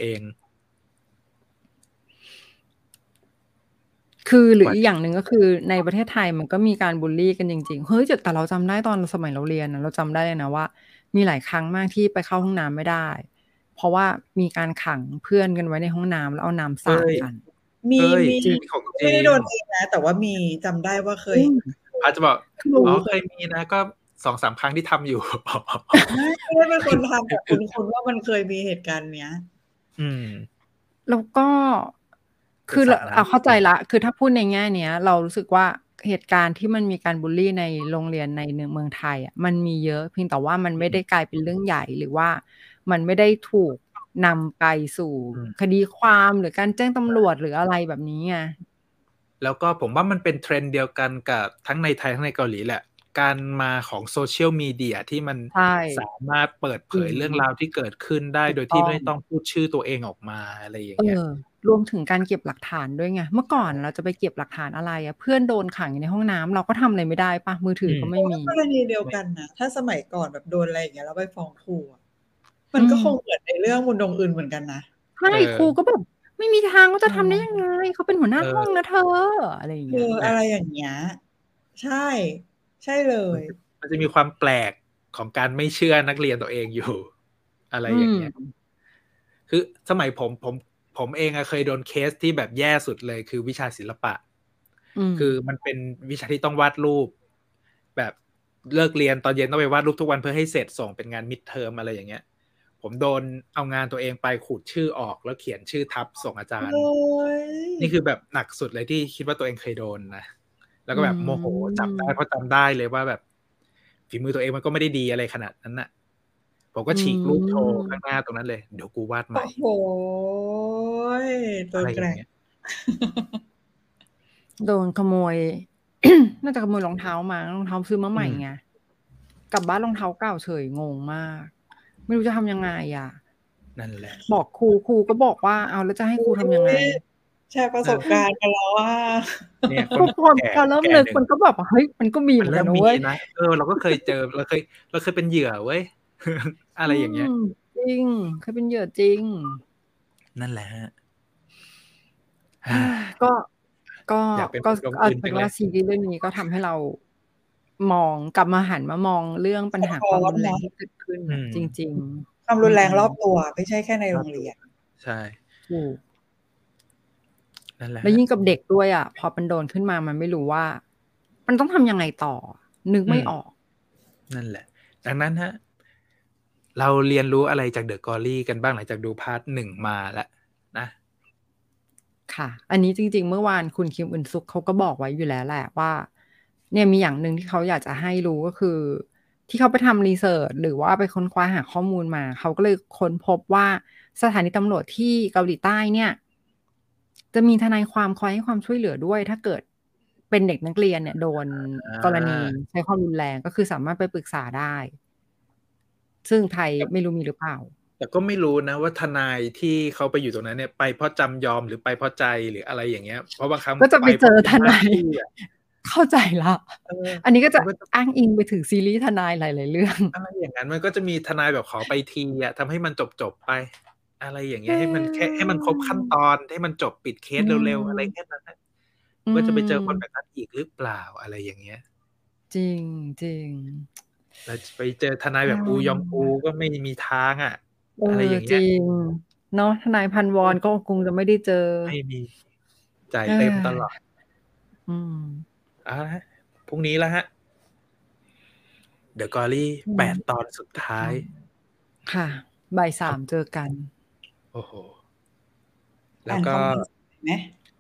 คือหรืกว่าออีกอย่างหนึ่ง ก็คือในประเทศไทยมันก็มีการบุลลีกันจริง ๆ เฮ้ย จ แต่เราจำได้ตอนสมัยเราเรียนอะ เราจำได้เลยนะว่า มีหลายครั้งมากที่ไปเข้าห้องน้ำไม่ได้ เพราะว่ามีการขังเพื่อนกันไว้ในห้องน้ำ แล้วเอาน้ำสาเฮด้ยกันมีเฮ้ยมีจริงนี่ของจไม่ได้ริงโดนเองนะ แต่ว่ามี จำได้ว่าเคยอืมอาจจะบอกคืออ๋อรู้เคยมีนะ ก็ สองสาม ครั้งที่ทำอยู่ไม่ ไม่ได้เป็นคนทำ แต่คุ้น ๆ ว่ามันเคยมีเหตุการณ์เนี้ยอืมแล้วก็เปค็ือนสรระน้อาำเข้าใจจริงแล้ว คือถ้าพูดในแง่เนี้ย เรารู้สึกว่าเหตุการณ์ที่มันมีการบุลลีในโรงเรียนใน ในเมืองไทยอะ มันมีเยอะ เพียงแต่ว่ามันไม่ได้กลายเป็นเรื่องใหญ่ หรือว่ามันไม่ได้ถูกนำไปสู่อืมคดีความ หรือการแจ้งตำรวจ หรืออะไรแบบนี้ไงแล้วก็ผมว่ามันเป็น trend เดียวกันกับทั้งในไทยทั้งในเกาหลีแหละ การมาของ Social Media ที่มันใช่สามารถเปิดเผจริงยเรื่องราวที่เกิดขึ้นได้ถูกโดยทตี่้อไม่ต้องงพูดชื่อตัวเองออกมา อะไรอย่าเงเงี้ยออ รวมถึงการเก็บหลักฐานด้วยไง เมื่อก่อนเราจะไปเก็บหลักฐานอะไรอะ เพื่อนโดนขังอยู่ในห้องน้ำ เราก็ทำอะไรไม่ได้เปล่า มือถือืมอก็ไม่มีกรณีเดียวไม่กันนะ ถ้าสมัยก่อนแบบโดนอะไรอย่างเงี้ย แล้วไปฟ้องครูอะอมัืนก็คงมเหมือนในเรื่องมนต์ดงอึนเหมือนกันนะใช่ ครูเออก็แบบ "ไม่มีทางเขาเจะทำได้ออยังไง เขาเป็นหัวหน้าห้องเออนะเธอ" อะไรอย่างเเองี้ยอเนอี่ะยไรอย่างเงี้ย ใช่ ใช่เลมันยจะ มันจะมีความแปลกของการไม่เชื่อนักเรียนตัวเอง อยู่ อะไรอือย่างเงี้ยมคือสมัยผม ผม ผมเองอะเคยโดนเคสที่แบบแย่สุดเลย คือวิชาศิลปะอืมคือมันเป็นวิชาที่ต้องวาดรูป แบบเลิกเรียนตอนเย็นต้องไปวาดรูปทุกวันเพื่อให้เสร็จส่งเป็นงาน Midterm อะไรอย่างเงี้ย ผมโดนเอางานตัวเองไปขูดชื่อออก แล้วเขียนชื่อทับส่งอาจาโรอย์๊นี่ยคือแบบหนักสุดเลยที่คิดว่าตัวเองเคยโดนนะ แล้วอืก็แบบโมโห จำได้มเพราะจำได้เลยว่าแบบฝีมือตัวเองมันก็ไม่ได้ดีอะไรขนาดนั้นน่ะ ผมก็อืฉีกรูปโชว์ข้างมหน้าตรงนั้นเลย "เดี๋ยวกูวาดใโหอม่" ้โฮ ตัอะวไรแอกรย่า่งงเงี้ยโดนขโมย น่าจะขโมยรองเท้ามา รองเท้าซื้อมาอืใหม่มไง กลับบ้านรองเท้าเก่าเฉย งงมาก ไม่รู้จะทำยังไงอะนั่นแหละบอกครู ครูก็บอกว่า "อ้าว แล้วจะให้ครูทำยังไง?" แชร์ประสบการณ์กันแล้วอะเนี่ย คก็พอแก่พอเริ่มแก่นึกหนึ่งมันก็แบบว่า เฮ้ย มันก็มีเมหัมนือนเรกิ่นนะเวมมี้ยนะ เออ เราก็เคยเจอ เราเคย เราเคยเป็นเหยื่อเว้ย อะอืไรอย่างเงี้ยม จริง เคยเป็นเหยื่อจริงนั่นแหละครับก็ ก็อยากเป็นก็มนต์ดงเอาอึนเปจ็ันว่งเลายซีรีส์เรื่องนี้ก็ทำให้เรามองกลับมาหันมามองเรื่องปัญหาความรุนแรงที่เกิดขึ้นอืน่ะมจริงความรุนแรงอืมรอบตัว ไม่ใช่แค่ในคโรรับงเรียนใช่ถูกนั่นแหละแล้วครับยิ่งกับเด็กด้วยอะ พอมันโดนขึ้นมามันไม่รู้ว่า มันต้องทำยังไงต่อ นึกอืไม่ออกนั่นแหละ ดังนั้นครับ เราเรียนรู้อะไรจาก The Glory กันบ้างหลังจากดูพาร์ต หนึ่ง มาแล้วนะค่ะ อันนี้จริง ๆ เมื่อวานคุณคิมอึนซุกเขาก็บอกไว้อยู่แล้วแหละว่า เนี่ยมีอย่างหนึ่งที่เขาอยากจะให้รู้ ก็คือที่เขาไปทำ รีเสิร์ช หรือว่าไปค้นคว้าหาข้อมูลมา เขาก็เลยค้นพบว่าสถานีตำรวจที่เกาหลีใต้เนี่ย จะมีทนายความคอยให้ความช่วยเหลือด้วย ถ้าเกิดเป็นเด็กนักเรียนเนี่ยโดนอกรณีใช้ความรุนแรง ก็คือสามารถไปปรึกษาได้ ซึ่งไทยครับไม่รู้มีหรือเปล่าแต่ก็ไม่รู้นะว่าทนายที่เขาไปอยู่ตรงนั้นเนี่ย ไปเพราะจำยอมหรือไปเพราะใจ หรืออะไรอย่างเงี้ย เพราะบางครั้งก็จะไปเจอพทราะนายเป็นหน้าที่อะเข้าใจแล้วเอออันนี้ก็จะมันก็จะอ้างอิงไปถึงซีรีส์ทนายหลาย ๆ เรื่องอะไรอย่างงั้น มันก็จะมีทนายแบบขอไปทีอะ ทำให้มันจบ ๆ ไป อะไรอย่างเงี้อืย ให้มันแค่ ให้มันครบขั้นตอน ให้มันจบปิดเคอืสมเร็ว ๆ อะไรแค่นั้นน่ะอืก็จะไปเจอคนแบมบนั้นอีกหรือเปล่า อะไรอย่างเงี้ยจริง จริงแล้วจะไปเจอทนายอืแบบ อูยองอูมก็ไม่มีทางอะเออะไรออย่างเงจี้รยิง เนาะ ทนายพันวอืมรก็คงจะไม่ได้เจอไม่มี จ่ายเอเต็มอตลอดอืมเอาละครับ พรุ่งนี้แล้วครับ The Glory อืมแปด ตอนสุดท้ายค่ะ บ่าย สาครัมบเจอกันโอ้โฮ แลอ่าวน ก็คอมเมนต์ ไหม?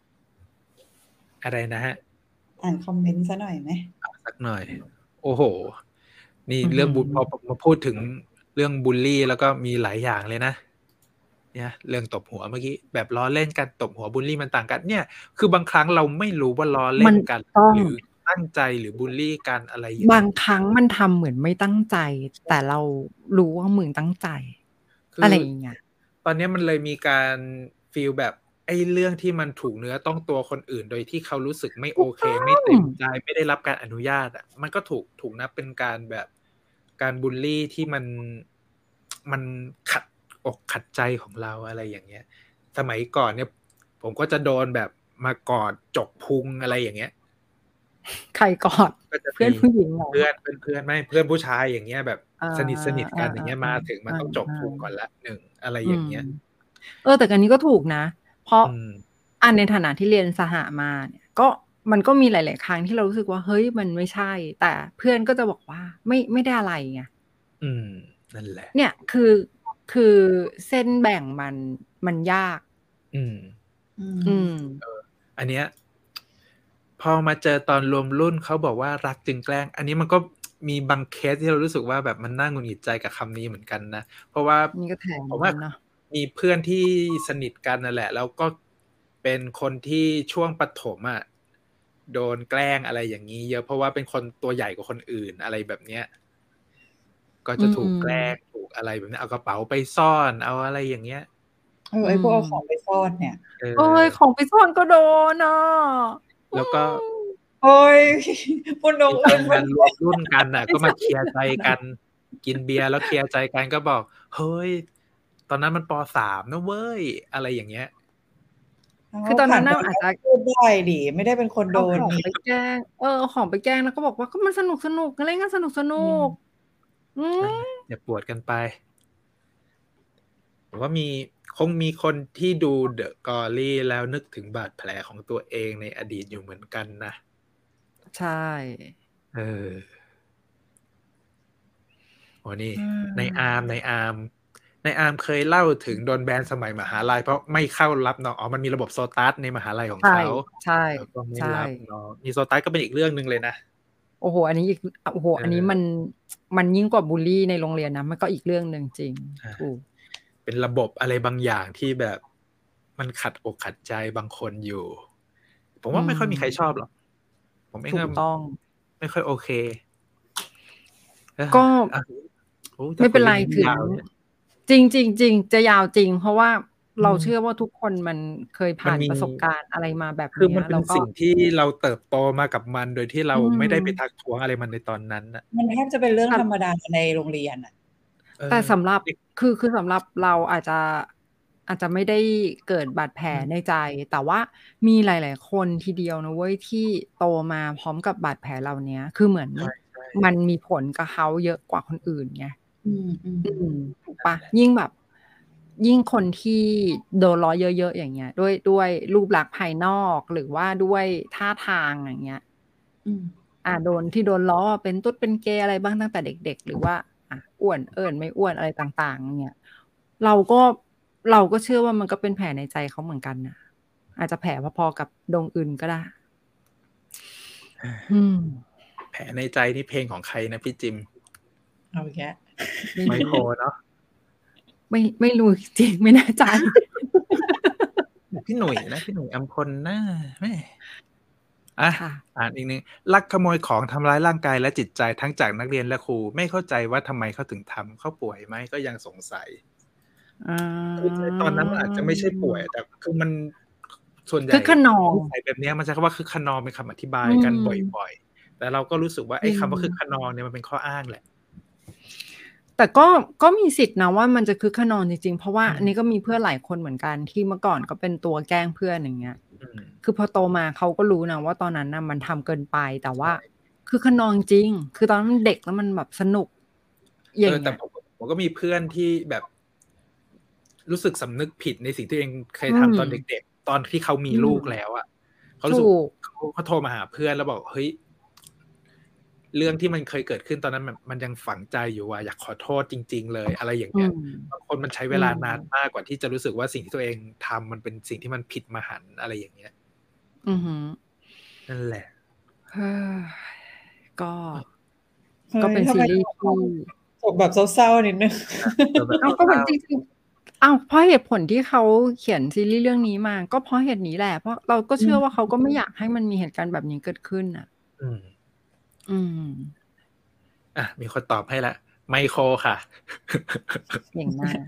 อะไรนะครับ? อ่านคอมเมนต์สักหน่อยไหม? อ่านสักหน่อย โอ้โฮ นี่อื้อเรื่ฮืองบุ พออพ มาพูดถึงเรื่องบุลลี แล้วก็มีหลายอย่างเลยนะ เนี่ยเรื่องตบหัวเมื่อกี้ แบบล้อเล่นกัน ตบหัวบุลลีมันต่างกัน เนี่ย คือบางครั้งเราไม่รู้ว่าล้อเล่มัน นกันต้องหรือตั้งใจ หรือบุลลีกัน อะไรอย่างบาเงงี้ยครั้งมันทำเหมือนไม่ตั้งใจใช่แต่เรารู้ว่ามึงตั้งใจคือะไรออย่างเงี้ยตอนเนี้ยมันเลยมีการฟีลแบบ ไอ้เรื่องที่มันถูกเนื้อต้องตัวคนอื่น โดยที่เขารู้สึกไม่ถโอูกเคต้อไม่เต็มงใจ ไม่ได้รับการอนุญาตอะ มันก็ถูก ถูกนับเป็นการแบบ การบุลลีที่มัน มันขัดอกขัดใจของเรา อะไรอย่างเงี้ย สมัยก่อนเนี่ย ผมก็จะโดนแบบมากอดจกพุง อะไรอย่างเงี้ยใครกอดก็จะเพื่มอนีผู้หญิงเหรอ? เพื่อน เพื่อน ๆ ไม่ เพื่อนผู้ชาย อย่างเงี้ย แบบอาสนิท ๆ กัน อย่างเงี้ย มาถึงๆมๆัๆนต้องจกอาพุงก่อนแล้ว หนึ่ง อะไรๆ อือย่างมเงี้ยเออ แต่อันนี้ก็ถูกนะ เพราะอืมอะ ในฐานะที่เรียนสหมาเนี่ย ก็ มันก็มีหลาย ๆ ครั้งที่เรารู้สึกว่า เฮ้ย มันไม่ใช่ แต่เพื่อนก็จะบอกว่า ไม่ ไม่ได้อะไรไงอืม นั่นแหละเนี่ย คือ คือเส้นแบ่งมัน มันยากอืมอือืมมเออ อันเนี้ย พอมาเจอตอนรวมรุ่น เขาบอกว่า รักจึงแกล้ง อันนี้มันก็ มีบางเคสที่เรารู้สึกว่า แบบมันน่าหงุดหงิดใจกับคำนี้เหมือนกันนะ เพราะว่านี่ก็แถมผมว่าเนาะมีเพื่อนที่สนิทกันนั่นแหละ แล้วก็เป็นคนที่ช่วงประถมอะ โดนแกล้ง อะไรอย่างงี้เยอะ เพราะว่าเป็นคนตัวใหญ่กว่าคนอื่น อะไรแบบเนี้ย ก็อืจะถูกแกล้งมถูกอะไรแบบเนี้ย เอากระเป๋าไปซ่อน เอาอะไรอย่างเงี้ยเอออืไอ้พวกเอาของมไปซ่อนเนี่ยเโอ๊ยออของไปซ่อนก็โดนอะ อแืล้วก็มโอ๊ย พูดนมีกเตอิอนญงานรวมรุ่นกันน่ะไม่ก็ใชมา่เคลียร์ใจกัน กินเบียร์แล้วเคลียร์ใจกัน ก็บอก "เฮ้ย ตอนนั้นมัน ป. สาม นะเว้ย" อะไรอย่างเงี้ยอ้าคือว ผตอนน่ัา้นน่นไปะอาจก็จะพูดได้สิ ไม่ได้เป็นคนเโอดาขนองไปแกล้ง เออ เอาของไปแกล้ง แล้วก็บอกว่า "ก็มันสนุก ๆ เล่นกันสนุอืมก ๆ" อืนั่นแหละมเจ็บปวดกันไป ผมว่ามี คงมีคนที่ดู The Glory แล้วนึกถึงบาดแผลของตัวเองในอดีตอยู่เหมือนกันนะใช่เออ โอ้โฮ นี่อืในอาร์ม ในมอาร์ม ในอาร์มเคยเล่าถึงโดนแบนสมัยมหาลัย เพราะไม่เข้ารับน้อง อ๋อ มันมีระบบ โซตัส ในมหาลัยของใช่เขาใช่แล้วก็ไม่ใช่รับน้อง มี โซตัส ก็เป็นอีกเรื่องหนึ่งเลยนะโอ้โฮ อันนี้อีก โอ้โฮ อันนี้เออมัน มันยิ่งกว่าบุลลีในโรงเรียนนะ มันก็อีกเรื่องหนึ่งจริงอาถูกเป็นระบบอะไรบางอย่างที่แบบมันขัดอกขัดใจบางคนอยู่ ผมอืว่าไม่ค่อยมีใครชอบมหรอก ผมเองถูก็กต้องไม่ค่อยโอเคก็อะ โอ้ จไมะ่คเุยป็นไเรรื่องนี้ถึงยาวเนี่ยจริง ๆ ๆ จะยาวจริง เพราะว่าอืเราเชมื่อว่าทุกคนมันเคยผมั่นานมีประสบการณ์อะไรมาแบบคืเอนี้ยมันเปแ็ล้นวก็สิ่งที่เราเติบโตมากับมัน โดยที่เรอาืไม่ได้ไปมทักท้วงอะไรมันในตอนนั้นน่ะมันแทบจะเป็นเรื่องแต่ธรรมดาในโรงเรียนน่ะเออแต่สำหรับเด็กคือ คือสำหรับเราอาจจะ อาจจะไม่ได้เกิดบาดแผลอืมในใจ แต่ว่ามีหลาย ๆ คนทีเดียวนะเว้ย ที่โตมาพร้อมกับบาดแผลเหล่าเนี้ย คือเหมือนใช่มันมีผลกับเขาเยอะกว่าคนอื่นไงอืมอืมอืมถูกปะยิ่งแบบ ยิ่งคนที่โดนล้อเยอะๆอย่างเงี้ย ด้วยด้วยรูปลักษณ์ภายนอกหรือว่าด้วยท่าทางอย่างเงี้ยอืมอ่าโดนที่โดนล้อเป็นตุ๊ดเป็นเกย์อะไรบ้างตั้งแต่เด็กๆหรือว่าอ่ะอ้วนเอิญไม่อ้วนอะไรต่างๆเนี่ยเราก็เราก็เชื่อว่ามันก็เป็นแผลในใจเขาเหมือนกันนะอาจจะแผลพอๆกับดงอื่นก็ได้ อืมแผลในใจนี่เพลงของใครนะพี่จิมเอาแกะไมโครเนาะไม่ไม่รู้จริงไม่แน่ใจพี่หนุ่ยนะพี่หนุ่ยอัมพลนะแม่อ่ะค่ะอ่านอีกนึงลักขโมยของทำร้ายร่างกายและจิตใจทั้งจากนักเรียนและครูไม่เข้าใจว่าทำไมเขาถึงทำเขาป่วยไหมก็ยังสงสัยอ่าคือในตอนนั้นมันอาจจะไม่ใช่ป่วย แต่คือมันส่วนใหญ่คือขนองนิสัยแบบเนี้ยมันใช้คำว่าคือขนองเป็นคำอธิบายกันอืมบ่อยๆ แต่เราก็รู้สึกว่าไอ้จริงคำว่าคือขนองเนี่ยมันเป็นข้ออ้างแหละแต่ก็ก็มีสิทธิ์นะว่ามันจะคึกขนองจริงๆเพราะว่าอืมอันนี้ก็มีเพื่อนหลายคนเหมือนกันที่เมื่อก่อนก็เป็นตัวแกล้งเพื่อนอย่างเงี้ยอืมคือพอโตมาเขาก็รู้นะว่าตอนนั้นน่ะมันทำเกินไปแต่ว่าใช่คือขนองจริง คือตอนนั้นมันเด็กแล้วมันแบบสนุก อย่าเอง อแต่เงี้ยผมผมก็มีเพื่อนที่แบบรู้สึกสำนึกผิดในสิ่งที่ตัวเองเคยอืมทำตอนเด็กๆ ตอนที่เขามีอืมลูกแล้วอ่ะเขารู้สึกถูกเขาเขาโทรมาหาเพื่อนแล้วบอกเฮ้ยเรื่องที่มันเคยเกิดขึ้นตอนนั้นมันมันยังฝังใจอยู่ว่ะอยากขอโทษจริง ๆ เลยอะไรอย่างอืเงี้ยมบางคนมันใช้เวลานานมากกว่าที่จะรู้สึกว่าสิ่งที่ตัวเองทำมันเป็นสิ่งที่มันผิดมหันต์อะไรอย่างเงี้ยอือหือนั่นแหละเฮ้ยก็เฮ้ยก็เป็นทำซีไมรีส์ที่จบแบบเศร้าๆนิดนึงแต่แบบเอ้าก็แบบจริงๆอ้าวเพราะเหตุผลที่เขาเขียนซีรีส์เรื่องนี้มา ก็เพราะเหตุนี้แหละ เพราะเราก็เชื่อว่าเขาก็ไม่อยากให้มันมีเหตุการณ์แบบนี้เกิดขึ้นอ่ะอืมอืมอ่ะมีคนตอบให้ละไมโครค่ะเก่งมาก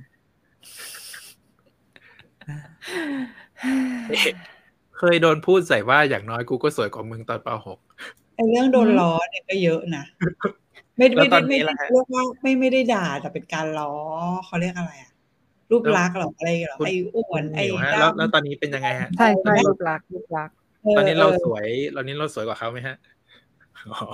เคยโดนพูดใส่ว่าอย่างน้อยกูก็สวยกว่ามึงตอนป .หกไอ้เรื่องโดนล้อเนี่ยก็เยอะนะ ไม่แล้วไม่ตอได้นไม่นี้ได้ล่ะฮะเรียกว่าไม่ไม่ได้ด่าแต่เป็นการล้อเขาเรียกอะไรอะรูปแล้วลักษณ์เหรออะไรเหรอคุณไอ้อ้วคุณนหไอ้มิวฮะด้แล้วแล้วตอนนี้เป็นยังไงฮะใช่ตอนใช่นี้รูปลักษณ์รูปลักษณ์เออตอนนี้เราเออสวยตอนนี้เราสวยกว่าเขาไหมฮะ อ๋อ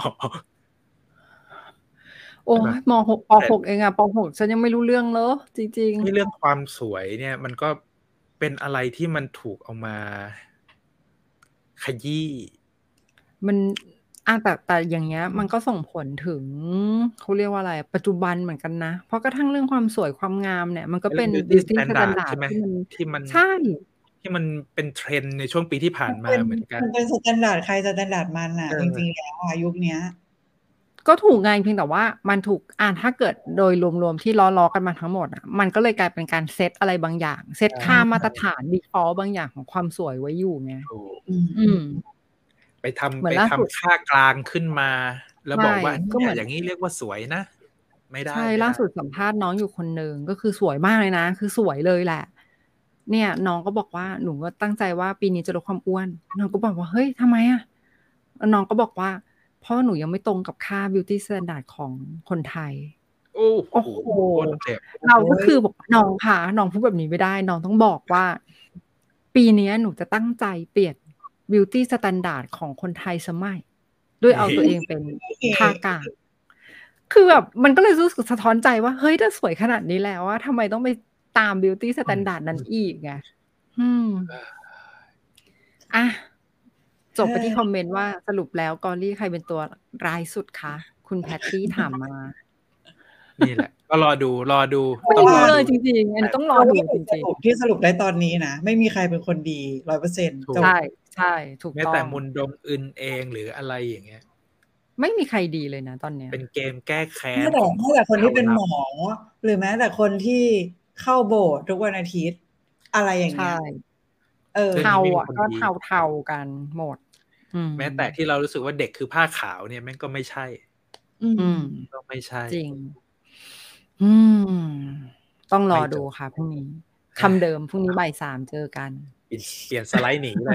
โอ้ใช่ไหมยมหกปแต่หก เองอะป หก ฉันยังไม่รู้เรื่องเลยจริงไอ้เรื่องความสวยเนี่ย มันก็เป็นอะไรที่มันถูกเอามาขยี้ๆ มันอ่ะแต่แต่อย่างเงี้ย มันก็ส่งผลถึงเขาเรียกว่าอะไร ปัจจุบันเหมือนกันนะ เพราะกระทั่งเรื่องความสวยความงามเนี่ย มันก็เรื่เป็องน beauty beauty standard standard ใช่ไหมที่มันที่มันใช่ที่มันเป็น trend ในช่วงปีที่ผ่านมันมาเป็นเหมือนกันมันเป็น สแตนดาร์ด ใคร สแตนดาร์ด มันน่ะเออจริง ๆ แล้วอะยุคเนี้ยก็ถูกไง เพียงแต่ว่ามันถูก อ่า ถ้าเกิดโดยรวม ๆ ที่ล้อ ๆ กันมาทั้งหมดอะ มันก็เลยกลายเป็นการเซตอะไรบางอย่าง เซตใช่ค่ามาตรฐาน default บางอย่างของความสวยไว้อยู่ไงถูกอืมอืมไปทำเหมือไปนล่าทำสุดค่ากลางขึ้นมา แล้วใช่บอกว่าก็เนี่เหมืยอนอย่างงี้เรียกว่าสวยนะ ไม่ได้ใช่ไม่ล่าได้สุดสัมภาษณ์น้องอยู่คนหนึ่ง ก็คือสวยมากเลยนะ คือสวยเลยแหละ เนี่ยน้องก็บอกว่า "หนูก็ตั้งใจว่าปีนี้จะลดความอ้วน" น้องก็บอกว่า "เฮ้ย ทำไมอะ?" แล้วน้องก็บอกว่า "เพราะหนูยังไม่ตรงกับค่า beauty standard ของคนไทย" โอ้โอ้โฮโฮโคตรเจ็บเราก็คือบอก "น้องคะ น้องพูดแบบนี้ไม่ได้ น้องต้องบอกว่า ปีเนี้ยหนูจะตั้งใจเปลี่ยน beauty standard ของคนไทยเสียใหม่ ด้วยเอาตัวเองเป็นค่ากลาง" คือแบบมันก็เลยรู้สึกสะท้อนใจว่า เฮ้ย ถ้าสวยขนาดนี้แล้วอะทำไมต้องไปตาม beauty อืม standard นั้อืนมอีกไง อืม อะ จบไปที่คอมเมนต์ว่า "สรุปแล้วกอรี่ใครเป็นตัวร้ายสุดคะ?" คุณแพตตี้ถามมานี่แหละ ก็รอดู รอดูไม่ต้องรู้รอเลยดูจริง ๆ อันนี้ต้องรอเราดูว่าจบทสริงรุปๆที่สรุปได้ตอนนี้นะ ไม่มีใครเป็นคนดี ร้อยเปอร์เซ็นต์ถูกจบใช่ ๆ ถูกแม้ต้อแต่งมุนดงอึนเองหรืออะไรอย่างเงี้ยไม่มีใครดีเลยนะตอนเนี้ยเป็นเกมแก้แค้แม้นแต่ของแม้แต่คนที่เป็นชาวหมอ หรือแม้แต่คนที่เข้าโบสถ์ทุกวันอาทิตย์ อะไรอย่างใชเงี้ย่เออเรื่องเทานี้ไม่มีอะคนก็ดีเทา ๆ กันหมด อืมแม้แต่ที่เรารู้สึกว่าเด็กคือผ้าขาวเนี่ยแม่งก็ไม่ใช่อือืมมก็ไม่ใช่จริง อืม ต้องรไม่อจดูค่ะพรุ่งนี้อคาำเดิม พรุ่งนี้บ่าย สาม เจอกันเปลี่ยน เปลี่ยนสไลด์หนีเลย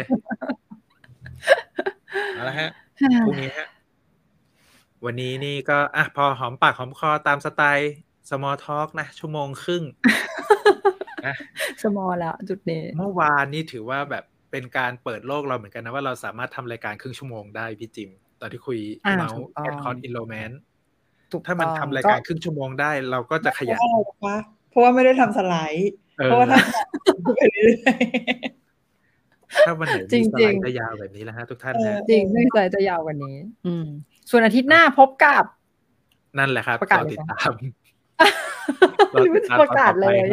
เอาละครับ พรุ่งนี้ครับ วันนี้นี่ก็ อะ พอหอมปากหอมคอตามสไตล์ small talk นะ ชั่วโมงครึ่ง นะ small แล้วจุดนี้เมื่อวานนี่ถือว่าแบบเป็นการเปิดโลกเราเหมือนกันนะว่า เราสามารถทำรายการครึ่งชั่วโมงได้พี่จิมตอนที่คุยอ่าเมาถูส์กต้อ Cat ง Caught in Romance ถูกถ้ามันต้องทำรายก็การครึ่งชั่วโมงได้ เราก็จะขยันเพราะอะไรรู้เปล่า เพราะว่าไม่ได้ทำสไลด์เอเพราะว่าอถ้า ไปเรื่อย ๆถ้าวันไหนจมีสริไลงด์ๆจะยาวแบบนี้แหละครับทุกท่านเอครับจริงๆไม่สไลด์จะยาวกว่านี้ อืม ส่วนอาทิตย์หน้าพบกับนั่นแหละครับประกาศรอเลยติดนะตาม รยัองไม่ติดได้ตามประตอนกาต่ศอเลไปยครับ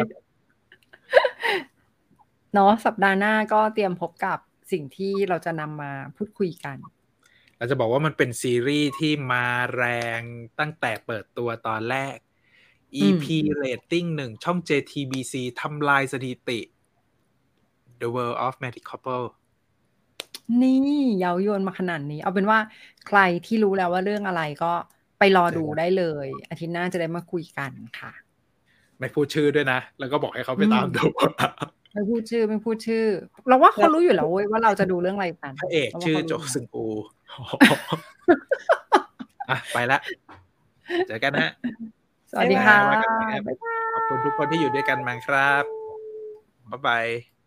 เนาะ สัปดาห์หน้าก็เตรียมพบกับสิ่งที่เราจะนำมาพูดคุยกันเราจะบอกว่ามันเป็นซีรีส์ที่มาแรงตั้งแต่เปิดตัวตอนแรกอือีมพี เรตติง หนึ่ง ช่อง เจ ที บี ซี ทำลายสถิติ The World of Married Couple นี่เย้ายวนมาขนาดนี้ เอาเป็นว่าใครที่รู้แล้วว่าเรื่องอะไรก็ไปรอเจอดูกันได้เลย อาทิตย์หน้าจะได้มาคุยกันค่ะไม่พูดชื่อด้วยนะ แล้วก็บอกให้เขาอืไปตามมดูไม่พูดชื่อ ไม่พูดชื่อ เราว่าเขาแล้วรู้อยู่แล้วเว้ยว่าเราจะดูเรื่องอะไรกันพระเอกเราว่าชื่อเขาโจรู้อยู่แล้ซึวงอู อะ ไปแล้ว เจอกันครับสวัสดีค่ะว่ากันใหม่ครับบ๊ายบายขอบคุณทุกคนที่อยู่ด้วยกันมาครับ บ๊ายบาย